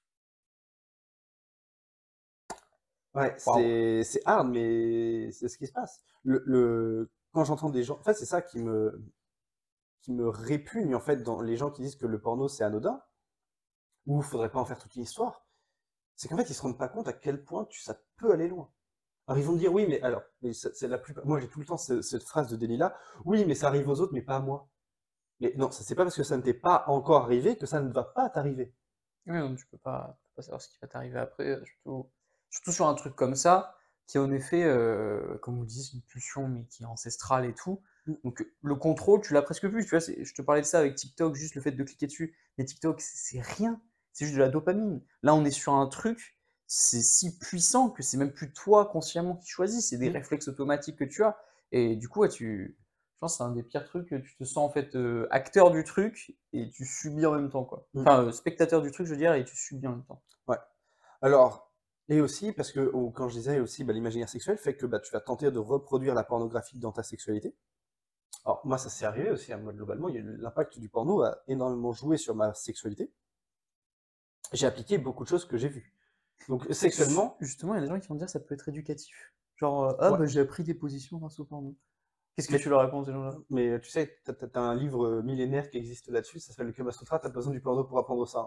Ouais, Waouh. c'est hard, mais c'est ce qui se passe. Quand j'entends des gens, en fait, c'est ça qui me répugne, en fait, dans les gens qui disent que le porno c'est anodin, ou faudrait pas en faire toute une histoire. c'est qu'en fait, ils se rendent pas compte à quel point ça peut aller loin. Alors ils vont me dire: «Oui, mais alors» mais c'est la plupart moi j'ai tout le temps cette phrase de déni-là: «Oui, mais ça arrive aux autres, mais pas à moi». Mais non, ça c'est pas parce que ça ne t'est pas encore arrivé que ça ne va pas t'arriver. Oui, non, tu peux pas savoir ce qui va t'arriver après, surtout sur un truc comme ça, qui est en effet, comme vous le disiez, c'est une pulsion, mais qui est ancestrale et tout. Mmh, Donc le contrôle, tu l'as presque plus, tu vois? Je te parlais de ça avec TikTok, juste le fait de cliquer dessus. Mais TikTok, c'est rien, c'est juste de la dopamine. Là, on est sur un truc, c'est si puissant que c'est même plus toi consciemment qui choisis, c'est des mmh. réflexes automatiques que tu as. Et du coup, ouais, je pense que c'est un des pires trucs, tu te sens en fait acteur du truc et tu subis en même temps, quoi. Mmh. Enfin, spectateur du truc, je veux dire, et tu subis en même temps. Ouais. Alors et aussi parce que ou quand je disais aussi, bah, l'imaginaire sexuel fait que, bah, tu vas tenter de reproduire la pornographie dans ta sexualité. Alors moi, ça s'est arrivé aussi, hein, moi globalement, il y a eu l'impact du porno a énormément joué sur ma sexualité. J'ai appliqué beaucoup de choses que j'ai vues. Donc sexuellement, Justement, il y a des gens qui vont dire que ça peut être éducatif. Genre, ah ouais, bah j'ai appris des positions grâce au porno. Qu'est-ce que mais tu leur réponds à ces gens-là? tu sais, tu as un livre, millénaire qui existe là-dessus, ça s'appelle le Kama Sutra, tu as pas besoin du porno pour apprendre ça, hein.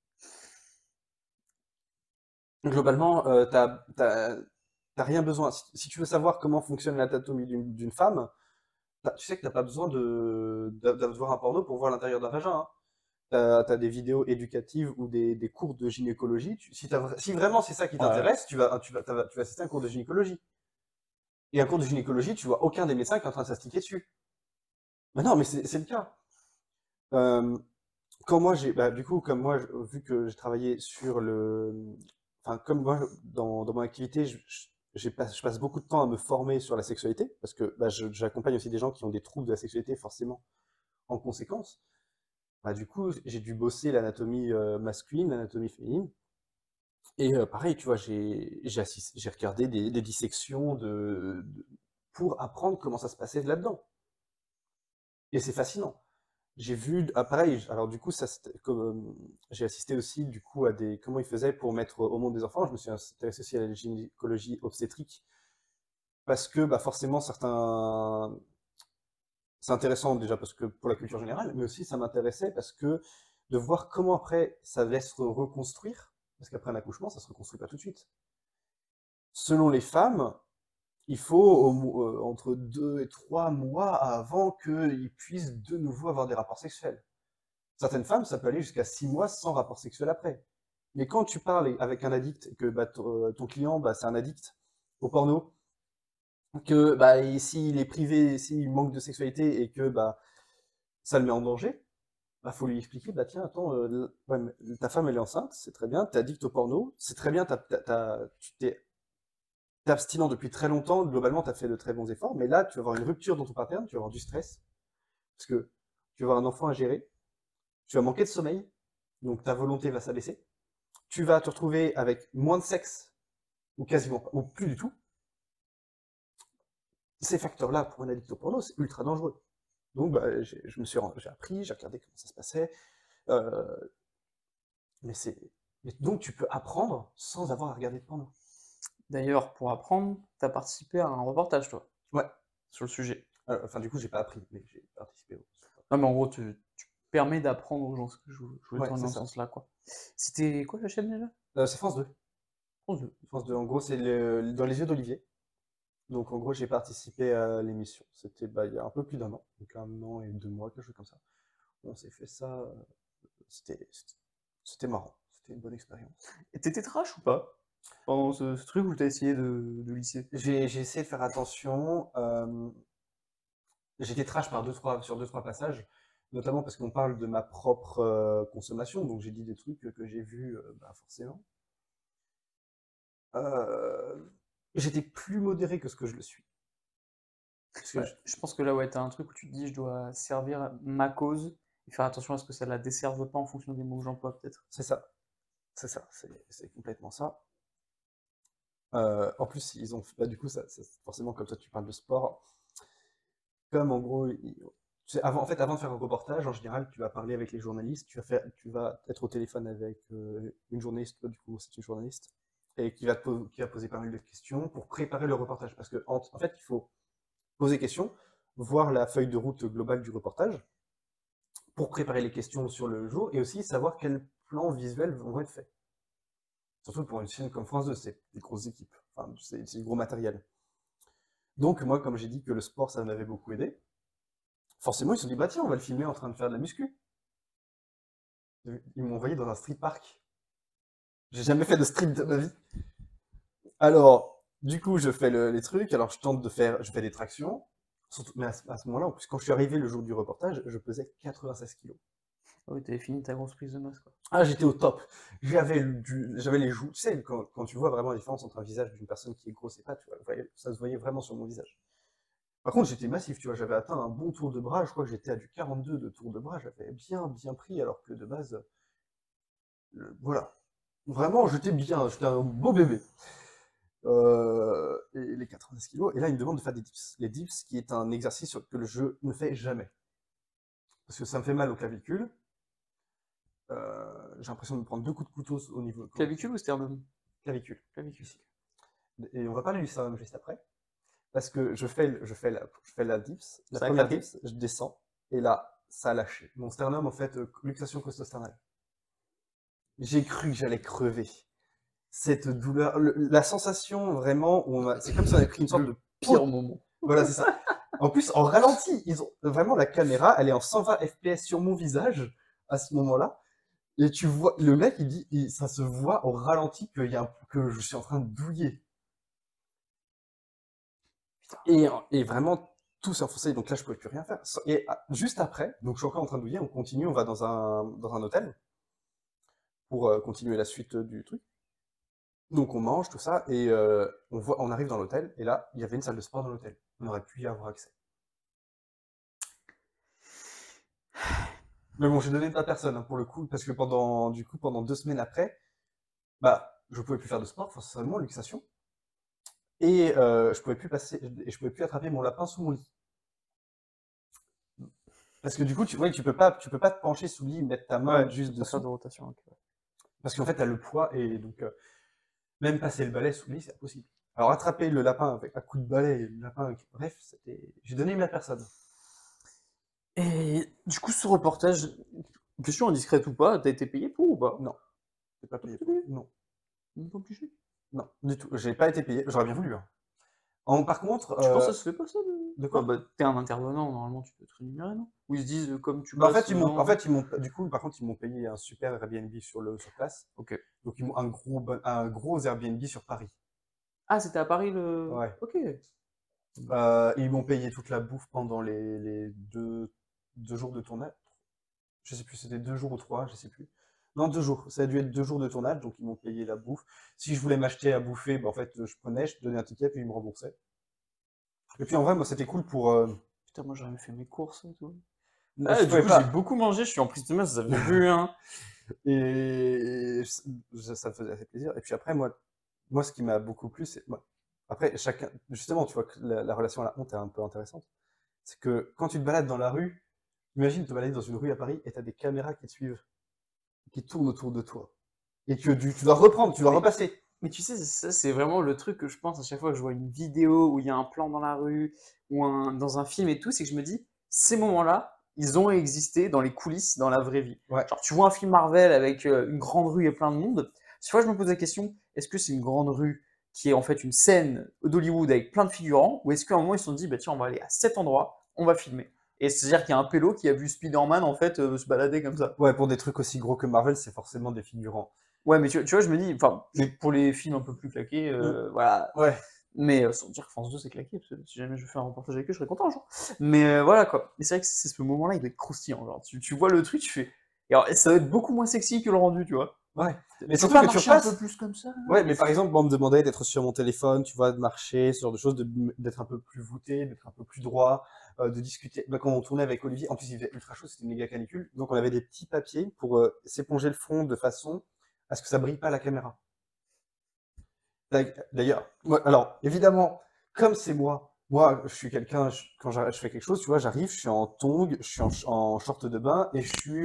Globalement, tu rien besoin. Si tu veux savoir comment fonctionne l'anatomie d'une femme, tu sais que tu pas besoin de voir un porno pour voir l'intérieur d'un vagin, hein. Tu des vidéos éducatives ou des cours de gynécologie. Si vraiment c'est ça qui Ouais. t'intéresse, tu vas assister à un cours de gynécologie. Et un cours de gynécologie, tu vois aucun des médecins qui est en train de s'astiquer dessus. Mais non, mais c'est le cas. Euh, Quand moi du coup, comme moi, vu que j'ai travaillé sur enfin, comme moi, dans mon activité, je passe beaucoup de temps à me former sur la sexualité, parce que bah, j'accompagne aussi des gens qui ont des troubles de la sexualité, forcément, en conséquence. Bah, du coup, j'ai dû bosser l'anatomie masculine, l'anatomie féminine. Et pareil, tu vois, j'ai regardé des dissections pour apprendre comment ça se passait là-dedans. Et c'est fascinant. J'ai vu, ah, pareil, alors du coup, j'ai assisté aussi du coup à comment ils faisaient pour mettre au monde des enfants. Je me suis intéressé aussi à la gynécologie obstétrique parce que bah, forcément, c'est intéressant déjà parce que pour la culture générale, mais aussi ça m'intéressait parce que de voir comment après ça va se reconstruire, parce qu'après un accouchement, ça se reconstruit pas tout de suite. Selon les femmes, il faut entre 2 et 3 mois avant qu'ils puissent de nouveau avoir des rapports sexuels. Certaines femmes, ça peut aller jusqu'à 6 mois sans rapport sexuel après. Mais quand tu parles avec un addict, et que bah, ton client, bah, c'est un addict au porno, que bah, s'il est privé, s'il manque de sexualité et que bah, ça le met en danger, bah, faut lui expliquer, bah tiens, attends, ouais, mais ta femme elle est enceinte, c'est très bien, t'es addict au porno, c'est très bien, tu t'es abstinent depuis très longtemps, globalement t'as fait de très bons efforts, mais là tu vas avoir une rupture dans ton pattern, tu vas avoir du stress, parce que tu vas avoir un enfant à gérer, tu vas manquer de sommeil, donc ta volonté va s'abaisser, tu vas te retrouver avec moins de sexe, ou quasiment pas, ou plus du tout. Ces facteurs-là, pour un addict au porno, c'est ultra dangereux. Donc, bah, j'ai appris, j'ai regardé comment ça se passait. euh, mais c'est, donc, tu peux apprendre sans avoir à regarder de porno. D'ailleurs, pour apprendre, tu as participé à un reportage, toi, Ouais. sur le sujet. Enfin, du coup, j'ai pas appris, mais j'ai participé au. Non, mais en gros, tu permets d'apprendre aux gens, ce que je voulais Ouais, tourner c'est dans ce ça. sens-là, quoi. C'était quoi la chaîne déjà? C'est France 2. France 2. France 2, en gros, c'est dans les yeux d'Olivier. Donc, en gros, j'ai participé à l'émission. C'était bah, il y a un peu plus d'un an, donc 1 an et 2 mois, quelque chose comme ça. On s'est fait ça. C'était, c'était c'était marrant. C'était une bonne expérience. Et t'étais trash ou pas? Pendant ce truc où t'as essayé de lisser? J'ai essayé de faire attention. J'étais trash sur deux, trois passages, notamment parce qu'on parle de ma propre consommation, donc j'ai dit des trucs que j'ai vus, bah, forcément. Euh, J'étais plus modéré que ce que je le suis. Parce que Ouais, je pense que là, ouais, t'as un truc où tu te dis, je dois servir ma cause et faire attention à ce que ça la desserve pas en fonction des mots que j'emploie, peut-être. c'est ça, c'est complètement ça. En plus, ils ont, bah, du coup, forcément, comme toi tu parles de sport, comme en gros, tu sais, en fait, avant de faire un reportage, en général, tu vas parler avec les journalistes, tu vas être au téléphone avec une journaliste, toi, du coup, c'est une journaliste, et qui va poser pas mal de questions pour préparer le reportage. Parce que, en fait, il faut poser questions, voir la feuille de route globale du reportage, pour préparer les questions sur le jour, et aussi savoir quels plans visuels vont être faits. Surtout pour une chaîne comme France 2, c'est des grosses équipes. Enfin, c'est du gros matériel. Donc, moi, comme j'ai dit que le sport, ça m'avait beaucoup aidé, forcément, ils se sont dit, bah tiens, on va le filmer en train de faire de la muscu. Ils m'ont envoyé dans un street park. J'ai jamais fait de street de ma vie. Alors, du coup, je fais les trucs. Alors, je fais des tractions. Mais à ce moment-là, en plus, quand je suis arrivé le jour du reportage, je pesais 96 kilos. Ah oui, t'avais fini ta grosse prise de masse, quoi. Ah, j'étais au top. J'avais les joues. Tu sais, quand tu vois vraiment la différence entre un visage d'une personne qui est grosse et pas, tu vois, ça se voyait vraiment sur mon visage. Par contre, j'étais massif, tu vois, j'avais atteint un bon tour de bras. Je crois que j'étais à du 42 de tour de bras. J'avais bien pris, alors que de base, voilà. Vraiment, j'étais un beau bébé. Et les 90 kilos. Et là, il me demande de faire des dips. Les dips, qui est un exercice que je ne fais jamais. Parce que ça me fait mal aux clavicules. J'ai l'impression de me prendre 2 coups de couteau au niveau Clavicule ou sternum? clavicule. Clavicule. Ici. Et on va parler du sternum juste après. Parce que je fais la dips. La Ça a première craqué. dips, je descends. Et là, ça a lâché. Mon sternum, en fait, luxation costosternale. J'ai cru que j'allais crever. Cette douleur, la sensation vraiment, c'est comme si on avait pris une sorte de Pire moment. Voilà, c'est ça. En plus, en ralenti, ils ont vraiment la caméra, elle est en 120 FPS sur mon visage à ce moment-là. Et tu vois, le mec, ça se voit au ralenti que je suis en train de douiller. Et vraiment, tout s'est enfoncé. Donc là, je pouvais plus rien faire. Et juste après, donc je suis encore en train de douiller, on continue, on va dans un hôtel pour continuer la suite du truc. Donc on mange, tout ça, et on arrive dans l'hôtel, et là, il y avait une salle de sport dans l'hôtel. On aurait pu y avoir accès. Mais bon, j'ai donné à personne, hein, pour le coup, parce que pendant 2 semaines après, bah, je pouvais plus faire de sport, forcément, luxation, et je pouvais plus attraper mon lapin sous mon lit. Parce que du coup, tu peux pas te pencher sous le lit, mettre ta main Ouais, juste tu peux pas faire de dessous, rotation. Ok. parce qu'en fait, t'as le poids, et donc, même passer le balai sous le lit, c'est impossible. Alors, attraper le lapin avec un coup de balai, et le lapin, bref, j'ai donné à personne. Et du coup, ce reportage, question indiscrète ou pas, t'as été payé pour ou pas? Non, j'ai pas T'as pas payé été pour. payé? Non, Même pas obligé. non, du tout. J'ai pas été payé. J'aurais bien voulu, hein. Par contre, Tu penses que ça se fait pas ça de Enfin, quoi? bah, t'es un intervenant, normalement tu peux être rémunéré, non? Ou ils se disent, comme tu Bah, bosses aux en gens. fait, du coup, par contre, ils m'ont payé un super Airbnb sur place. Ok. Donc, ils m'ont un gros Airbnb sur Paris. Ah, c'était à Paris le. Ouais. Ok. Ils m'ont payé toute la bouffe pendant les 2 jours de tournage. Je sais plus, c'était 2 jours ou 3, je sais plus. Non, 2 jours. Ça a dû être 2 jours de tournage, donc ils m'ont payé la bouffe. Si je voulais m'acheter à bouffer, bah, en fait, je prenais, je donnais un ticket, puis ils me remboursaient. Et puis en vrai, moi, c'était cool pour. Putain, moi j'aurais fait mes courses et tout. Je Ah, du pouvais coup, j'ai pas. beaucoup mangé, je suis en prise de masse, vous avez vu, hein. Et ça me faisait assez plaisir. Et puis après, moi ce qui m'a beaucoup plu, c'est. Après, chacun. Justement, tu vois que la relation à la honte est un peu intéressante. C'est que quand tu te balades dans la rue, imagine te balader dans une rue à Paris et t'as des caméras qui te suivent, qui tournent autour de toi. Et que tu dois reprendre, tu dois Mais, repasser. mais tu sais, ça, c'est vraiment le truc que je pense à chaque fois que je vois une vidéo où il y a un plan dans la rue, ou dans un film et tout, c'est que je me dis, ces moments-là, ils ont existé dans les coulisses, dans la vraie vie. Ouais. Genre, tu vois un film Marvel avec une grande rue et plein de monde. Chaque fois, je me pose la question, est-ce que c'est une grande rue qui est en fait une scène d'Hollywood avec plein de figurants, ou est-ce qu'à un moment, ils se sont dit, bah, tiens, on va aller à cet endroit, on va filmer. Et c'est-à-dire qu'il y a un pélo qui a vu Spider-Man en fait se balader comme ça. Ouais, pour des trucs aussi gros que Marvel, c'est forcément des figurants. Ouais, mais tu vois, je me dis, enfin, Mais. pour les films un peu plus claqués, voilà. Ouais. Mais sans dire que France 2 c'est claqué, parce que si jamais je fais un reportage avec eux, je serais content, genre. Mais voilà quoi. Mais c'est vrai que c'est ce moment-là, il doit être croustillant. Genre, tu vois le truc, tu fais. Et alors, ça va être beaucoup moins sexy que le rendu, tu vois. Ouais. Mais Tu peux surtout pas que tu marcher un peu repasses. plus comme ça? Ouais, mais par exemple, moi, on me demandait d'être sur mon téléphone, tu vois, de marcher, ce genre de choses, d'être un peu plus voûté, d'être un peu plus droit, de discuter. Bah, quand on tournait avec Olivier, en plus il faisait ultra chaud, c'était une méga canicule, donc on avait des petits papiers pour s'éponger le front de façon à ce que ça brille pas à la caméra. D'ailleurs, alors évidemment, comme c'est moi, je suis quelqu'un, quand je fais quelque chose, tu vois, j'arrive, je suis en tongs, je suis en short de bain et je suis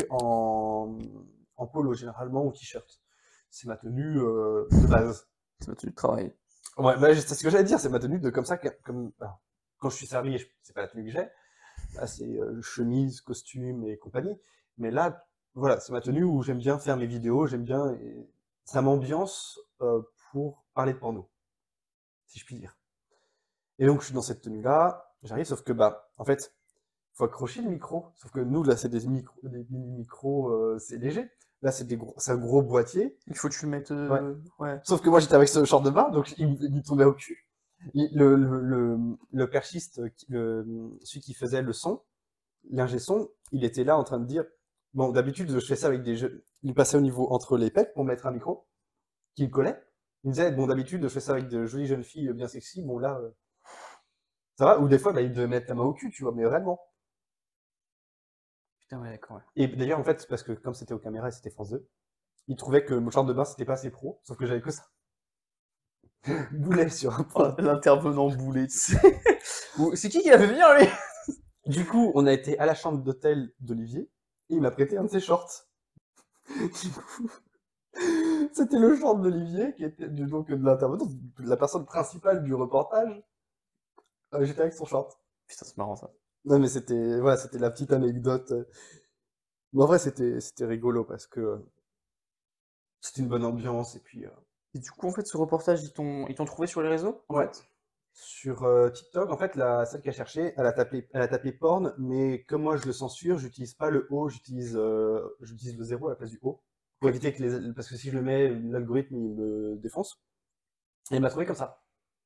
en polo généralement ou t-shirt. C'est ma tenue de base. Ça tu travailles. Ouais, bah, c'est ce que j'allais dire, c'est ma tenue de comme ça, alors, quand je suis servi, c'est pas la tenue que j'ai. Là, c'est chemise, costume et compagnie. Mais là, voilà, c'est ma tenue où j'aime bien faire mes vidéos, j'aime bien, et ça m'ambiance pour parler de porno, si je puis dire. Et donc, je suis dans cette tenue-là, j'arrive, sauf que, bah, en fait, faut accrocher le micro. Sauf que nous, là, c'est des mini-micros, c'est léger. Là, c'est un gros boîtier. Il faut que tu le mettes. Ouais. Ouais. Sauf que moi, j'étais avec ce short de bain, donc il me tombait au cul. Le perchiste, celui qui faisait le son, l'ingé son, il était là en train de dire, bon, d'habitude, je fais ça avec des jeux. Il passait au niveau entre les pecs pour mettre un micro, qui le collait. Il me disait, bon, d'habitude, je fais ça avec de jolies jeunes filles bien sexy. Bon, là, ça va. Ou des fois, bah, il devait mettre la main au cul, tu vois, mais réellement. Putain, ouais, d'accord, ouais. Et d'ailleurs, en fait, parce que comme c'était aux caméras et c'était France 2, il trouvait que mon short de bain, c'était pas assez pro, sauf que j'avais que ça. Boulet sur un Oh, point. l'intervenant boulet, tu sais. C'est qui a fait venir, lui? Du coup, on a été à la chambre d'hôtel d'Olivier, et il m'a prêté un de ses shorts. Du coup, c'était le short d'Olivier, qui était donc de l'intervenant, de la personne principale du reportage. J'étais avec son short. Putain, c'est marrant ça. Non, mais c'était voilà, c'était la petite anecdote. Mais en vrai, c'était rigolo parce que c'était une bonne ambiance, et puis Et du coup, en fait, ce reportage, ils t'ont trouvé sur les réseaux, en ouais. fait? Sur TikTok, en fait, celle qui a cherché, elle a tapé porn, mais comme moi je le censure, j'utilise pas le O, j'utilise le 0 à la place du O, pour éviter que parce que si je le mets, l'algorithme il me défonce. Et elle m'a trouvé comme ça,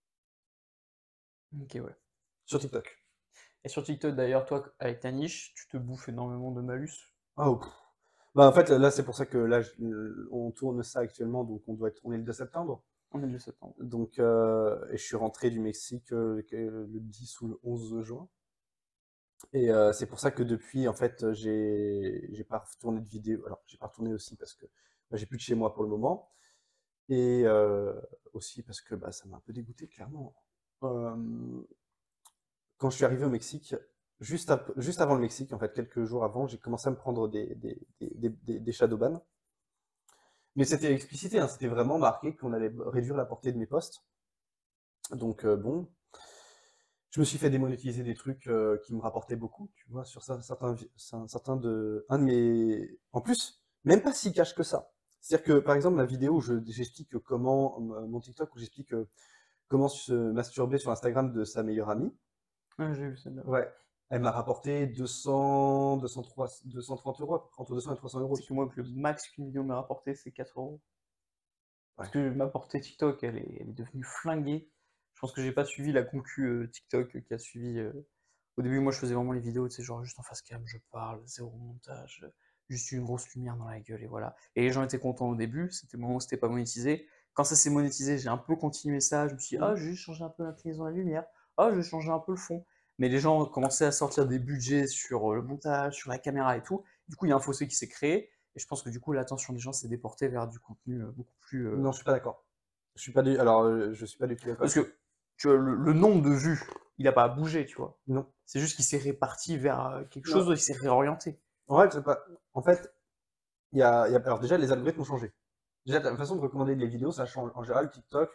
Ok, ouais. sur TikTok. Et sur TikTok, d'ailleurs, toi, avec ta niche, tu te bouffes énormément de malus. Oh, pff. Bah en fait, là c'est pour ça que là, on tourne ça actuellement, donc on est le 2 septembre. On est le 2 septembre. Donc, et je suis rentré du Mexique le 10 ou le 11 juin. Et c'est pour ça que depuis, en fait, j'ai pas retourné de vidéo. Alors, j'ai pas retourné aussi parce que bah, j'ai plus de chez moi pour le moment. Et aussi parce que bah, ça m'a un peu dégoûté, clairement. Euh, Quand je suis arrivé au Mexique, juste avant le Mexique, en fait, quelques jours avant, j'ai commencé à me prendre des shadowbans. Mais c'était explicité, hein, c'était vraiment marqué qu'on allait réduire la portée de mes posts. Donc, bon, je me suis fait démonétiser des trucs qui me rapportaient beaucoup, tu vois, sur un de mes. En plus, même pas si cash que ça. C'est-à-dire que, par exemple, ma vidéo où j'explique comment, mon TikTok où j'explique comment se masturber sur Instagram de sa meilleure amie, Ouais, j'ai vu celle-là. ouais, elle m'a rapporté 200, 203, 230 euros, entre 200 et 300 euros. C'est que moi, le max qu'une vidéo m'a rapporté, c'est 4 euros. Parce Ouais. que ma portée TikTok, elle est devenue flinguée. Je pense que j'ai pas suivi la concu TikTok qui a suivi. Au début, moi, je faisais vraiment les vidéos, tu sais, genre juste en face cam, je parle, zéro montage, juste une grosse lumière dans la gueule, et voilà. Et les gens étaient contents au début, c'était le moment où c'était pas monétisé. Quand ça s'est monétisé, j'ai un peu continué ça, je me suis dit, ah, Mhm. je vais juste changer un peu l'inclinaison de la lumière, ah, je vais changer un peu le fond. Mais les gens commençaient à sortir des budgets sur le montage, sur la caméra et tout. Du coup, il y a un fossé qui s'est créé, et je pense que du coup, l'attention des gens s'est déportée vers du contenu beaucoup plus. Non, je suis pas d'accord. Je suis pas du. Alors, je suis pas du tout d'accord Parce avec toi. que tu vois, le nombre de vues, il n'a pas bougé, tu vois. Non. C'est juste qu'il s'est réparti vers quelque chose, Non. il s'est réorienté. En fait, c'est pas. En fait, alors déjà, les algorithmes ont changé. Déjà, la façon de recommander des vidéos, ça change. En général, TikTok,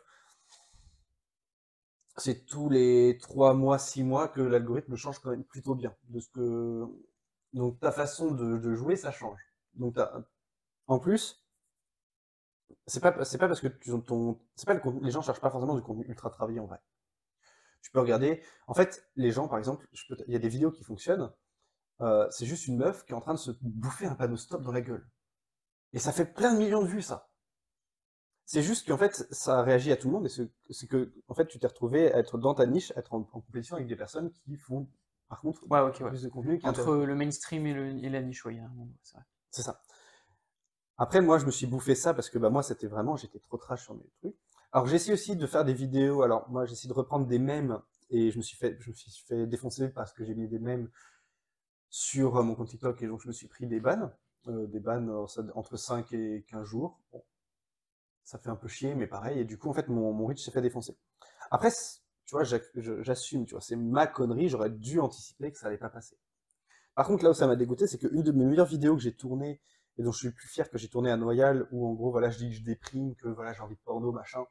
c'est tous les 3 mois, 6 mois que l'algorithme change quand même plutôt bien. Donc, ta façon de jouer, ça change. Donc, en plus, c'est pas parce que c'est pas les gens cherchent pas forcément du contenu ultra travaillé en vrai. Tu peux regarder, en fait, les gens, par exemple, il y a des vidéos qui fonctionnent, c'est juste une meuf qui est en train de se bouffer un panneau stop dans la gueule. Et ça fait plein de millions de vues, ça. C'est juste qu'en fait, ça réagit à tout le monde, et c'est que, en fait, tu t'es retrouvé à être dans ta niche, à être en compétition avec des personnes qui font, par contre, Ouais, ok, beaucoup ouais. plus de contenu qui est Entre intéressant. le mainstream et la niche, ouais, il y a un monde, c'est vrai. C'est ça. Après, moi, je me suis bouffé ça parce que bah, moi, c'était vraiment, j'étais trop trash sur mes trucs. Alors, j'essaie aussi de faire des vidéos. Alors, moi, j'essaie de reprendre des mèmes, et je me suis fait défoncer parce que j'ai mis des mèmes sur mon compte TikTok, et donc je me suis pris des bans entre 5 et 15 jours. Bon, ça fait un peu chier, mais pareil. Et du coup, en fait, mon reach s'est fait défoncer. Après, tu vois, j'assume, tu vois, c'est ma connerie, j'aurais dû anticiper que ça allait pas passer. Par contre, là où ça m'a dégoûté, c'est qu'une de mes meilleures vidéos que j'ai tournées, et dont je suis le plus fier, que j'ai tourné à Noyal, où en gros, voilà, je dis que je déprime, que voilà, j'ai envie de porno, machin,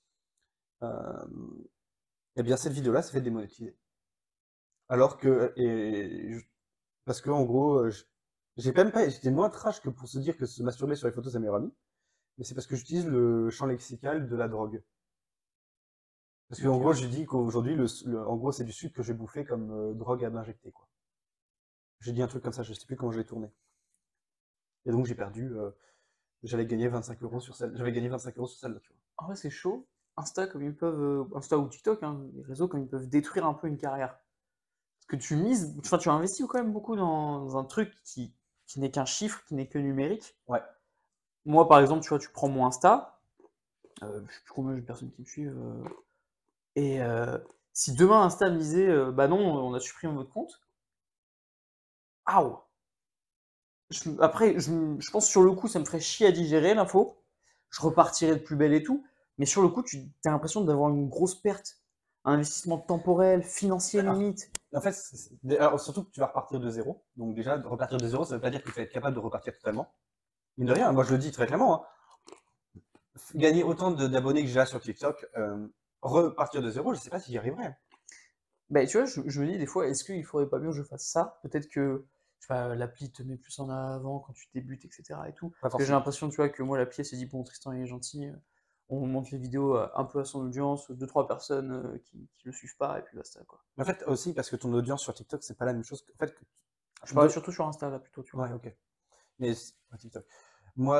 euh, et bien cette vidéo-là s'est fait démonétiser. Alors que, parce que en gros, j'ai même pas, j'étais moins trash que pour se dire que se masturber sur les photos, c'est meilleur ami. Mais c'est parce que j'utilise le champ lexical de la drogue. Parce qu'en gros, Ok. j'ai dit qu'aujourd'hui, en gros, c'est du sucre que j'ai bouffé comme drogue à m'injecter, quoi. J'ai dit un truc comme ça, je sais plus comment je l'ai tourné. Et donc, j'ai perdu, j'avais gagné 25 euros sur celle, j'avais gagné 25 euros sur celle-là, tu vois. En vrai, c'est chaud. Insta, comme ils peuvent. Insta ou TikTok, hein, les réseaux, comme ils peuvent détruire un peu une carrière. Parce que tu mises. Enfin, tu investis quand même beaucoup dans un truc qui n'est qu'un chiffre, qui n'est que numérique. Ouais. Moi, par exemple, tu vois, tu prends mon Insta. Je sais plus combien de personnes qui me suivent. Et si demain Insta me disait, bah non, on a supprimé votre compte. Aouh! Après, je pense sur le coup, ça me ferait chier à digérer l'info. Je repartirais de plus belle et tout. Mais sur le coup, tu as l'impression d'avoir une grosse perte. Un investissement temporel, financier Alors, limite. en fait, alors, surtout que tu vas repartir de zéro. Donc déjà, de repartir de zéro, ça veut pas dire que tu vas être capable de repartir totalement. Mine de rien, moi je le dis très clairement, hein, gagner autant d'abonnés que j'ai là sur TikTok, repartir de zéro, je sais pas si j'y arriverai, hein. Bah, tu vois, je me dis des fois, est-ce qu'il faudrait pas mieux que je fasse ça? Peut-être que, je sais pas, l'appli te met plus en avant quand tu débutes, etc. et tout. Pas Parce que j'ai forcément. l'impression, tu vois, que moi, l'appli, elle s'est dit, bon, Tristan, il est gentil, on monte les vidéos un peu à son audience, deux, trois personnes qui le suivent pas, et puis basta, quoi. En fait, aussi parce que ton audience sur TikTok, c'est pas la même chose que, en fait, Je parlais de... surtout sur Insta, là, plutôt, tu vois. Ouais, ok. Mais ouais, TikTok. Moi,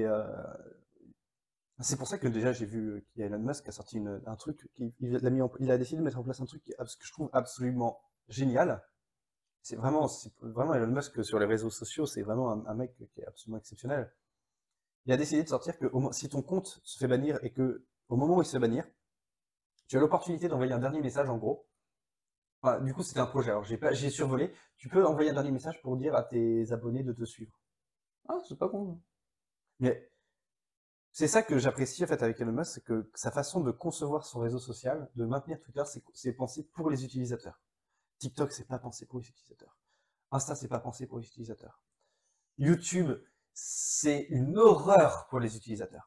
c'est pour ça que déjà j'ai vu qu'il y a Elon Musk qui a sorti un truc, il a décidé de mettre en place un truc que je trouve absolument génial. C'est vraiment Elon Musk sur les réseaux sociaux, c'est vraiment un mec qui est absolument exceptionnel. Il a décidé de sortir que si ton compte se fait bannir et que au moment où il se fait bannir, tu as l'opportunité d'envoyer un dernier message en gros. Enfin, du coup, c'était un projet. Alors, j'ai survolé. Tu peux envoyer un dernier message pour dire à tes abonnés de te suivre. Ah, c'est pas con. Mais c'est ça que j'apprécie en fait avec Elon Musk, c'est que sa façon de concevoir son réseau social, de maintenir Twitter, c'est pensé pour les utilisateurs. TikTok, c'est pas pensé pour les utilisateurs. Insta, c'est pas pensé pour les utilisateurs. YouTube, c'est une horreur pour les utilisateurs.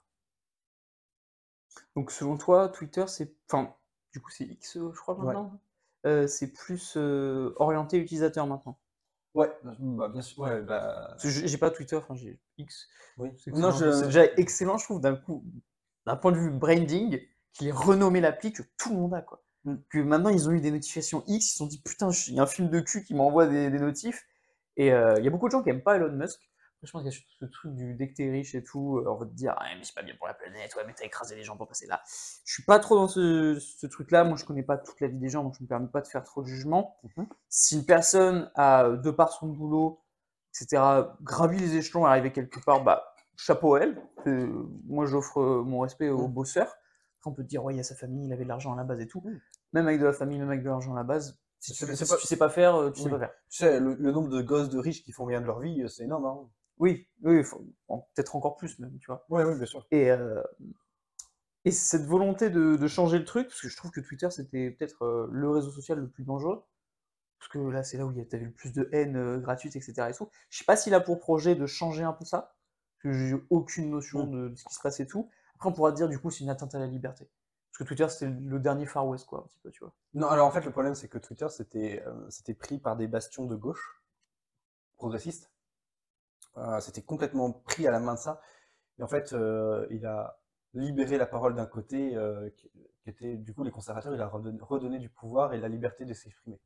Donc, selon toi, Twitter, c'est. Enfin, du coup, c'est X, je crois, Ouais. maintenant. C'est plus orienté utilisateur maintenant. Ouais, bah, bien sûr. Ouais, bah, Parce que j'ai pas Twitter, enfin, j'ai X. oui. C'est Non, excellent. C'est déjà excellent, je trouve, d'un coup, d'un point de vue branding, qu'il ait renommé l'appli que tout le monde a, quoi. hmm. Que maintenant, ils ont eu des notifications X, ils se sont dit, putain, il y a un film de cul qui m'envoie des notifs. Et il y a beaucoup de gens qui aiment pas Elon Musk. Après, je pense qu'il y a surtout ce truc du dès que t'es riche et tout, on va te dire, ah, mais c'est pas bien pour la planète, ouais, mais t'as écrasé les gens pour passer là. Je suis pas trop dans ce truc-là. Moi, je connais pas toute la vie des gens, donc je me permets pas de faire trop de jugement. Mhm. Si une personne a, de par son boulot, etc., gravi les échelons, arrivé quelque part, bah, chapeau à elle. Moi, j'offre mon respect aux Hmm. bosseurs. Après, on peut te dire, ouais, il y a sa famille, il avait de l'argent à la base et tout. Hmm. Même avec de la famille, même avec de l'argent à la base, si C'est si pas... tu sais pas faire, tu sais Oui. pas faire. Tu sais, le nombre de gosses de riches qui font rien de leur vie, c'est énorme, hein. Oui, oui, peut-être encore plus même, tu vois. Ouais, oui, bien sûr. Et, euh, et cette volonté de changer le truc, parce que je trouve que Twitter, c'était peut-être le réseau social le plus dangereux. Parce que là, c'est là où tu avais le plus de haine gratuite, etc. Et tout. Je sais pas s'il a pour projet de changer un peu ça, parce que j'ai aucune notion Hmm. de ce qui se passe et tout. Après, on pourra te dire, du coup, c'est une atteinte à la liberté. Parce que Twitter, c'était le dernier Far West, quoi, un petit peu, tu vois. Non, alors en fait, le problème, c'est que Twitter, c'était pris par des bastions de gauche, progressistes. C'était complètement pris à la main de ça. Et en fait, il a libéré la parole d'un côté, qui était du coup les conservateurs, il a redonné du pouvoir et la liberté de s'exprimer.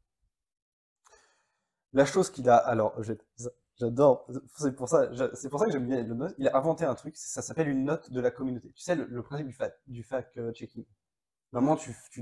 La chose qu'il a, alors, j'adore, c'est pour ça que j'aime bien Elon Musk, il a inventé un truc, ça s'appelle une note de la communauté. Tu sais, le principe du fact-checking. Normalement,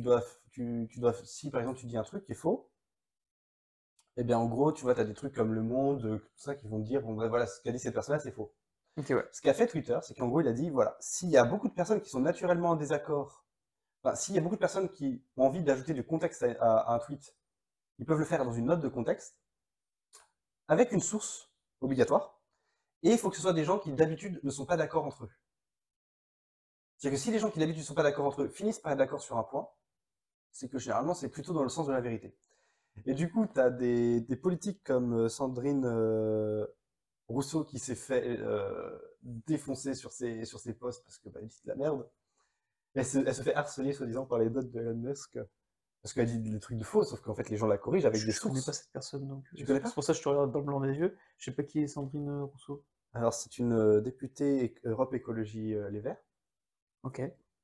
si par exemple tu dis un truc qui est faux, eh bien en gros, tu vois, tu as des trucs comme Le Monde, tout ça, qui vont te dire, bon, ben, voilà, ce qu'a dit cette personne-là, c'est faux. Ok, ouais. Ce qu'a fait Twitter, c'est qu'en gros, il a dit, voilà, s'il y a beaucoup de personnes qui sont naturellement en désaccord, enfin, s'il y a beaucoup de personnes qui ont envie d'ajouter du contexte à un tweet, ils peuvent le faire dans une note de contexte, avec une source obligatoire, et il faut que ce soit des gens qui d'habitude ne sont pas d'accord entre eux. C'est-à-dire que si les gens qui d'habitude ne sont pas d'accord entre eux finissent par être d'accord sur un point, c'est que généralement c'est plutôt dans le sens de la vérité. Et du coup, tu as des politiques comme Sandrine Rousseau qui s'est fait défoncer sur ses posts parce que bah, elle dit de la merde. Elle se fait harceler soi-disant par les notes de Elon Musk parce qu'elle dit des trucs de faux, sauf qu'en fait les gens la corrigent avec des Je connais pas sources. cette personne, donc Tu connais c'est pas? pour ça que je te regarde dans le blanc des yeux. Je sais pas qui est Sandrine Rousseau. Alors, c'est une députée Europe Écologie Les Verts, Ok.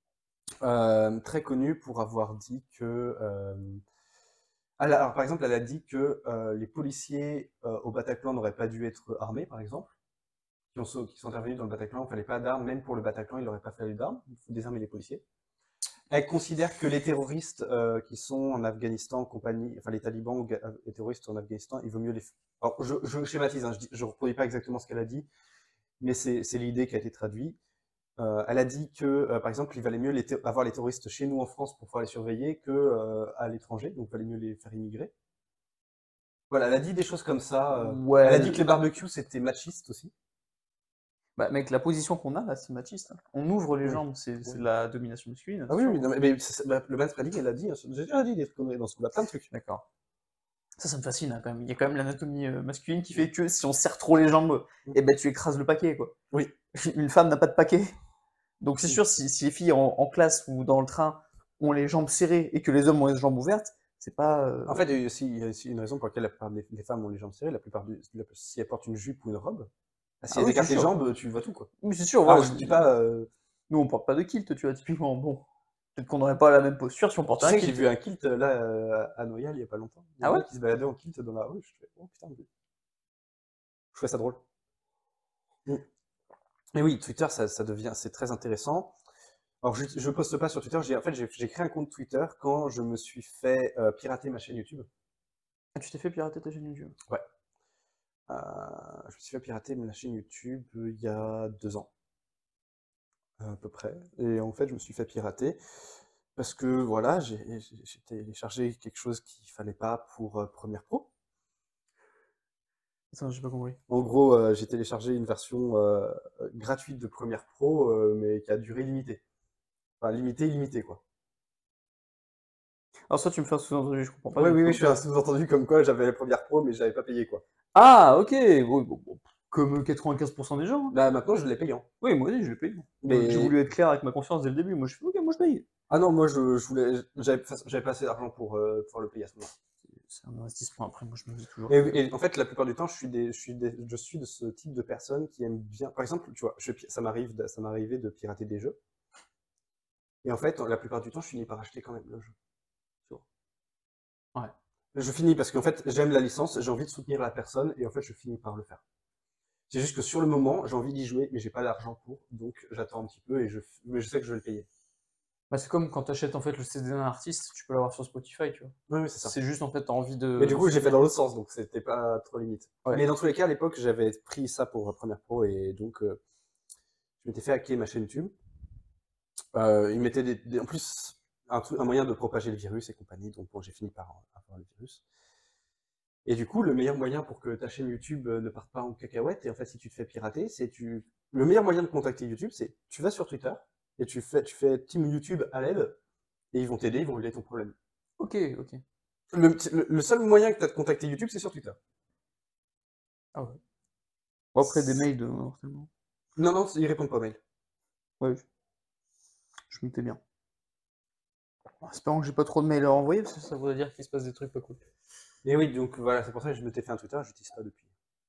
très connue pour avoir dit que. Alors, par exemple, elle a dit que les policiers au Bataclan n'auraient pas dû être armés, par exemple. Qui sont intervenus dans le Bataclan, il ne fallait pas d'armes, même pour le Bataclan, il n'aurait pas fallu d'armes, il faut désarmer les policiers. Elle considère que les terroristes qui sont en Afghanistan, en compagnie, enfin les talibans ou les terroristes en Afghanistan, il vaut mieux les. Alors, je schématise, hein, je ne reproduis pas exactement ce qu'elle a dit, mais c'est l'idée qui a été traduite. Elle a dit que, par exemple, il valait mieux avoir les terroristes chez nous en France pour pouvoir les surveiller que à l'étranger, donc il valait mieux les faire immigrer. Voilà, elle a dit des choses comme ça. Elle Ouais, a dit que les barbecues c'était machiste aussi. bah, mec, la position qu'on a là, c'est machiste, hein. On ouvre les Oui. jambes, c'est Oui. de la domination masculine, Ah oui, attention, oui, hein. non, mais le manspreading, elle a dit, j'ai déjà dit des conneries dans ce coup-là, plein de trucs. D'accord. Ça me fascine hein, quand même. Il y a quand même l'anatomie masculine qui Mm. fait que si on serre trop les jambes, Mm. eh ben tu écrases le paquet, quoi. Oui. Une femme n'a pas de paquet. Donc c'est Mm. sûr, si les filles en classe ou dans le train ont les jambes serrées et que les hommes ont les jambes ouvertes, c'est pas. En fait, il y a aussi une raison pour laquelle la plupart des femmes ont les jambes serrées. Si elles portent une jupe ou une robe, si Ah elles oui, c'est écartent les sûr. jambes, tu vois tout, quoi. Oui, c'est sûr, Alors, voilà. je dis pas. Nous, on porte pas de kilt, tu vois, typiquement. Bon, peut-être qu'on n'aurait pas la même posture si on Tu portait un sais que j'ai kilt. vu un kilt là à Noyal il y a pas longtemps. Il y a Ah un ouais? mec qui se baladait en kilt dans la rue. Je fais, oh putain, je trouvais ça drôle. Mm. Mais oui, Twitter, ça devient, c'est très intéressant. Alors, je poste pas sur Twitter. En fait, j'ai créé un compte Twitter quand je me suis fait pirater ma chaîne YouTube. Ah, tu t'es fait pirater ta chaîne YouTube. Ouais. Je me suis fait pirater ma chaîne YouTube il y a 2 ans, à peu près. Et en fait, je me suis fait pirater parce que voilà, j'ai téléchargé quelque chose qu'il fallait pas pour Premiere Pro. Attends, j'ai pas compris. En gros, j'ai téléchargé une version gratuite de Premiere Pro, mais qui a durée limitée. Enfin, limitée, quoi. Alors ça, tu me fais un sous-entendu, je comprends pas Oui, du oui, oui, tout. je fais un sous-entendu comme quoi j'avais la Premiere Pro, mais j'avais pas payé, quoi. Ah, ok, oui, bon, comme 95% des gens, hein. Là, maintenant, je l'ai payant. Oui, moi aussi, je l'ai payé. Moi, j'ai Mais voulu être clair avec ma conscience dès le début. Moi, je fais, ok, moi, je paye. ah non, moi, je voulais, j'avais pas assez d'argent pour pouvoir le payer à ce moment-là. C'est un investissement. Après, moi, je me dis toujours Et, que. et en fait, la plupart du temps, je suis de ce type de personne qui aime bien. Par exemple, tu vois, ça m'arrivait de pirater des jeux. Et en fait, la plupart du temps, je finis par acheter quand même le jeu. Tu vois. Ouais. Je finis parce qu'en fait, j'aime la licence, j'ai envie de soutenir la personne, et en fait, je finis par le faire. C'est juste que sur le moment, j'ai envie d'y jouer, mais j'ai pas l'argent pour, donc j'attends un petit peu mais je sais que je vais le payer. Bah, c'est comme quand t'achètes en fait le CD d'un artiste, tu peux l'avoir sur Spotify, tu vois. Oui, oui, c'est ça. C'est juste en fait, t'as envie Mais de du coup, j'ai fait soutenir. dans l'autre sens, donc c'était pas trop limite. Ouais. Mais dans tous les cas, à l'époque, j'avais pris ça pour Premiere Pro, et donc je m'étais fait hacker ma chaîne YouTube. Ils mettaient en plus un moyen de propager le virus et compagnie, donc bon, j'ai fini par avoir le virus. Et du coup, le meilleur moyen pour que ta chaîne YouTube ne parte pas en cacahuète, et en fait, si tu te fais pirater, le meilleur moyen de contacter YouTube, c'est tu vas sur Twitter et tu fais Team YouTube à l'aide, et ils vont t'aider, ils vont régler ton problème. Ok, ok. Le seul moyen que tu as de contacter YouTube, c'est sur Twitter. Ah ouais. Bon, après, des mails, mortellement. Non, non, ils répondent pas aux mails. Ouais, je me tais bien. En espérant que j'ai pas trop de mails à envoyer, parce que ça voudrait dire qu'il se passe des trucs pas cool. Et oui, donc voilà, c'est pour ça que je m'étais fait un Twitter, je n'utilise pas depuis.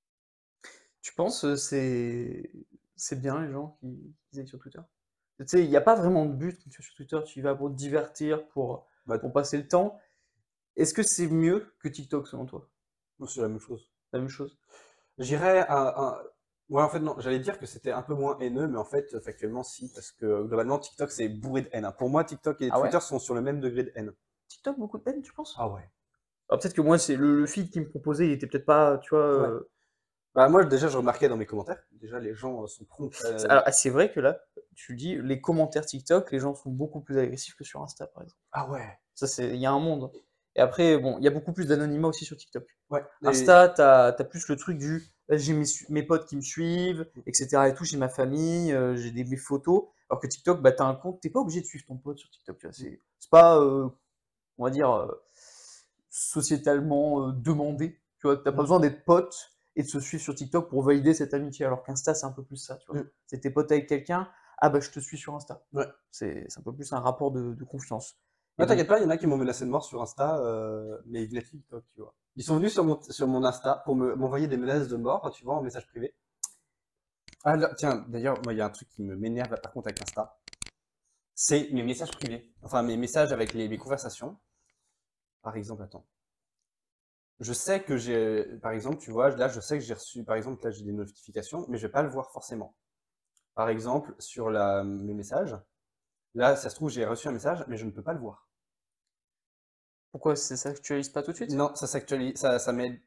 Tu penses c'est bien les gens qui aillent sur Twitter? Tu sais, il n'y a pas vraiment de but quand tu vas sur Twitter, tu y vas pour te divertir, Bah, pour passer le temps. Est-ce que c'est mieux que TikTok selon toi? c'est la même chose. La même chose? J'irais à. Ouais, en fait, non, j'allais dire que c'était un peu moins haineux, mais en fait, factuellement, si, parce que globalement, TikTok, c'est bourré de haine, hein. Pour moi, TikTok et Ah ouais? Twitter sont sur le même degré de haine. TikTok, beaucoup de haine, tu penses? Ah ouais. Ah, peut-être que moi, c'est le feed qui me proposait, il était peut-être pas, tu vois. Ouais. Bah, moi, déjà, je remarquais dans mes commentaires, déjà, les gens sont prompts Alors, ah, c'est vrai que là, tu le dis, les commentaires TikTok, les gens sont beaucoup plus agressifs que sur Insta, par exemple. Ah ouais. Ça, il y a un monde. Et après, bon, il y a beaucoup plus d'anonymat aussi sur TikTok. Ouais. Insta, t'as plus le truc du j'ai mes potes qui me suivent, etc. et tout, j'ai ma famille, j'ai mes photos. Alors que TikTok, bah, t'as un compte, t'es pas obligé de suivre ton pote sur TikTok. Tu vois, c'est pas, on va dire, sociétalement demandé. Tu vois, t'as pas besoin d'être pote et de se suivre sur TikTok pour valider cette amitié. Alors qu'Insta, c'est un peu plus ça. Tu vois, Mm. c'est tes potes avec quelqu'un, ah bah je te suis sur Insta. Ouais. C'est un peu plus un rapport de confiance. Et Ouais, donc, t'inquiète pas, il y en a qui m'ont menacé de mort sur Insta, mais ils venaient de TikTok, tu vois. Ils sont venus sur mon Insta pour m'envoyer des menaces de mort, tu vois, en message privé. Ah, tiens, d'ailleurs, moi, il y a un truc qui m'énerve par contre avec Insta. C'est mes messages privés. Enfin, mes messages avec mes conversations. Par exemple, attends. Je sais que par exemple, tu vois, là, je sais que j'ai reçu, par exemple, là, j'ai des notifications, mais je vais pas le voir forcément. Par exemple, sur mes messages, là, ça se trouve, j'ai reçu un message, mais je ne peux pas le voir. Pourquoi ça s'actualise pas tout de suite? Non, ça s'actualise, ça m'aide,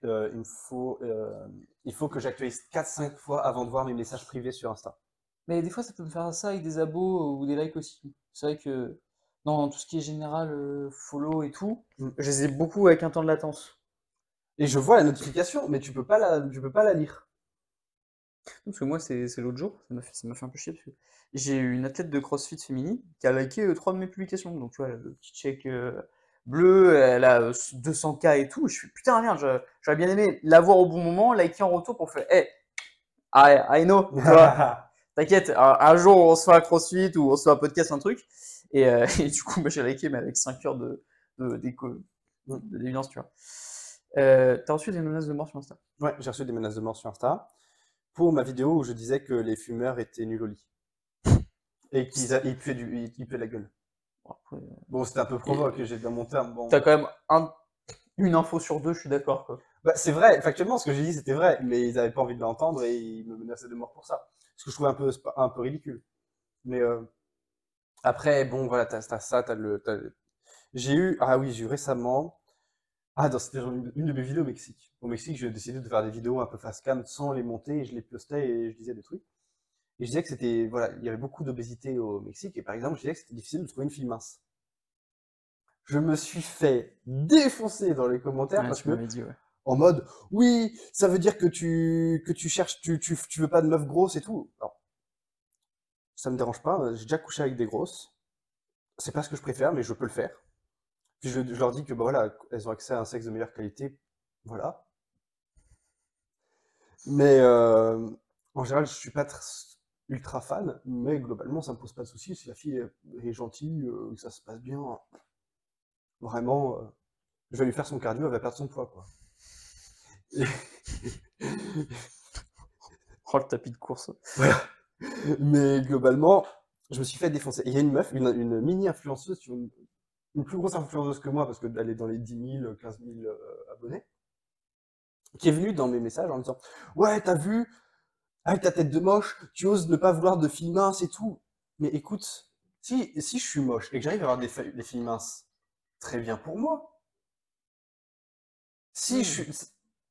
il faut que j'actualise 4-5 fois avant de voir mes messages privés sur Insta. Mais des fois, ça peut me faire ça avec des abos ou des likes aussi. C'est vrai que dans tout ce qui est général, follow et tout, Mm. je les ai beaucoup avec un temps de latence. Et je vois la notification, mais tu peux pas la lire. Parce que moi, c'est l'autre jour, ça m'a fait un peu chier parce que j'ai eu une athlète de CrossFit féminine qui a liké 3 de mes publications. Donc, tu vois, le petit check bleu, elle a 200K et tout. Je fais putain, merde, j'aurais bien aimé l'avoir au bon moment, liker en retour pour faire, hey, I know, tu vois, t'inquiète, un jour on se fait un CrossFit ou on se fait un podcast, un truc. Et du coup, moi, j'ai liké, mais avec 5 heures Mm. d'évidence, tu vois. T'as reçu des menaces de mort sur Insta? Ouais, j'ai reçu des menaces de mort sur Insta pour ma vidéo où je disais que les fumeurs étaient nuls au lit et ils ils puaient la gueule. Bon, après, Bon, c'était un peu et provoque, j'ai bien monté un bon. t'as quand même une info sur deux, je suis d'accord, quoi. Bah, c'est vrai, factuellement, ce que j'ai dit, c'était vrai, mais ils avaient pas envie de l'entendre et ils me menaçaient de mort pour ça. Ce que je trouvais un peu ridicule. Mais après, bon, voilà, t'as ça, j'ai eu récemment. Ah, c'était genre une de mes vidéos au Mexique. Au Mexique, j'ai décidé de faire des vidéos un peu face cam sans les monter et je les postais et je disais des trucs. Et je disais que c'était, voilà, il y avait beaucoup d'obésité au Mexique et par exemple, je disais que c'était difficile de trouver une fille mince. Je me suis fait défoncer dans les commentaires Ouais, parce tu que, m'avais dit, ouais. en mode, oui, ça veut dire que tu cherches, tu veux pas de meuf grosse et tout. Non, ça me dérange pas. J'ai déjà couché avec des grosses. C'est pas ce que je préfère, mais je peux le faire. Puis je leur dis que, bah voilà, elles ont accès à un sexe de meilleure qualité. Voilà. Mais en général, je suis pas ultra fan, mais globalement, ça me pose pas de soucis. Si la fille est gentille, que ça se passe bien, vraiment, je vais lui faire son cardio, elle va perdre son poids, quoi. Et- Oh, le tapis de course. voilà. Mais globalement, je me suis fait défoncer. Et il y a une meuf, une mini-influenceuse, une plus grosse influenceuse que moi, parce qu'elle est dans les 10 000, 15 000 abonnés, qui est venue dans mes messages en me disant: Ouais, t'as vu, avec ta tête de moche, tu oses ne pas vouloir de filles minces et tout. Mais écoute, si je suis moche et que j'arrive à avoir des filles minces, très bien pour moi. Si je Hmm. suis.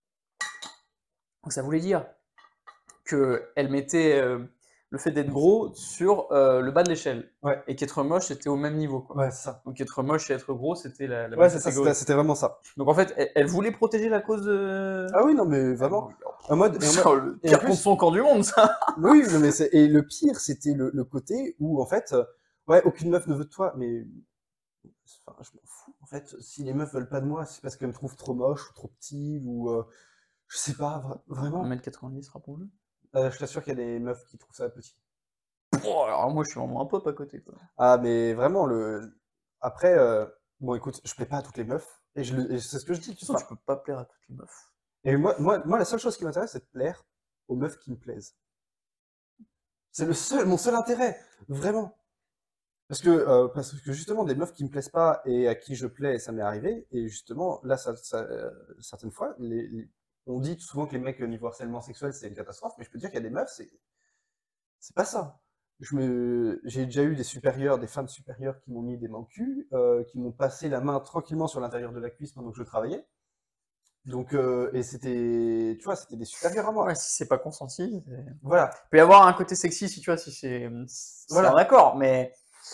Donc ça voulait dire qu'elle mettait le fait d'être gros sur le bas de l'échelle. Ouais, Et qu'être moche, c'était au même niveau, quoi. ouais, c'est ça. Donc être moche et être gros, c'était la Ouais, même c'est ça, catégorie. c'était vraiment ça. Donc en fait, elle voulait protéger la cause de... Ah oui, non, mais Elle vraiment. voulait- En mode, Sur le et en pire contre plus, son corps du monde, ça. oui, non, mais et le pire, c'était le côté où, en fait, ouais, aucune meuf ne veut de toi, mais enfin, je m'en fous. En fait, si les meufs veulent pas de moi, c'est parce qu'elles me trouvent trop moche ou trop petit ou je sais pas, vraiment. 1m90, rappelons-le. Je t'assure qu'il y a des meufs qui trouvent ça petit. Oh, alors moi, je suis vraiment un pop à côté, quoi. Ah, mais vraiment, après, bon, écoute, je plais pas à toutes les meufs, et c'est ce que je De dis. toute façon, Enfin, tu peux pas plaire à toutes les meufs. et moi, la seule chose qui m'intéresse, c'est de plaire aux meufs qui me plaisent. C'est mon seul intérêt, vraiment. Parce que justement, des meufs qui me plaisent pas et à qui je plais, ça m'est arrivé. Et justement, là, certaines fois, on dit souvent que les mecs, au niveau harcèlement sexuel, c'est une catastrophe, mais je peux te dire qu'il y a des meufs, c'est pas ça. J'ai déjà eu des supérieurs, des femmes supérieures qui m'ont mis des mains au cul, qui m'ont passé la main tranquillement sur l'intérieur de la cuisse pendant que je travaillais. Donc, et c'était, tu vois, c'était des supérieurs à Ouais, moi. si c'est pas consenti, Voilà, il peut y avoir un côté sexy si tu vois, si c'est un voilà. accord, mais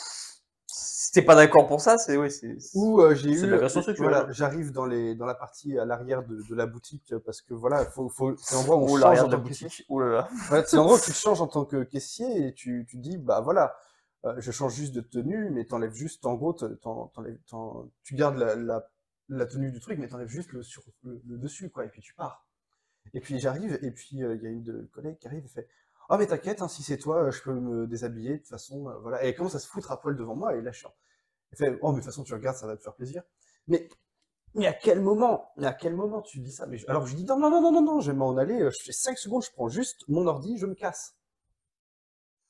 si t'es pas d'accord pour ça, c'est ouais, Où j'ai c'est de eu, l'agression sexuelle, voilà, hein. j'arrive dans la partie à l'arrière de la boutique parce que voilà, c'est l'endroit où on Ou change l'arrière en de la tant que caissier. boutique. Ouh là là. Voilà, c'est l'endroit où tu te changes en tant que caissier et tu dis, bah voilà, je change juste de tenue, mais t'enlèves juste, en gros, tu gardes la tenue du truc, mais t'enlèves juste le dessus, quoi, et puis tu pars. Et puis j'arrive, et puis il y a une collègue qui arrive et fait: Ah, mais t'inquiète, hein, si c'est toi, je peux me déshabiller, de toute façon, voilà. Et elle commence à se foutre à poil devant moi, et là, elle fait: Oh, mais de toute façon, tu regardes, ça va te faire plaisir. Mais, mais à quel moment tu dis ça? Alors je dis: Non, non, non, non, non, non, je vais m'en aller, je fais 5 secondes, je prends juste mon ordi, je me casse.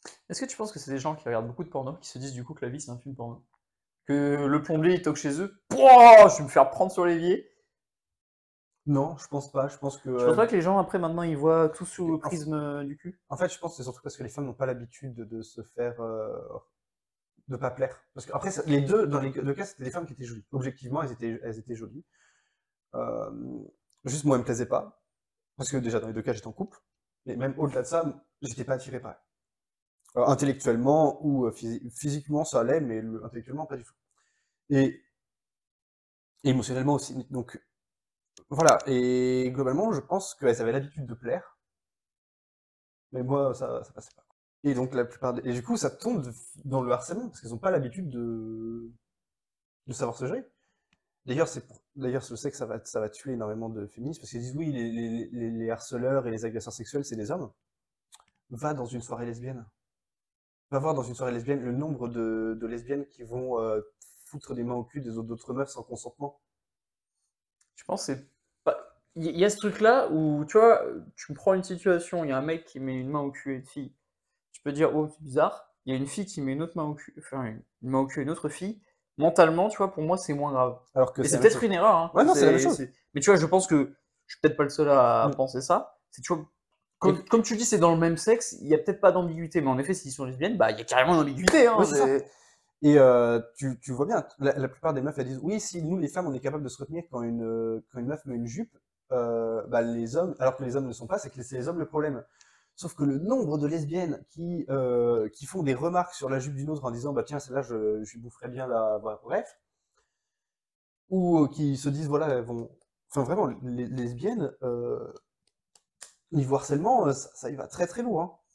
Est-ce que tu penses que c'est des gens qui regardent beaucoup de porno, qui se disent du coup que la vie c'est un film porno? Que le plombier il toque chez eux, pouah, je vais me faire prendre sur l'évier. Non, je pense pas. Je pense que, Je pense pas que les gens après maintenant ils voient tout sous le en, f- prisme du cul. en fait, je pense que c'est surtout parce que les femmes n'ont pas l'habitude de se faire, de pas plaire. Parce que après, les deux, dans les deux cas, c'était des femmes qui étaient jolies. Objectivement, elles étaient jolies. Euh, Juste moi, elles me plaisaient pas. Parce que déjà, dans les deux cas, j'étais en couple. Mais même au-delà de ça, j'étais pas attiré par elles. Intellectuellement ou physiquement, ça allait, mais intellectuellement, pas du tout. Et, et émotionnellement aussi. Donc, voilà. Et globalement, je pense qu'elles avaient l'habitude de plaire. Mais moi, ça passait pas. Et donc, et du coup, ça tombe dans le harcèlement, parce qu'elles n'ont pas l'habitude de savoir se gérer. D'ailleurs, je sais que ça va tuer énormément de féministes, parce qu'ils disent oui, les harceleurs et les agresseurs sexuels, c'est des hommes. Va dans une soirée lesbienne. Va voir dans une soirée lesbienne le nombre de lesbiennes qui vont foutre des mains au cul des d'autres meufs sans consentement. Je pense que c'est pas. Il y a ce truc-là où, tu vois, tu me prends une situation, il y a un mec qui met une main au cul à une fille, tu peux dire, oh, c'est bizarre. Il y a une fille qui met une autre main au cul, enfin, une main au cul à une autre fille. Mentalement, tu vois, pour moi, c'est moins grave. Alors que Et c'est c'est la même peut-être chose. une erreur, hein. Ouais, non, c'est la même chose. Mais tu vois, je pense que je suis peut-être pas le seul à Mm. penser ça. C'est, tu vois, Et comme tu dis, c'est dans le même sexe, il y a peut-être pas d'ambiguïté. Mais en effet, s'ils sont lesbiennes, bah, il y a carrément une ambiguïté, oui, hein. c'est ça. Et tu vois bien, la plupart des meufs, elles disent oui, si nous, les femmes, on est capable de se retenir quand une meuf met une jupe, bah, les hommes, alors que les hommes ne le sont pas, c'est que c'est les hommes le problème. Sauf que le nombre de lesbiennes qui font des remarques sur la jupe d'une autre en disant bah tiens, celle-là, je lui boufferais bien la. Voilà, bref. Ou qui se disent voilà, elles vont. Enfin, vraiment, les lesbiennes, niveau harcèlement, ça y va très très loin, hein.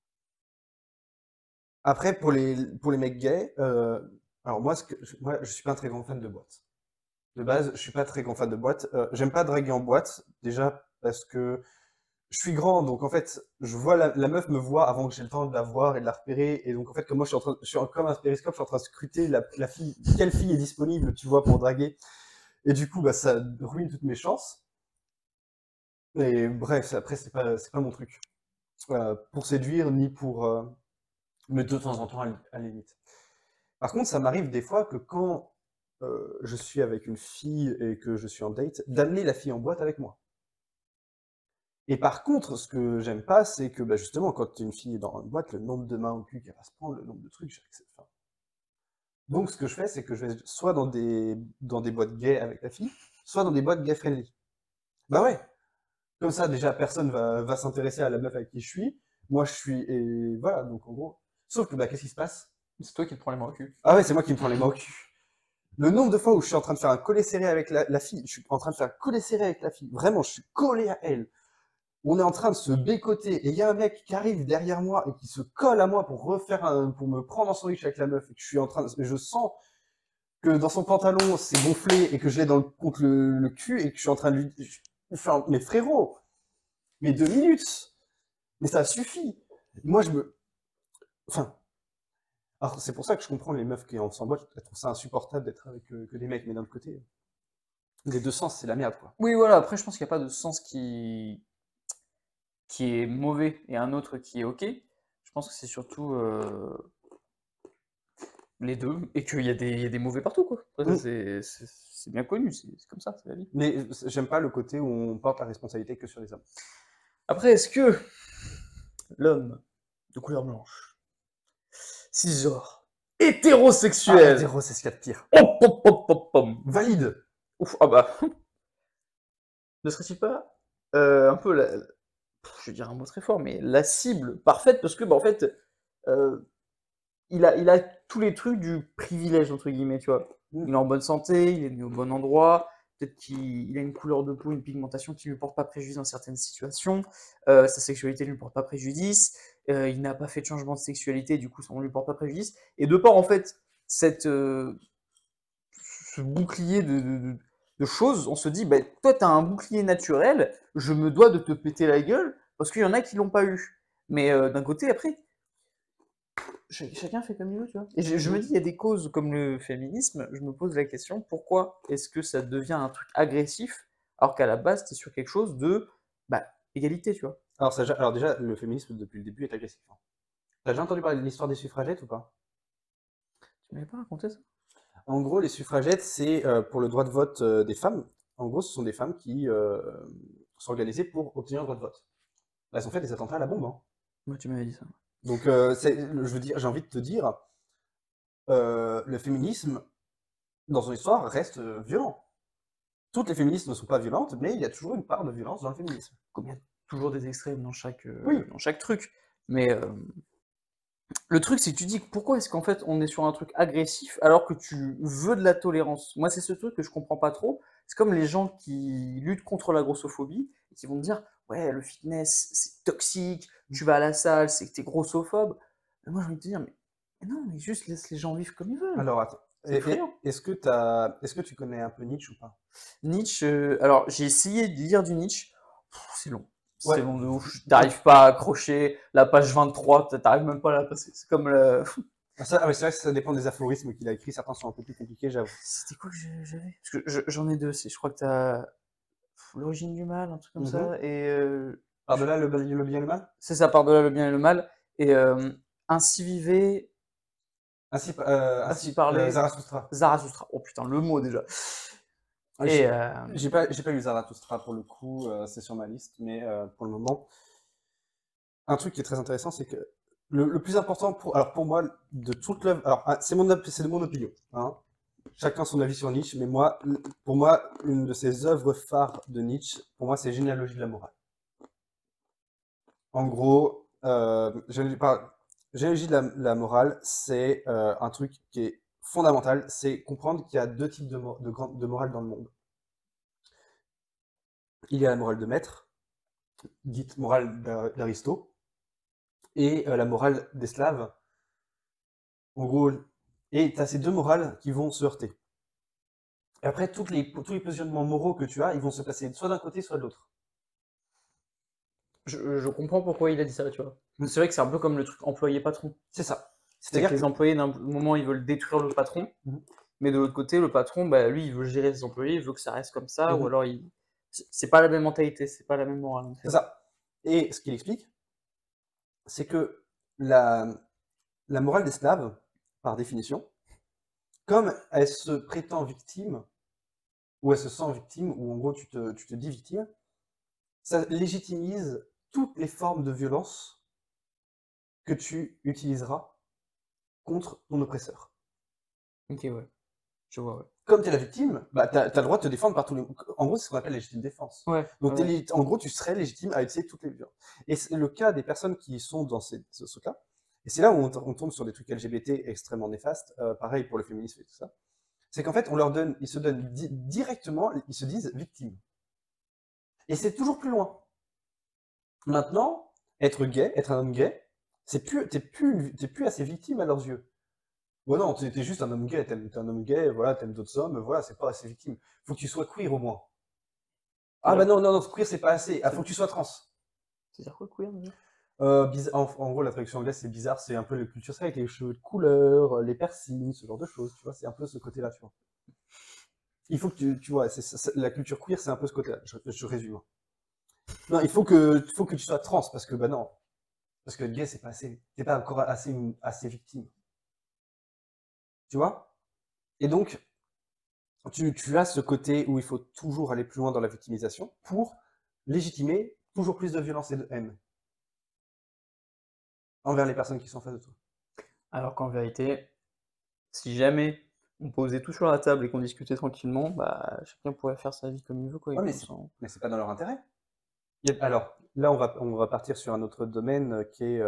Après, pour les mecs gays, alors moi, je suis pas un très grand fan de boîtes. De base, je suis pas très grand fan de boîtes. J'aime pas draguer en boîte, déjà parce que je suis grand, donc en fait, je vois la meuf me voit avant que j'ai le temps de la voir et de la repérer. Et donc en fait, comme moi, je suis comme un périscope, je suis en train de scruter la fille, quelle fille est disponible, tu vois, pour draguer. Et du coup, bah, ça ruine toutes mes chances. Et bref, après, c'est pas mon truc. Pour séduire, ni pour. Mais de temps en temps, à la limite. Par contre, ça m'arrive des fois que quand je suis avec une fille et que je suis en date, d'amener la fille en boîte avec moi. Et par contre, ce que j'aime pas, c'est que bah, justement, quand une fille est dans une boîte, le nombre de mains au cul qu'elle va se prendre, le nombre de trucs, j'accepte pas. Donc, ce que je fais, c'est que je vais soit dans des boîtes gays avec la fille, soit dans des boîtes gay friendly. Bah ouais, comme ça, déjà, personne va s'intéresser à la meuf avec qui je suis. Moi, je suis. Et voilà, donc en gros. Sauf que, bah, qu'est-ce qui se passe? C'est toi qui te prends les mains au cul. Ah ouais, c'est moi qui me prends les mains au cul. Le nombre de fois où je suis en train de faire un collet serré avec la fille, je suis en train de faire un collet serré avec la fille, vraiment, je suis collé à elle. On est en train de se bécoter et il y a un mec qui arrive derrière moi et qui se colle à moi pour me prendre en sandwich avec la meuf et que je suis en train je sens que dans son pantalon c'est gonflé et que je l'ai contre le cul et que je suis en train de lui enfin, mais frérot, mais 2 minutes, mais ça suffit. Moi enfin, alors c'est pour ça que je comprends les meufs qui en s'emboîtent, elles trouvent ça insupportable d'être avec que des mecs, mais d'un autre côté, les deux sens c'est la merde quoi. Oui, voilà, après, je pense qu'il n'y a pas de sens qui est mauvais et un autre qui est ok. Je pense que c'est surtout les deux et il y a des mauvais partout, quoi. Après, ça, Mm. c'est bien connu, c'est comme ça, c'est la vie. Mais j'aime pas le côté où on porte la responsabilité que sur les hommes. Après, est-ce que l'homme de couleur blanche, cisgenre, Ah, hétérosexuel, hétéro, c'est ce qu'il y a de pire. hop, hop, hop, hop, hop, Valide. ouf, ah bah, ne serait-il pas un peu je vais dire un mot très fort, mais la cible parfaite parce que, bah, en fait, euh, il a tous les trucs du privilège, entre guillemets, tu vois. Mm. Il est en bonne santé, il est né au bon endroit, peut-être qu'il a une couleur de peau, une pigmentation qui ne lui porte pas préjudice dans certaines situations, sa sexualité ne lui porte pas préjudice, il n'a pas fait de changement de sexualité, du coup, ça ne lui porte pas préjudice. Et de par, en fait, ce bouclier de choses, on se dit, bah, toi, tu as un bouclier naturel, je me dois de te péter la gueule, parce qu'il y en a qui l'ont pas eu. Mais d'un côté, après, chacun fait comme il veut, tu vois. Et je me Mm. dis, il y a des causes comme le féminisme, je me pose la question, pourquoi est-ce que ça devient un truc agressif, alors qu'à la base, tu es sur quelque chose de, bah, égalité, tu vois. Alors déjà, le féminisme depuis le début est agressif, hein. T'as déjà entendu parler de l'histoire des suffragettes ou pas? Tu m'avais pas raconté ça? En gros, les suffragettes, c'est pour le droit de vote des femmes. En gros, ce sont des femmes qui sont organisées pour obtenir le droit de vote. Bah, elles ont fait des attentats à la bombe, hein. Moi, tu m'avais dit ça. Donc, je veux dire, j'ai envie de te dire, le féminisme, dans son histoire, reste violent. Toutes les féministes ne sont pas violentes, mais il y a toujours une part de violence dans le féminisme. Comme il y a toujours des extrêmes Oui, dans chaque truc. Mais le truc, c'est que tu dis pourquoi est-ce qu'en fait on est sur un truc agressif alors que tu veux de la tolérance? Moi, c'est ce truc que je comprends pas trop. C'est comme les gens qui luttent contre la grossophobie et qui vont te dire ouais, le fitness c'est toxique, tu vas à la salle, c'est que t'es grossophobe. Et moi, j'ai envie de te dire mais non, mais juste laisse les gens vivre comme ils veulent. alors attends. C'est effrayant. Est-ce que tu connais un peu Nietzsche ou pas? Nietzsche, alors j'ai essayé de lire du Nietzsche, c'est long. Ouais. C'est long de ouf. T'arrives pas à accrocher la page 23, t'arrives même pas à la passer. C'est comme le. Ouais, c'est vrai que ça dépend des aphorismes qu'il a écrits. Certains sont un peu plus compliqués, j'avoue. C'était quoi que j'avais? Parce que j'en ai deux. Je crois que t'as l'origine du mal, un truc comme Mhm. ça. Et Par-delà le bien et le mal? c'est ça, par-delà le bien et le mal. Et ainsi vivait, ainsi parlait Zarathustra. Zarathustra. Oh putain, le mot déjà. Ouais, Et j'ai pas lu Zarathustra pour le coup, c'est sur ma liste, mais pour le moment, un truc qui est très intéressant, c'est que le plus important alors pour moi, de toute l'œuvre, alors c'est de mon opinion, hein. Chacun son avis sur Nietzsche, mais moi, pour moi, une de ses œuvres phares de Nietzsche, pour moi, c'est Généalogie de la morale. En gros, Généalogie de la morale, c'est un truc qui est fondamental, c'est comprendre qu'il y a deux types de morale dans le monde. Il y a la morale de maître, dite morale d'Aristote, et la morale des Slaves. En gros, et tu as ces deux morales qui vont se heurter. Et après, tous les positionnements moraux que tu as, ils vont se placer soit d'un côté, soit de l'autre. je comprends pourquoi il a dit ça, tu vois. C'est vrai que c'est un peu comme le truc employé-patron. C'est ça. C'est que C'est-à-dire les que... employés, d'un moment, ils veulent détruire le patron, Mhm. mais de l'autre côté, le patron, bah, lui, il veut gérer ses employés, il veut que ça reste comme ça, ou Mhm. alors il. C'est pas la même mentalité, c'est pas la même morale. Donc, C'est ça. Et ce qu'il explique, c'est que la, la morale des Slaves, par définition, comme elle se prétend victime, ou elle se sent victime, ou en gros tu te dis victime, ça légitimise toutes les formes de violence que tu utiliseras contre ton oppresseur. ok, ouais, je vois, ouais. Comme tu es la victime, bah, tu as le droit de te défendre par tous les... En gros, c'est ce qu'on appelle la légitime défense. Ouais, Donc, ouais. en gros, tu serais légitime à utiliser toutes les violences. Et c'est le cas des personnes qui sont dans ce truc-là. Et c'est là où on tombe sur des trucs LGBT extrêmement néfastes, pareil pour le féminisme et tout ça. C'est qu'en fait, ils se donnent directement, ils se disent victimes. Et c'est toujours plus loin. Maintenant, être gay, être un homme gay, t'es plus assez victime à leurs yeux. Ouais, non, t'es juste un homme gay, t'es un homme gay, voilà, t'aimes d'autres hommes, voilà, c'est pas assez victime. Faut que tu sois queer au moins. Ah bah C'est-à-dire non, non, non, queer c'est pas assez. Ah, faut que tu sois trans. quoi, queer, déjà? En gros, la traduction anglaise c'est bizarre, c'est un peu le culture avec les cheveux de couleur, les piercings, ce genre de choses, tu vois, c'est un peu ce côté-là, tu vois. Il faut que tu vois, la culture queer c'est un peu ce côté-là, je résume. Non, faut que tu sois trans, parce que bah non, parce que être gay c'est pas assez, t'es pas encore assez victime, tu vois. Et donc, tu as ce côté où il faut toujours aller plus loin dans la victimisation pour légitimer toujours plus de violence et de haine envers les personnes qui sont en face de toi. Alors qu'en vérité, si jamais on posait tout sur la table et qu'on discutait tranquillement, bah, chacun pourrait faire sa vie comme il veut, quoi, et Ouais, qu'on s'en. mais c'est pas dans leur intérêt. Alors, là, on va partir sur un autre domaine qui est...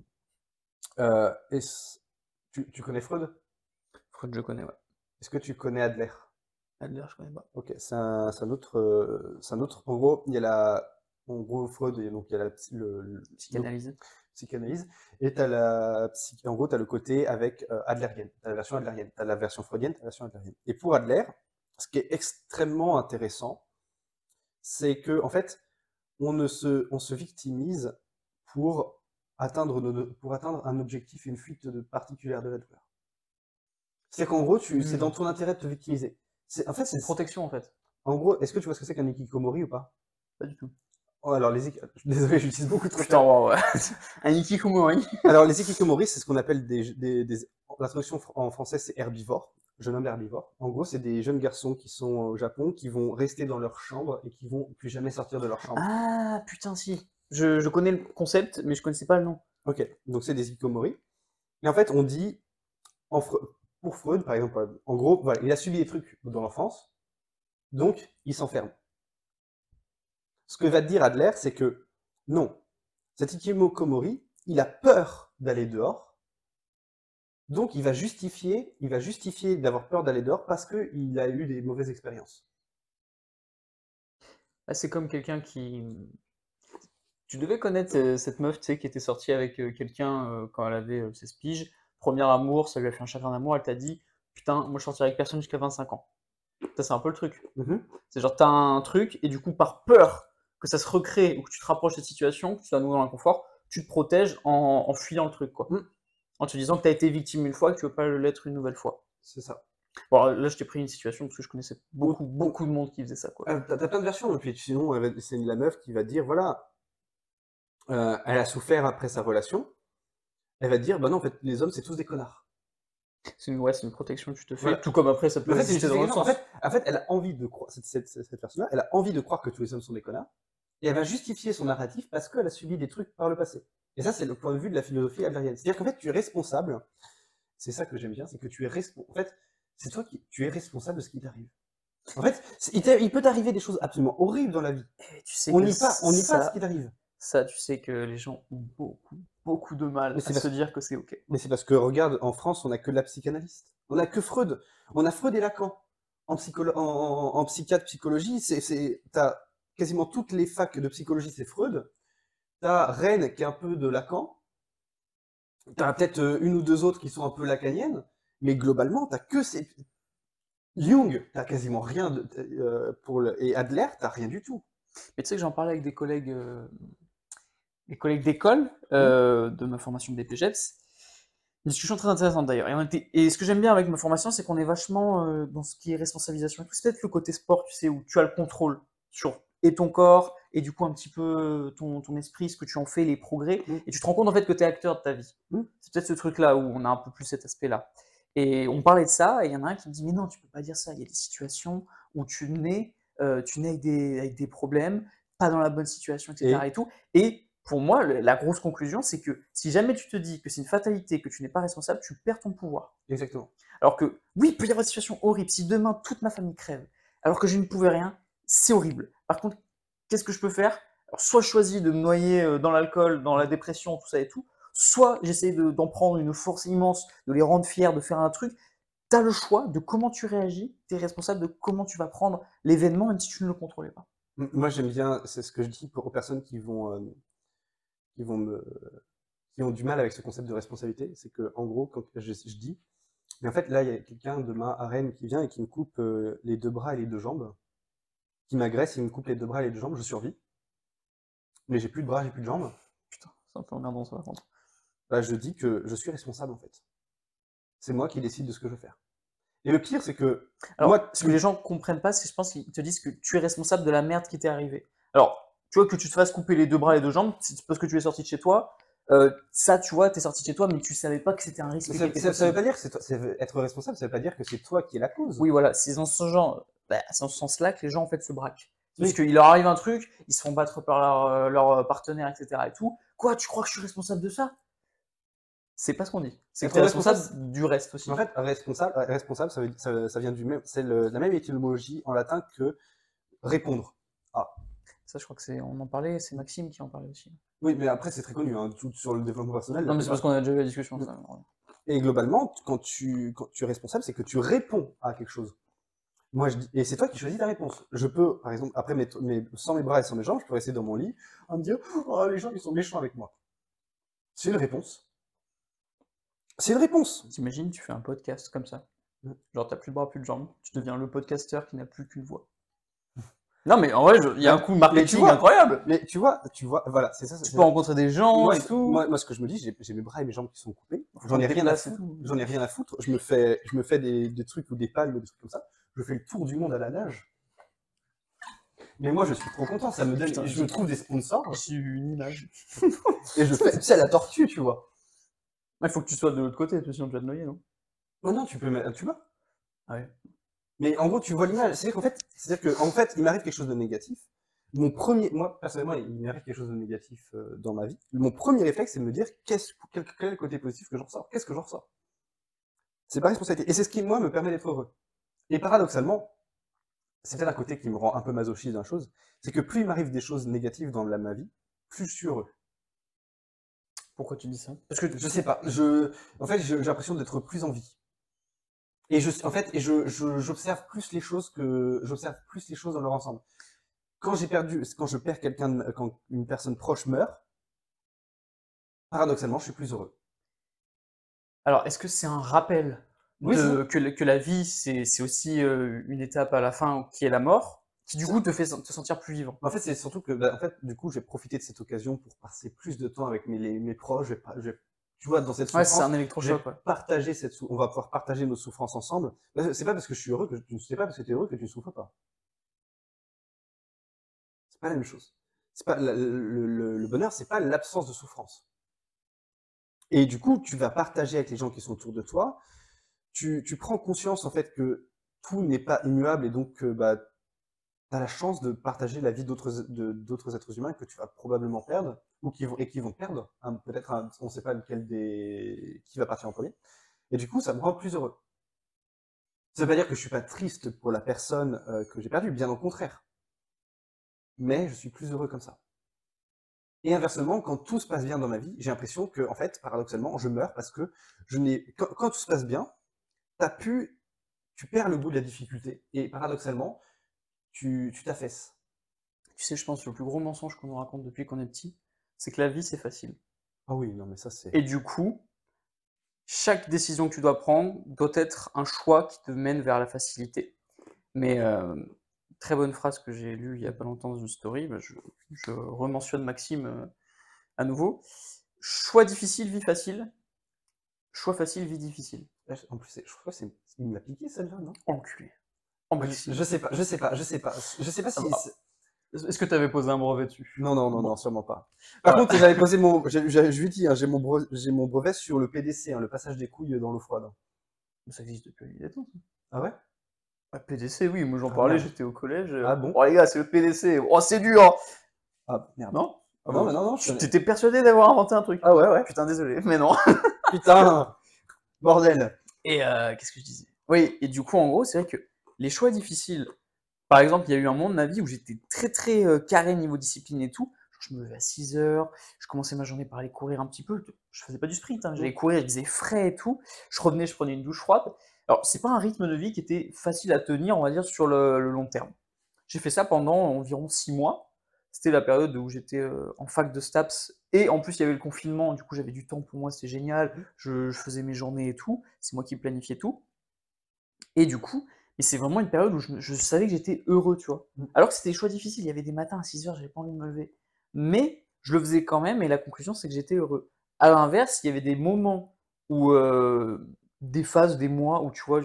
tu connais Freud? Freud, je connais, ouais. Est-ce que tu connais Adler? Adler, je connais pas. Ok, c'est un autre... En gros, il y a en gros, Freud, et donc il y a Psychanalyse. psychanalyse, et en gros, tu as le côté avec adlérienne, tu as la version adlérienne, tu as la version freudienne, tu as la version adlérienne. Et pour Adler, ce qui est extrêmement intéressant, c'est que en fait, on se victimise pour pour atteindre un objectif et une fuite particulière de la douleur. C'est qu'en gros, c'est dans ton intérêt de te victimiser. En fait, C'est une protection, en fait. en gros, est-ce que tu vois ce que c'est qu'un hikikomori ou pas? Pas du tout. Oh, alors, désolé, j'utilise beaucoup trop. Putain, ouais. Un hikikomori. Alors, les hikikomori, c'est ce qu'on appelle la traduction en français, c'est herbivore, jeune homme herbivore. En gros, c'est des jeunes garçons qui sont au Japon, qui vont rester dans leur chambre et qui vont plus jamais sortir de leur chambre. Ah, putain, si. Je connais le concept, mais je connaissais pas le nom. Ok, donc c'est des hikikomori. Et en fait, on dit, pour Freud, par exemple, en gros, voilà, il a subi des trucs dans l'enfance, donc il s'enferme. Ce que va te dire Adler, c'est que non, cet hikikomori, il a peur d'aller dehors, donc il va justifier d'avoir peur d'aller dehors parce qu'il a eu des mauvaises expériences. Ah, c'est comme quelqu'un qui. Tu devais connaître cette meuf, tu sais, qui était sortie avec quelqu'un quand elle avait 16 piges. Premier amour, ça lui a fait un chagrin d'amour, elle t'a dit, putain, moi je sortirai avec personne jusqu'à 25 ans. Ça, c'est un peu le truc. C'est genre, t'as un truc, et du coup, par peur que ça se recrée ou que tu te rapproches de cette situation, que tu sois à nouveau dans l'inconfort, tu te protèges en fuyant le truc, quoi. En te disant que t'as été victime une fois, que tu veux pas l'être une nouvelle fois. C'est ça. Bon, alors, là, je t'ai pris une situation parce que je connaissais beaucoup de monde qui faisait ça, quoi. T'as plein de versions, et puis sinon, c'est la meuf qui va dire, voilà, elle a souffert après sa relation, elle va dire, bah non, en fait, les hommes, c'est tous des connards. C'est une protection que tu te fais, Voilà. tout comme après, ça peut En fait, exister dans l'autre sens. en fait, elle a envie de croire, cette personne-là, elle a envie de croire que tous les hommes sont des connards, et elle va justifier son narratif parce qu'elle a subi des trucs par le passé. Et ça, c'est le point de vue de la philosophie adlérienne. C'est-à-dire qu'en fait, tu es responsable, c'est ça que j'aime bien, c'est que tu es responsable. En fait, c'est toi tu es responsable de ce qui t'arrive. En fait, il peut t'arriver des choses absolument horribles dans la vie. Et tu sais On que n'y pas à ce qui t'arrive. ça, tu sais que les gens ont beaucoup de mal à se dire que c'est ok. Mais c'est parce que, regarde, en France, on n'a que la psychanalyste. On n'a que Freud. On a Freud et Lacan. En psychiatre, psychologie, t'as quasiment toutes les facs de psychologie, c'est Freud. T'as Rennes qui est un peu de Lacan. T'as peut-être une ou deux autres qui sont un peu lacaniennes. Mais globalement, t'as que ces. Jung, t'as quasiment rien et Adler, t'as rien du tout. Mais tu sais que j'en parlais avec des collègues d'école de ma formation de BPGEPS. Une discussion très intéressante d'ailleurs. Et ce que j'aime bien avec ma formation, c'est qu'on est vachement dans ce qui est responsabilisation et tout. C'est peut-être le côté sport, tu sais, où tu as le contrôle sur et ton corps, et du coup un petit peu ton esprit, ce que tu en fais, les progrès, et tu te rends compte en fait que tu es acteur de ta vie. C'est peut-être ce truc-là où on a un peu plus cet aspect-là. Et on parlait de ça, et il y en a un qui me dit, mais non, tu peux pas dire ça, il y a des situations où tu nais avec des problèmes, pas dans la bonne situation, etc. Et tout. Et pour moi, la grosse conclusion, c'est que si jamais tu te dis que c'est une fatalité, que tu n'es pas responsable, tu perds ton pouvoir. Exactement. Alors que, oui, il peut y avoir des situations horribles. Si demain, toute ma famille crève, alors que je ne pouvais rien, c'est horrible. Par contre, qu'est-ce que je peux faire? Alors, soit je choisis de me noyer dans l'alcool, dans la dépression, tout ça et tout, soit j'essaie d'en prendre une force immense, de les rendre fiers, de faire un truc. Tu as le choix de comment tu réagis, tu es responsable de comment tu vas prendre l'événement, même si tu ne le contrôlais pas. Moi, j'aime bien, c'est ce que je dis aux personnes qui ont du mal avec ce concept de responsabilité. C'est que, en gros, quand je dis, mais en fait, là, il y a quelqu'un de ma arène qui vient et qui me coupe les deux bras et les deux jambes, qui m'agresse, il me coupe les deux bras et les deux jambes, je survis. Mais j'ai plus de bras, j'ai plus de jambes. Putain, c'est un peu emmerdant ça, par contre. Bah, je dis que je suis responsable, en fait. C'est moi qui décide de ce que je veux faire. Et le pire, c'est que Alors, moi, ce que les gens comprennent pas, c'est que je pense qu'ils te disent que tu es responsable de la merde qui t'est arrivée. Alors, tu vois, que tu te fasses couper les deux bras et les deux jambes, c'est parce que tu es sorti de chez toi. Ça, tu vois, t'es sorti de chez toi, mais tu savais pas que c'était un risque qui était ça veut possible. pas dire que être responsable, ça veut pas dire que c'est toi qui es la cause. Oui, voilà, c'est dans ce genre, c'est dans ce sens-là que les gens en fait se braquent. Parce Oui. qu'il leur arrive un truc, ils se font battre par leur partenaire, etc. et tout. Quoi, tu crois que je suis responsable de ça? C'est pas ce qu'on dit. C'est que Être tu es responsable du reste aussi. En fait, responsable, ça vient du même, c'est la même étymologie en latin que répondre. Ah. Ça, je crois que on en parlait, c'est Maxime qui en parlait aussi. Oui, mais après, c'est très connu, hein, tout sur le développement personnel. Non, mais c'est parce qu'on a déjà eu la discussion. Ça. Et globalement, quand tu es responsable, c'est que tu réponds à quelque chose. Moi, je dis, et c'est toi qui choisis ta réponse. Je peux, par exemple, après sans mes bras et sans mes jambes, je peux rester dans mon lit en me dire, oh, les gens, ils sont méchants avec moi. C'est une réponse. C'est une réponse. T'imagines, tu fais un podcast comme ça. Genre, t'as plus de bras, plus de jambes. Tu deviens le podcasteur qui n'a plus qu'une voix. Non, mais en vrai, il y a un coup marketing incroyable. Mais tu vois, voilà, c'est ça. Tu peux rencontrer des gens et tout. Moi, ce que je me dis, j'ai mes bras et mes jambes qui sont coupés. J'en ai rien à foutre. J'en ai rien à foutre. Je me fais des trucs ou des palmes ou des trucs comme ça. Je fais le tour du monde à la nage. Mais moi, je suis trop content. Ça me donne, Putain, je trouve des sponsors j'ai eu une image. et je fais, tu sais, la tortue, tu vois. Il faut que tu sois de l'autre côté, sinon tu vas te noyer, non? Oh non, tu vois. Ah ouais. Mais en gros, tu vois l'image. C'est-à-dire que, en fait, il m'arrive quelque chose de négatif. Moi, personnellement, il m'arrive quelque chose de négatif dans ma vie. Mon premier réflexe, c'est de me dire, quel est le côté positif que j'en ressors? Qu'est-ce que j'en ressors? C'est pas responsabilité. Et c'est ce qui, moi, me permet d'être heureux. Et paradoxalement, c'est peut-être un côté qui me rend un peu masochiste d'un chose, c'est que plus il m'arrive des choses négatives dans ma vie, plus je suis heureux. Pourquoi tu dis ça? Parce que je sais pas, en fait, j'ai l'impression d'être plus en vie. En fait, j'observe plus les choses dans leur ensemble. Quand je perds quand une personne proche meurt, paradoxalement, je suis plus heureux. Alors, est-ce que c'est un rappel Oui, c'est ça. que la vie, c'est aussi une étape à la fin qui est la mort, qui du C'est coup ça. te fait te sentir plus vivant? En fait, c'est surtout que, bah, en fait, du coup, j'ai profité de cette occasion pour passer plus de temps avec mes proches. Tu vois, dans cette Ouais, c'est souffrance, un électrochoc, ouais. on va pouvoir partager nos souffrances ensemble. C'est pas parce que je suis heureux c'est pas parce que tu es heureux que tu ne souffres pas. C'est pas la même chose. C'est pas le bonheur, c'est pas l'absence de souffrance. Et du coup, tu vas partager avec les gens qui sont autour de toi. Tu prends conscience en fait que tout n'est pas immuable et donc bah, tu as la chance de partager la vie d'autres êtres humains que tu vas probablement perdre ou qui vont perdre. Peut-être, on ne sait pas qui va partir en premier. Et du coup, ça me rend plus heureux. Ça veut pas dire que je suis pas triste pour la personne que j'ai perdue, bien au contraire. Mais je suis plus heureux comme ça. Et inversement, quand tout se passe bien dans ma vie, j'ai l'impression que, en fait, paradoxalement, je meurs parce que quand tout se passe bien, t'as pu, tu perds le goût de la difficulté. Et paradoxalement, tu t'affaisses. Tu sais, je pense que le plus gros mensonge qu'on nous raconte depuis qu'on est petit, c'est que la vie, c'est facile. Ah oui, non, mais ça, c'est. Et du coup, chaque décision que tu dois prendre doit être un choix qui te mène vers la facilité. Mais très bonne phrase que j'ai lue il y a pas longtemps dans une story, bah, je rementionne Maxime à nouveau. Choix difficile, vie facile. Choix facile, vie difficile. En plus, je crois que il me l'a piqué celle-là, non? Enculé. Oh Maxime. Je sais pas, je sais pas, je sais pas. Je sais pas Ah si. bah, est-ce que tu avais posé un brevet dessus? Non, non, non, non, Bon, sûrement pas. Par voilà. contre, j'avais posé mon. Je lui dis, hein, j'ai mon brevet sur le PDC, hein, le passage des couilles dans l'eau froide. Ça existe depuis la nuit des temps, ça. Ah ouais? Ah, PDC, oui, moi j'en Ah parlais, merde. j'étais au collège. Ah bon? Oh les gars, c'est le PDC. Oh, c'est dur, hein. Ah merde. Non? Ah Non, bon, mais non, non, je tu connais. t'étais persuadé d'avoir inventé un truc. Ah ouais, ouais. Putain, désolé, mais non. Putain, bordel. Et qu'est-ce que je disais? Oui, et du coup, en gros, c'est vrai que les choix difficiles, par exemple, il y a eu un moment de ma vie où j'étais très très carré niveau discipline et tout. Genre, je me levais à 6 heures, je commençais ma journée par aller courir un petit peu. Je faisais pas du sprint, hein, Mm. j'allais courir, il faisait frais et tout. Je revenais, je prenais une douche froide. Alors, c'est pas un rythme de vie qui était facile à tenir, on va dire, sur le long terme. J'ai fait ça pendant environ 6 mois. C'était la période où j'étais en fac de STAPS et en plus il y avait le confinement, du coup j'avais du temps pour moi, c'était génial. Je faisais mes journées et tout, c'est moi qui planifiais tout. Et du coup, mais c'est vraiment une période où je savais que j'étais heureux, tu vois. Mm. Alors que c'était des choix difficiles, il y avait des matins à 6 heures, j'avais pas envie de me lever. Mais je le faisais quand même et la conclusion c'est que j'étais heureux. À l'inverse, il y avait des moments où, des phases, des mois où tu vois,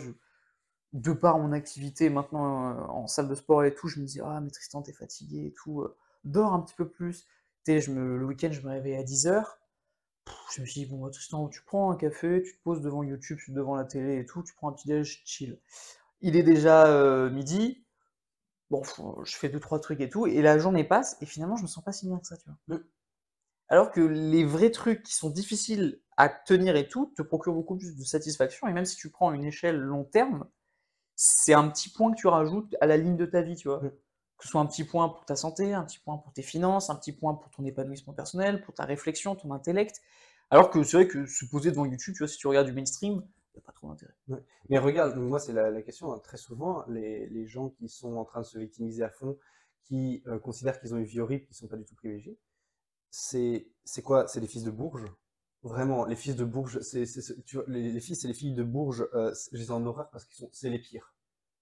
de par mon activité maintenant en salle de sport et tout, je me dis ah mais Tristan t'es fatigué et tout, dors un petit peu plus. Tu sais, le week-end je me réveille à 10 heures. Je me suis dit bon bah, Tristan tu prends un café, tu te poses devant YouTube, devant la télé et tout, tu prends un petit déj chill. Il est déjà midi, bon je fais deux trois trucs et tout et la journée passe et finalement je me sens pas si bien que ça tu vois. Mm. Alors que les vrais trucs qui sont difficiles à tenir et tout te procurent beaucoup plus de satisfaction et même si tu prends une échelle long terme, c'est un petit point que tu rajoutes à la ligne de ta vie, tu vois? Mm. Que ce soit un petit point pour ta santé, un petit point pour tes finances, un petit point pour ton épanouissement personnel, pour ta réflexion, ton intellect. Alors que c'est vrai que se poser devant YouTube, tu vois, si tu regardes du mainstream, il y a pas trop d'intérêt. Ouais. Mais regarde, moi c'est la question, hein, très souvent, les gens qui sont en train de se victimiser à fond, qui considèrent qu'ils ont une vie horrible, qui sont pas du tout privilégiés, c'est quoi? C'est les fils de Bourges. Vraiment, les fils de Bourges, tu vois, les fils et les filles de Bourges, je les ai en horreur parce c'est les pires.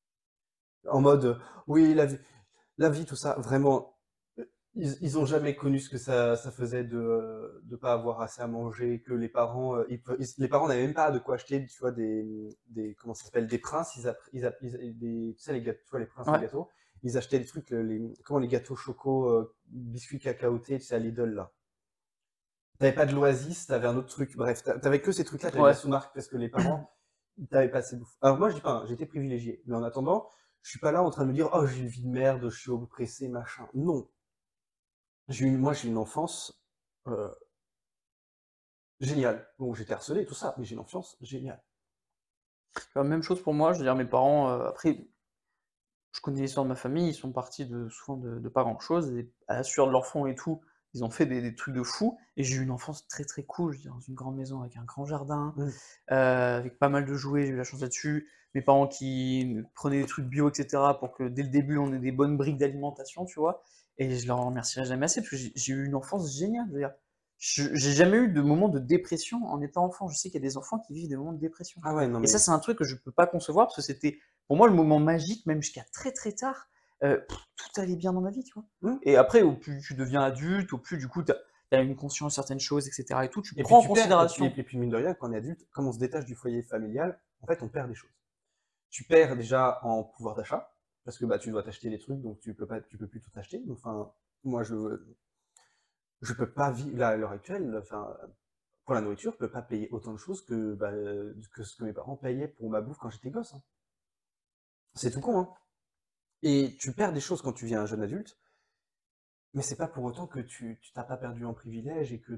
En mode, oui, la vie, tout ça, vraiment, ils ont jamais connu ce que ça faisait de pas avoir assez à manger, que les parents, les parents n'avaient même pas de quoi acheter, tu vois, comment ça s'appelle, des princes, tu sais, les gâteaux, tu vois, les princes, les Ouais. gâteaux. ils achetaient des trucs, comment, les gâteaux choco, biscuits cacaotés, tu sais, à Lidl, là. T'avais pas de l'Oasis, t'avais un autre truc. Bref, t'avais que ces trucs-là, t'avais de la Ouais. sous-marque parce que les parents, ils t'avaient pas assez de bouffe. Alors moi, je dis pas, hein, j'étais privilégié. Mais en attendant, je suis pas là en train de me dire, oh, j'ai une vie de merde, je suis au bout pressé, machin. Non. Moi, j'ai une enfance euh, géniale. Bon, j'étais harcelé, tout ça, mais j'ai une enfance géniale. Même chose pour moi, je veux dire, mes parents, après, je connais l'histoire de ma famille, ils sont partis souvent de pas grand-chose, et à la sueur de leur front et tout, ils ont fait des trucs de fou, et j'ai eu une enfance très très cool, je veux dire, dans une grande maison avec un grand jardin, Mm. avec pas mal de jouets, j'ai eu la chance là-dessus. Mes parents qui prenaient des trucs bio, etc., pour que dès le début on ait des bonnes briques d'alimentation, tu vois. Et je leur remercierai jamais assez, parce que j'ai eu une enfance géniale. Je veux dire, j'ai jamais eu de moment de dépression en étant enfant. Je sais qu'il y a des enfants qui vivent des moments de dépression. Ah ouais, non Et ça, mais... c'est un truc que je peux pas concevoir, parce que c'était pour moi le moment magique, même jusqu'à très très tard. Tout allait bien dans ma vie, tu vois. Mm. Et après, au plus tu deviens adulte, au plus du coup, t'as une conscience de certaines choses, etc. Et tout, tu Et puis prends en tu perds, considération. et puis mine de rien, quand on est adulte, comme on se détache du foyer familial, en fait, on perd des choses. Tu perds déjà en pouvoir d'achat, parce que bah, tu dois t'acheter des trucs, donc tu peux plus tout acheter. Enfin, moi, je peux pas vivre, là, à l'heure actuelle, enfin, pour la nourriture, je peux pas payer autant de choses que ce que mes parents payaient pour ma bouffe quand j'étais gosse, hein. C'est tout con, hein. Et tu perds des choses quand tu viens un jeune adulte, mais c'est pas pour autant que tu t'as pas perdu en privilège et que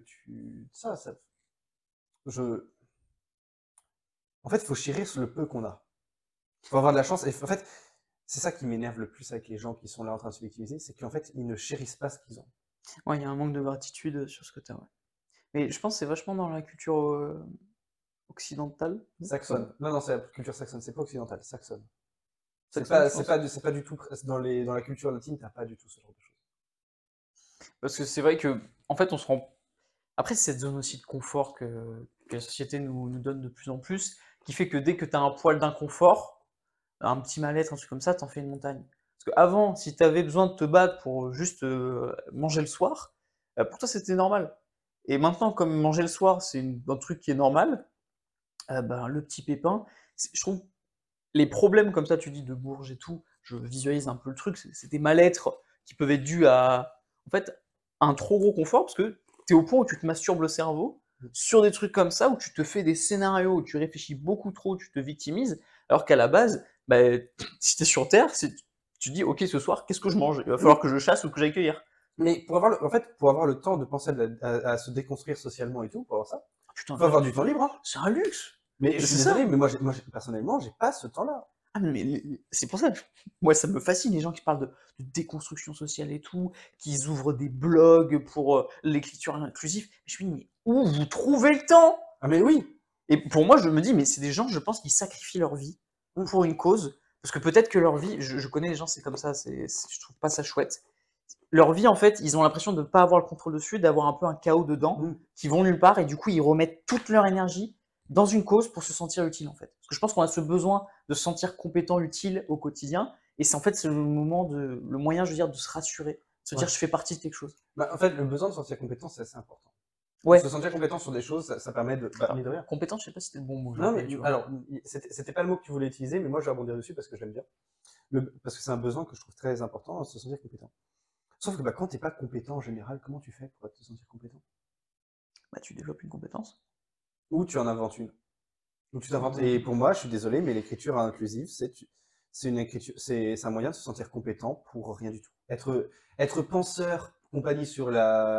je, en fait, il faut chérir sur le peu qu'on a. Il faut avoir de la chance. Et en fait, c'est ça qui m'énerve le plus avec les gens qui sont là en train de se victimiser, c'est qu'en fait, ils ne chérissent pas ce qu'ils ont. Ouais, il y a un manque de gratitude sur ce que tu as, ouais. Mais je pense que c'est vachement dans la culture occidentale, non, c'est pas ça? Saxonne. Non, non, c'est la culture saxonne, c'est pas occidental, saxonne. Saxonne, je pense. C'est pas du tout, dans la culture latine, t'as pas du tout ce genre de choses. Parce que c'est vrai que, en fait, on se rend. Après, c'est cette zone aussi de confort que la société nous donne de plus en plus, qui fait que dès que tu as un poil d'inconfort, un petit mal-être, un truc comme ça, t'en fais une montagne. Parce qu'avant, si tu avais besoin de te battre pour juste manger le soir, pour toi c'était normal. Et maintenant, comme manger le soir, c'est un truc qui est normal, ben, le petit pépin, je trouve les problèmes comme ça, tu dis de Bourges et tout, je visualise un peu le truc, c'est des mal-être qui peuvent être dus à, en fait, un trop gros confort, parce que tu es au point où tu te masturbes le cerveau sur des trucs comme ça, où tu te fais des scénarios, où tu réfléchis beaucoup trop, tu te victimises, alors qu'à la base, bah, si tu es sur Terre, tu dis, ok, ce soir, qu'est-ce que je mange? Il va falloir Oui, que je chasse ou que j'aille cueillir. mais pour avoir en fait, pour avoir le temps de penser à se déconstruire socialement et tout, pour avoir ça, Putain, faut avoir du temps libre, hein. c'est un luxe! Mais je Mais suis c'est désolé, ça! mais personnellement, j'ai pas ce temps-là. Ah mais c'est pour ça que moi ça me fascine les gens qui parlent de déconstruction sociale et tout, qui ouvrent des blogs pour, l'écriture inclusive. Je me dis: «Mais où vous trouvez le temps?» Ah mais oui! Et pour moi, je me dis: «Mais c'est des gens, je pense, qui sacrifient leur vie Mmh, pour une cause», parce que peut-être que leur vie, je connais les gens, c'est comme ça, je trouve pas ça chouette. Leur vie, en fait, ils ont l'impression de ne pas avoir le contrôle dessus, d'avoir un peu un chaos dedans, mmh. qui vont nulle part, et du coup, ils remettent toute leur énergie dans une cause pour se sentir utile, en fait. Parce que je pense qu'on a ce besoin de se sentir compétent, utile au quotidien, et c'est en fait c'est le moyen, je veux dire, de se rassurer, de se dire Ouais. je fais partie de quelque chose. Bah, en fait, le besoin de se sentir compétent, c'est assez important. Ouais, Se sentir compétent sur des choses, ça permet de, bah, alors, mine de rien. compétent, je sais pas si c'était le bon mot que j'ai Non, mais employé, tu vois. alors, c'était pas le mot que tu voulais utiliser, mais moi je vais rebondir dessus parce que je l'aime bien. Parce que c'est un besoin que je trouve très important, se sentir compétent. Sauf que bah, quand t'es pas compétent en général, comment tu fais pour te sentir compétent? Bah, tu développes une compétence. Ou tu en inventes une. Ou tu t'inventes. Et Euh, pour moi, je suis désolé, mais l'écriture inclusive, c'est une écriture, c'est un moyen de se sentir compétent pour rien du tout. Être penseur, compagnie sur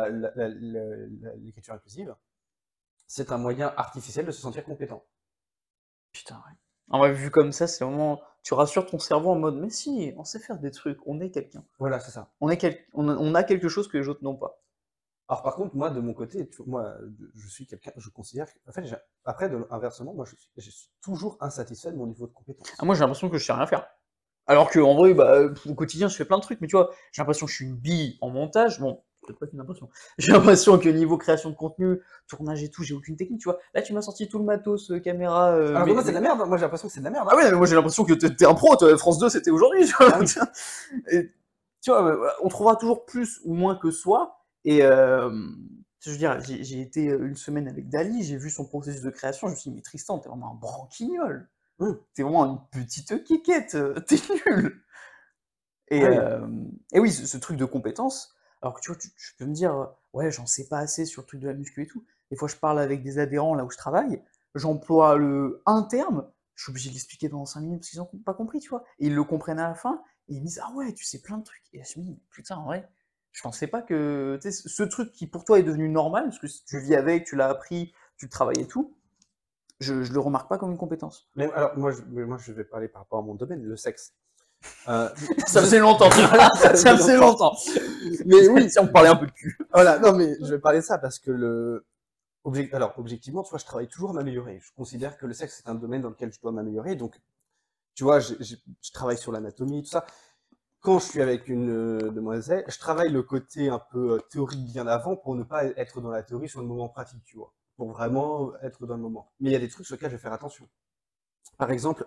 l'écriture inclusive, c'est un moyen artificiel de se sentir compétent. Putain, ouais. En vrai, vu comme ça, c'est vraiment. Tu rassures ton cerveau en mode, mais si, on sait faire des trucs, on est quelqu'un. Voilà, c'est ça. On a quelque chose que les autres n'ont pas. Alors par contre, moi, de mon côté, moi, je suis quelqu'un, je considère que, en fait, après, inversement, moi, je suis toujours insatisfait de mon niveau de Ah, compétence. moi, j'ai l'impression que je sais rien faire. Alors que en vrai, bah, au quotidien, je fais plein de trucs, mais tu vois, j'ai l'impression que je suis une bille en montage. Bon, peut-être pas qu'une impression. J'ai l'impression que niveau création de contenu, tournage et tout, j'ai aucune technique, tu vois. Là, tu m'as sorti tout le matos, caméra, Alors que moi, c'est de la merde, hein. Moi, j'ai l'impression que c'est de la merde, Ah hein. ouais, mais moi j'ai l'impression que t'es un pro, toi, France 2, c'était aujourd'hui, tu vois. Ah oui. Et, tu vois, on trouvera toujours plus ou moins que soi. Et je veux dire, j'ai été une semaine avec Dali, j'ai vu son processus de création, je me suis dit, mais Tristan, t'es vraiment un branquignol. Hum. T'es vraiment une petite quiquette, t'es nul. Et, Ah oui. et oui, ce truc de compétence, alors que tu vois, tu peux me dire, ouais, j'en sais pas assez sur le truc de la muscu et tout. Des fois, je parle avec des adhérents là où je travaille, j'emploie un terme, je suis obligé de l'expliquer pendant 5 minutes parce qu'ils n'ont pas compris, tu vois. Et ils le comprennent à la fin, et ils me disent, ah ouais, tu sais plein de trucs. Et là, je me dis, putain, en vrai, je pensais pas que, tu sais, ce truc qui pour toi est devenu normal, parce que si tu vis avec, tu l'as appris, tu le travailles et tout, je le remarque pas comme une compétence. Mais alors, moi, je vais parler par rapport à mon domaine, le sexe. Euh, Ça je- faisait longtemps, tu vois, là, ça ça fait faisait longtemps. longtemps. Mais oui, Si on parlait un peu de cul. voilà, non, mais je vais parler de ça parce que alors, objectivement, tu vois, je travaille toujours à m'améliorer. Je considère que le sexe, c'est un domaine dans lequel je dois m'améliorer. Donc, tu vois, je travaille sur l'anatomie, tout ça. Quand je suis avec une demoiselle, je travaille le côté un peu théorique bien avant pour ne pas être dans la théorie sur le moment pratique, tu vois. Pour vraiment être dans le moment. Mais il y a des trucs sur lesquels je vais faire attention. Par exemple,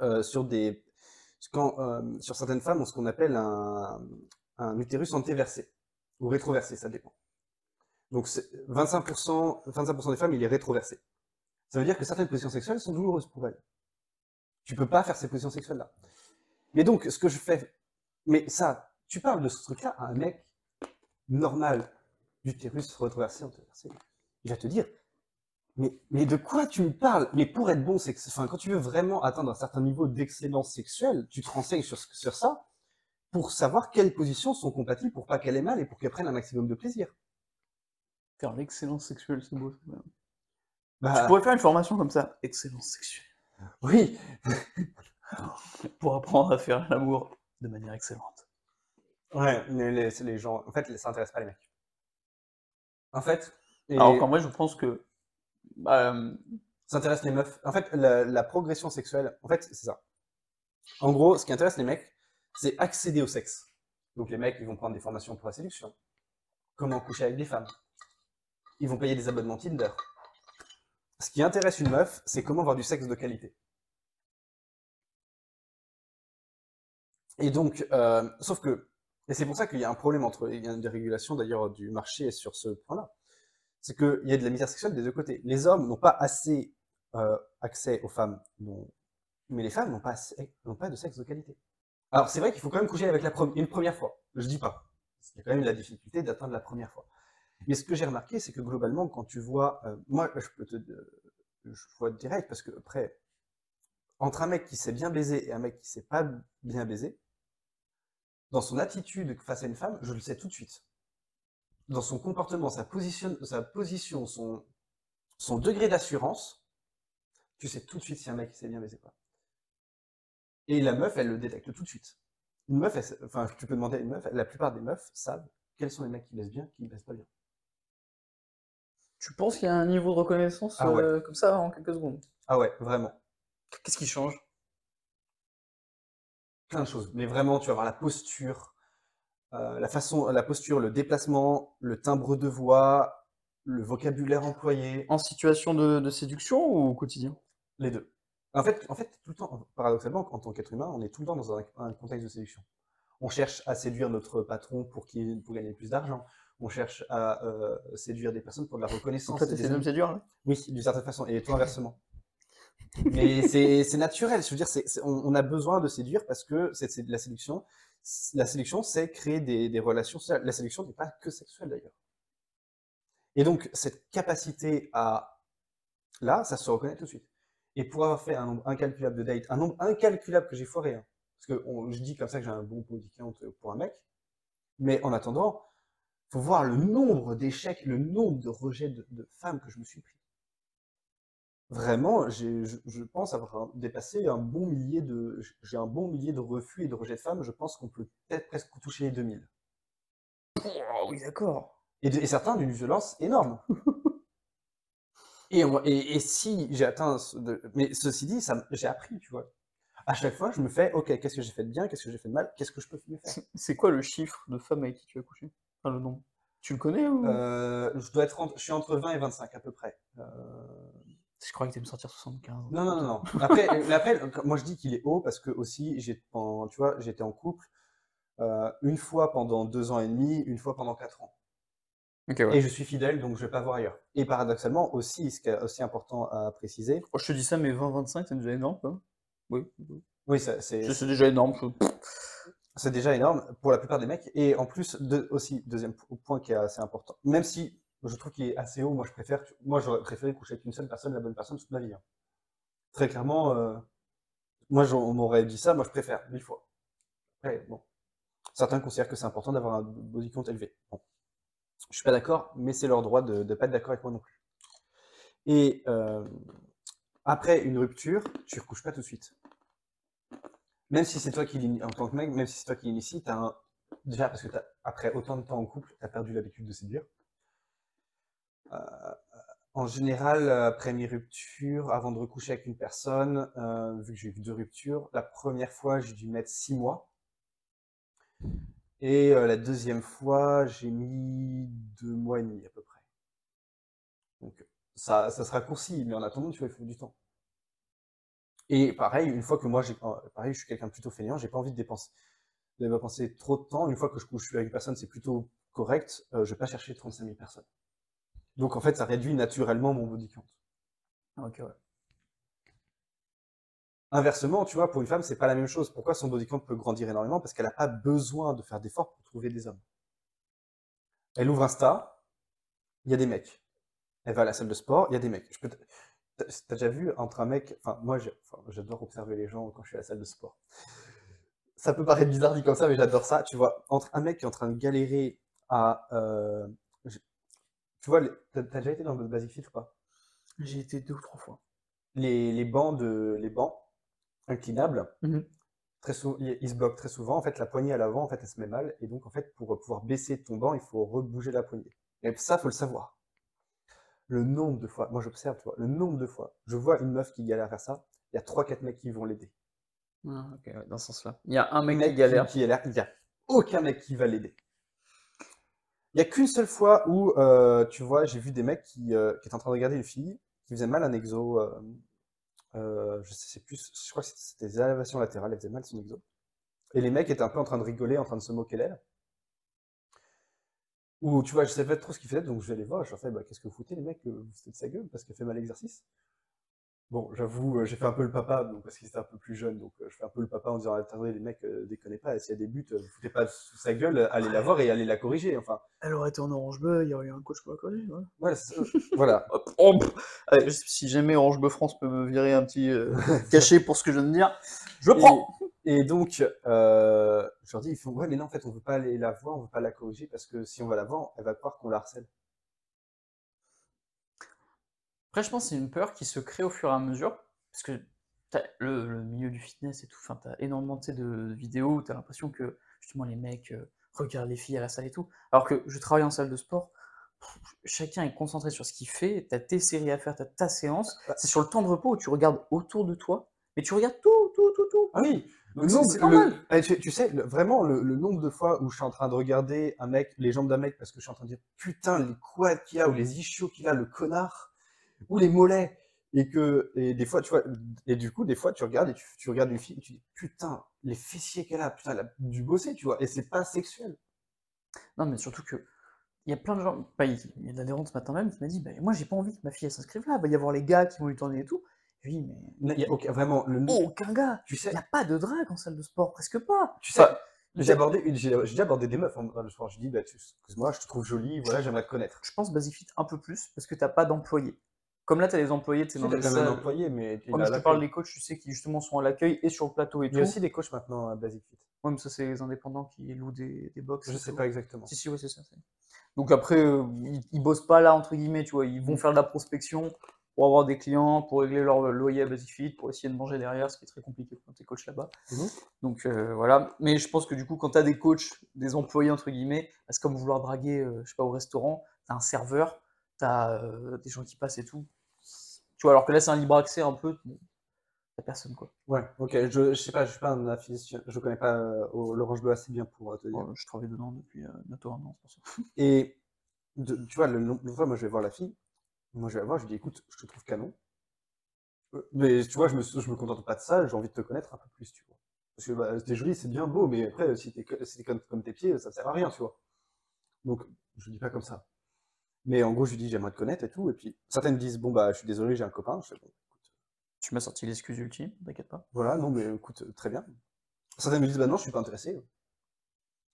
sur certaines femmes, on a ce qu'on appelle un utérus antéversé ou rétroversé, ça dépend. Donc 25% des femmes, il est rétroversé. Ça veut dire que certaines positions sexuelles sont douloureuses pour elles. Tu peux pas faire ces positions sexuelles-là. Mais donc, ce que je fais, mais ça, tu parles de ce truc-là à un mec normal, d'utérus rétroversé, antéversé, il va te dire, mais de quoi tu me parles? Mais pour être bon, enfin, quand tu veux vraiment atteindre un certain niveau d'excellence sexuelle, tu te renseignes sur ça pour savoir quelles positions sont compatibles pour pas qu'elle ait mal et pour qu'elle prenne un maximum de plaisir. Faire l'excellence sexuelle, c'est beau. Tu Bah pourrais faire une formation comme ça, excellence sexuelle, oui, pour apprendre à faire l'amour de manière excellente. ouais, mais les gens, en fait, ça intéresse pas les mecs. En fait, Alors qu'en et vrai, je pense que, bah, ça intéresse les meufs. En fait, la progression sexuelle, en fait, c'est ça. En gros, ce qui intéresse les mecs, c'est accéder au sexe. Donc les mecs, ils vont prendre des formations pour la séduction, comment coucher avec des femmes. Ils vont payer des abonnements Tinder. Ce qui intéresse une meuf, c'est comment avoir du sexe de qualité. Et donc, sauf que, et c'est pour ça qu'il y a un problème il y a une dérégulation d'ailleurs du marché sur ce point-là. C'est qu'il y a de la misère sexuelle des deux côtés. Les hommes n'ont pas assez accès aux femmes, mais les femmes n'ont pas de sexe de qualité. Alors c'est vrai qu'il faut quand même coucher avec une première fois. Je dis pas. Il y a quand même la difficulté d'atteindre la première fois. Mais ce que j'ai remarqué, c'est que globalement, quand tu vois, moi, je vois direct parce que après, entre un mec qui sait bien baiser et un mec qui sait pas bien baiser, dans son attitude face à une femme, je le sais tout de suite. Dans son comportement, sa position, son degré d'assurance, tu sais tout de suite si un mec sait bien baiser ou pas. Et la meuf, elle le détecte tout de suite. Une meuf, enfin, tu peux demander à une meuf, la plupart des meufs savent quels sont les mecs qui baissent bien, qui baissent pas bien. tu penses qu'il y a un niveau de reconnaissance Ah ouais, comme ça en quelques secondes? ah ouais, vraiment. Qu'est-ce qui change? Plein de choses. Mais vraiment, tu vas voir la posture, la posture, le déplacement, le timbre de voix, le vocabulaire employé, En situation de séduction ou au quotidien? les deux. En fait, tout le temps, paradoxalement, en tant qu'être humain, on est tout le temps dans un contexte de séduction. On cherche à séduire notre patron pour gagner plus d'argent. On cherche à séduire des personnes pour de la Donc là, reconnaissance et t'essaies des de me amis. séduire, là? Oui, d'une certaine façon. Et toi, inversement. Mais c'est naturel. Je veux dire, on a besoin de séduire parce que c'est de la séduction. La séduction, c'est créer des relations sociales. La séduction n'est pas que sexuelle d'ailleurs. Et donc, cette capacité à... Là, ça se reconnaît tout de suite. Et pour avoir fait un nombre incalculable de dates, un nombre incalculable que j'ai foiré, hein, parce que je dis comme ça que j'ai un bon body count pour un mec, mais en attendant, faut voir le nombre d'échecs, le nombre de rejets de femmes que je me suis pris. Vraiment, je pense avoir dépassé j'ai un bon millier de refus et de rejets de femmes. Je pense qu'on peut peut-être presque toucher les 2000. Oh, oui, d'accord. Et certains d'une violence énorme. Et si j'ai atteint, mais ceci dit, j'ai appris, tu vois. À chaque fois, je me fais, ok, qu'est-ce que j'ai fait de bien, qu'est-ce que j'ai fait de mal, qu'est-ce que je peux mieux faire. C'est quoi le chiffre de femmes avec qui tu as couché? Enfin, le nombre. Tu le connais ou? Je suis entre 20 et 25 à peu près. Je croyais que t'allais me sortir 75, un Non, truc non, comme non, ça. non. Après, moi je dis qu'il est haut parce que aussi, tu vois, j'étais en couple une fois pendant 2 ans et demi, une fois pendant 4 ans. Ok, ouais. Et je suis fidèle, donc je vais pas voir ailleurs. Et paradoxalement aussi, ce qui est aussi important à préciser, Moi, je te dis ça, mais 20-25, c'est déjà énorme, quoi. Oui. oui, ça, C'est déjà énorme. C'est déjà énorme pour la plupart des mecs. Et en plus, aussi, deuxième point qui est assez important, même si je trouve qu'il est assez haut, moi j'aurais préféré coucher avec une seule personne, la bonne personne, toute ma vie, hein. Très clairement, moi on m'aurait dit ça, moi je préfère, 1000 fois. Après, bon, certains considèrent que c'est important d'avoir un body count élevé. Bon, je suis pas d'accord, mais c'est leur droit de pas être d'accord avec moi non plus. Et après une rupture, tu recouches pas tout de suite. Même si c'est toi qui l'initie, en tant que mec, même si c'est toi qui l'initie, déjà parce que après autant de temps en couple, t'as perdu l'habitude de séduire. Euh, En général, après mes ruptures, avant de recoucher avec une personne, vu que j'ai eu 2 ruptures, la première fois, j'ai dû mettre 6 mois. Et la deuxième fois, j'ai mis 2 mois et demi à peu près. Donc ça se raccourcit, mais en attendant, tu vois, il faut du temps. Et pareil, une fois que moi, pareil, je suis quelqu'un de plutôt feignant, j'ai pas envie de dépenser trop de temps. Une fois que je couche avec une personne, c'est plutôt correct. Je vais pas chercher 35 000 personnes. Donc en fait, ça réduit naturellement mon body count. Ok, ouais. Inversement, tu vois, pour une femme, c'est pas la même chose. Pourquoi son body count peut grandir énormément? Parce qu'elle n'a pas besoin de faire d'efforts pour trouver des hommes. Elle ouvre Insta, il y a des mecs. Elle va à la salle de sport, il y a des mecs. T'as déjà vu entre un mec, enfin moi j'adore observer les gens quand je suis à la salle de sport. Ça peut paraître bizarre dit comme ça, mais j'adore ça. Tu vois, entre un mec qui est en train de galérer à, tu vois, t'as déjà été dans le Basic Fit ou pas? J'ai été 2 ou 3 fois. Les bancs inclinables, Mhm. très souvent, ils se bloquent très souvent. En fait, la poignée à l'avant, en fait, elle se met mal, et donc en fait, pour pouvoir baisser ton banc, il faut rebouger la poignée. Et ça, faut le savoir. Le nombre de fois, moi j'observe, tu vois, le nombre de fois, je vois une meuf qui galère à faire ça, il y a 3 4 mecs qui vont l'aider. Ah, ok, ouais, dans ce sens-là. Il y a un Un mec qui mec qui, galère. qui galère, il n'y a aucun mec qui va l'aider. Il n'y a qu'une seule fois où, tu vois, j'ai vu des mecs qui étaient en train de regarder une fille qui faisait mal un exo. Je sais plus, je crois que c'était des élévations latérales, elle faisait mal son exo. Et les mecs étaient un peu en train de rigoler, en train de se moquer d'elle. Ou tu vois, je savais pas trop ce qu'ils faisaient, donc je vais aller voir. Je leur fais, bah, qu'est-ce que vous foutez, les mecs, vous foutez de sa gueule parce qu'elle fait mal l'exercice. Bon, j'avoue, j'ai fait un peu le papa, donc, parce qu'il était un peu plus jeune, donc je fais un peu le papa en disant, attendez, les mecs, déconnez pas, s'il y a des buts, vous foutez pas sous sa gueule, allez la voir et allez la corriger. Enfin, Elle aurait été en orange bleu, il y aurait eu un coach pour la corriger, voilà. ouais, voilà. Hop, hop. Allez, si jamais Orange Bleu France peut me virer un petit cachet pour ce que je viens de dire, je Et, prends. et donc, je leur dis, ils font, ouais, mais non, en fait, on veut pas aller la voir, on veut pas la corriger, parce que si on va la voir, elle va croire qu'on la harcèle. Après, je pense que c'est une peur qui se crée au fur et à mesure, parce que t'as le milieu du fitness et tout, enfin, t'as énormément de vidéos où t'as l'impression que justement les mecs regardent les filles à la salle et tout. Alors que je travaille en salle de sport, chacun est concentré sur ce qu'il fait, t'as tes séries à faire, t'as ta séance, Bah, c'est sur le temps de repos où tu regardes autour de toi, mais tu regardes tout, tout, tout, tout. ah oui, Donc c'est normal. tu sais, vraiment, le nombre de fois où je suis en train de regarder un mec, les jambes d'un mec, parce que je suis en train de dire, putain, les quads qu'il a, ou les ischios qu'il a, le connard, ou les mollets, et des fois, tu vois, et du coup, des fois, tu regardes, et tu regardes une fille, et tu dis, putain, les fessiers qu'elle a, putain, elle a dû bosser, tu vois, et c'est pas sexuel. Non, mais surtout que il y a plein de gens, bah, il y a une adhérente ce matin même qui m'a dit, bah, moi j'ai pas envie que ma fille elle s'inscrive là, il va y avoir les gars qui vont lui tourner et tout. Je lui dis, Il y a vraiment, aucun gars, tu il n'y sais, a pas de drague en salle de sport, presque pas. tu sais, Enfin, j'ai déjà abordé des meufs dans le sport. Je dis, bah, excuse-moi, je te trouve jolie, voilà, j'aimerais te connaître. je pense Basifit un peu plus parce que t'as pas d'employés. Comme là, tu as des employés, tu sais, Si, dans t'as des quand même un salles. employé, mais il Comme a je te parle l'accueil. des coachs, tu sais, qui justement sont à l'accueil et sur le plateau et Il y a tout. aussi des coachs maintenant à Basic Fit. Ouais, mais ça, c'est les indépendants qui louent des box Je et sais tout. pas exactement. Si, si, ouais, c'est ça. Donc après, ils bossent pas là, entre guillemets, tu vois, ils vont Mm. faire de la prospection pour avoir des clients, pour régler leur loyer à Basifit, pour essayer de manger derrière, ce qui est très compliqué quand t'es coach là-bas. Mhm. Donc voilà. Mais je pense que du coup, quand tu as des coachs, des employés, entre guillemets, bah, c'est comme vouloir draguer, je sais pas, au restaurant, tu as un serveur, tu as des gens qui passent et tout. Tu vois, alors que là, c'est un libre accès un peu, bon, t'as personne quoi. Ouais, ok, je sais pas, je suis pas un aficionado, je connais pas l'Orange Bleu assez bien pour te dire. Bon, je travaille dedans depuis bientôt un an, c'est pour ça. Et tu vois, le fois, moi je vais voir la fille, moi je vais la voir, je lui dis, écoute, je te trouve canon. Mais tu vois, je me contente pas de ça, j'ai envie de te connaître un peu plus, tu vois. Parce que bah, t'es jolie, c'est bien beau, mais après, si t'es comme tes pieds, ça sert à rien, tu vois. Donc, je le dis pas comme ça. Mais en gros, je lui dis, j'aimerais te connaître et tout. Et puis, certaines disent, bon, bah, je suis désolé, j'ai un copain. Je fais, bon, écoute, Tu m'as sorti l'excuse ultime, t'inquiète pas. voilà, non, mais écoute, très bien. Certaines me disent, bah non, je suis pas intéressé.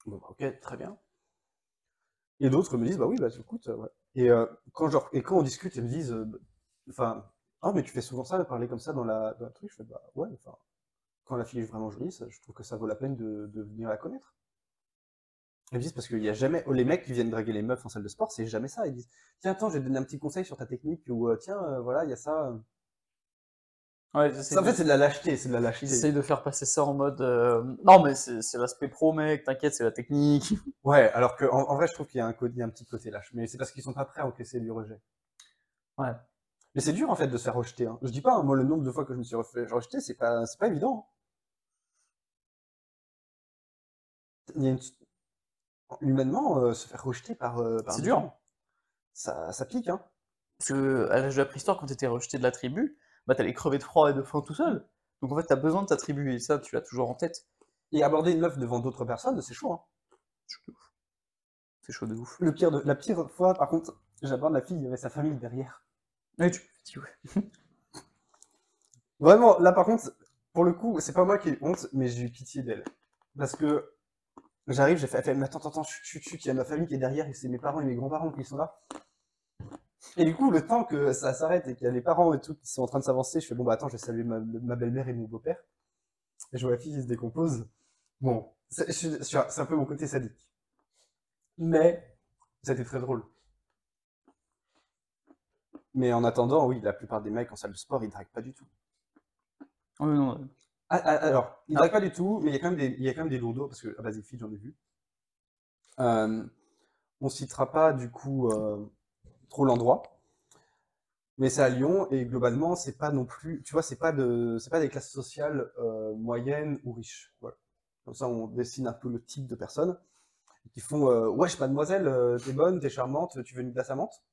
Bon, bah, ok, très bien. Et d'autres me disent, bah oui, bah écoute, ouais. Et quand on discute, ils me disent, enfin, ah, mais tu fais souvent ça, de parler comme ça dans la truc. Je fais, bah ouais, enfin, quand la fille est vraiment jolie, je trouve que ça vaut la peine de venir la connaître. Ils me disent, parce qu'il y a jamais, les mecs qui viennent draguer les meufs en salle de sport, c'est jamais ça. Ils disent, tiens, attends, je vais te donner un petit conseil sur ta technique, ou tiens, voilà, il y a ça. Ouais, Ça, en fait, c'est de la lâcheté, c'est de la lâcheté. j'essaye de faire passer ça en mode non, mais c'est l'aspect pro, mec, t'inquiète, c'est la technique. Ouais, alors en vrai, je trouve qu'il y a il y a un petit côté lâche, mais c'est parce qu'ils sont pas prêts à encaisser du rejet. Ouais. Mais c'est dur, en fait, de se faire rejeter, hein. Je dis pas, hein, moi, le nombre de fois que je me suis fait rejeter, c'est pas évident, hein. Humainement, se faire rejeter par C'est des dur. gens, ça pique, hein. Parce que à l'âge de la préhistoire, quand t'étais rejeté de la tribu, bah t'allais crever de froid et de faim tout seul. Donc en fait, t'as besoin de ta tribu, et ça, tu l'as toujours en tête. Et aborder une meuf devant d'autres personnes, c'est chaud, hein. C'est chaud de ouf. C'est chaud de ouf. La pire fois, par contre, j'aborde la fille, il y avait sa famille derrière. Ouais, tu m'as dit, ouais. Vraiment, là, par contre, pour le coup, c'est pas moi qui ai honte, mais j'ai eu pitié d'elle. Parce que j'arrive, elle fait, mais attends, chut, il y a ma famille qui est derrière, et c'est mes parents et mes grands-parents qui sont là. Et du coup, le temps que ça s'arrête et qu'il y a les parents et tout qui sont en train de s'avancer, je fais, bon, bah attends, je vais saluer ma belle-mère et mon beau-père. Et je vois la fille qui se décompose. Bon, c'est un peu mon côté sadique. Mais, c'était très drôle. Mais en attendant, oui, la plupart des mecs en salle de sport, ils draguent pas du tout. Ouais, non, ouais. Alors, ils Ah, draguent pas du tout, mais il y a quand même des lourdeaux, parce que à base des filles, j'en ai vu. Euh, on citera pas, du coup, trop l'endroit. Mais c'est à Lyon, et globalement, c'est pas non plus, tu vois, c'est pas des classes sociales moyennes ou riches. Voilà. Comme ça, on dessine un peu le type de personnes qui font wesh, mademoiselle, t'es bonne, t'es charmante, tu veux une glace à menthe.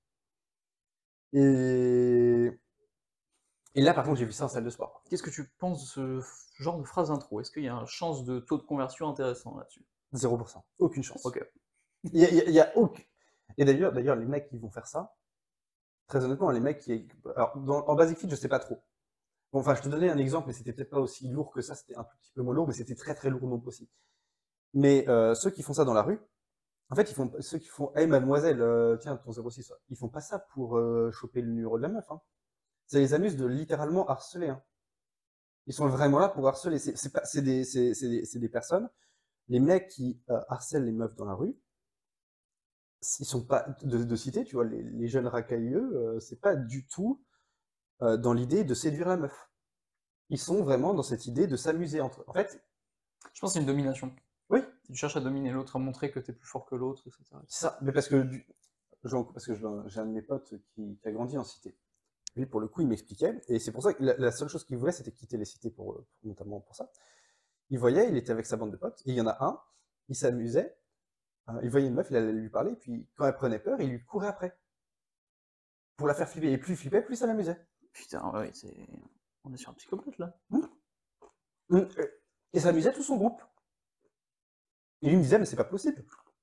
Et, et là, par contre, j'ai vu ça en salle de sport. qu'est-ce que tu penses de ce genre de phrase intro? Est-ce qu'il y a une chance de taux de conversion intéressant là-dessus? 0%. Aucune chance. Ok. Il y a aucun... Et d'ailleurs, les mecs qui vont faire ça, très honnêtement, les mecs qui. Alors, en Basic Fit, je sais pas trop. Bon, enfin, je te donnais un exemple, mais c'était peut-être pas aussi lourd que ça, c'était un petit peu moins lourd, mais c'était très très lourd non aussi. Mais ceux qui font ça dans la rue, en fait, ceux qui font, hey mademoiselle, tiens, ton 06, ils font pas ça pour choper le numéro de la meuf, hein. Ça les amuse de littéralement harceler, hein. Ils sont vraiment là pour harceler. C'est pas, c'est des personnes, les mecs qui harcèlent les meufs dans la rue, ils sont pas de cité, tu vois, les jeunes racailleux, c'est pas du tout dans l'idée de séduire la meuf. Ils sont vraiment dans cette idée de s'amuser entre eux. En fait, Je pense que c'est une domination. oui, Tu cherches à dominer l'autre, à montrer que t'es plus fort que l'autre, etc. c'est ça. Mais parce que j'ai un de mes potes qui a grandi en cité. Lui, pour le coup, il m'expliquait, et c'est pour ça que la seule chose qu'il voulait, c'était quitter les cités, notamment pour ça. Il voyait, il était avec sa bande de potes, et il y en a un, il s'amusait, il voyait une meuf, il allait lui parler, et puis quand elle prenait peur, il lui courait après, pour la faire flipper. Et plus il flippait, plus ça l'amusait. Putain, ouais, c'est... On est sur un psychopathe, là. Hum, hum, Et ça amusait tout son groupe. Et lui me disait, mais c'est pas possible.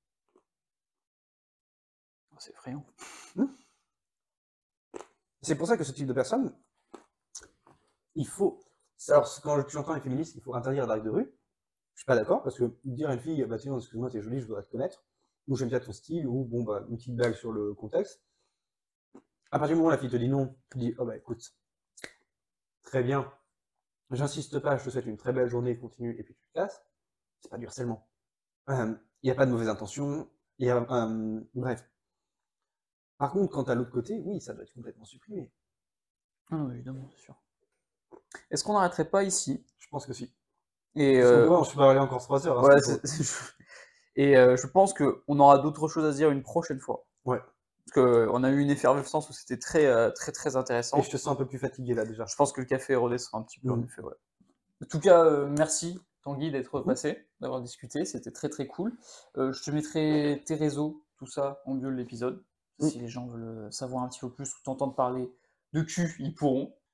Oh, c'est effrayant. Hum. C'est pour ça que ce type de personne, il faut. Alors, quand j'entends les féministes, il faut interdire la drague de rue, je suis pas d'accord, parce que dire à une fille, bah tiens, excuse-moi, t'es jolie, je voudrais te connaître, ou j'aime bien ton style, ou bon, bah, une petite blague sur le contexte. À partir du moment où la fille te dit non, tu dis, oh bah écoute, très bien, j'insiste pas, je te souhaite une très belle journée, continue, et puis tu te casses, c'est pas du harcèlement. Il n'y a pas de mauvaise intention, bref. Par contre, quand à l'autre côté, oui, ça doit être complètement supprimé. Ah non, évidemment, c'est sûr. Est-ce qu'on n'arrêterait pas ici? Je pense que si. Et Parce que je peux parler encore 3 heures, hein, ouais, c'est et je pense qu'on aura d'autres choses à se dire une prochaine fois. Ouais. Parce qu'on a eu une effervescence où c'était très, très Et je intéressant. te sens un peu plus fatigué là déjà. Je pense que le café redescend un petit peu, en Mm. effet, ouais. En tout cas, merci Tanguy d'être Mm. passé, d'avoir discuté, c'était très très cool. Je te mettrai tes réseaux, tout ça, en bio de l'épisode. Mm. Si les gens veulent savoir un petit peu plus ou t'entendre parler de cul, ils pourront.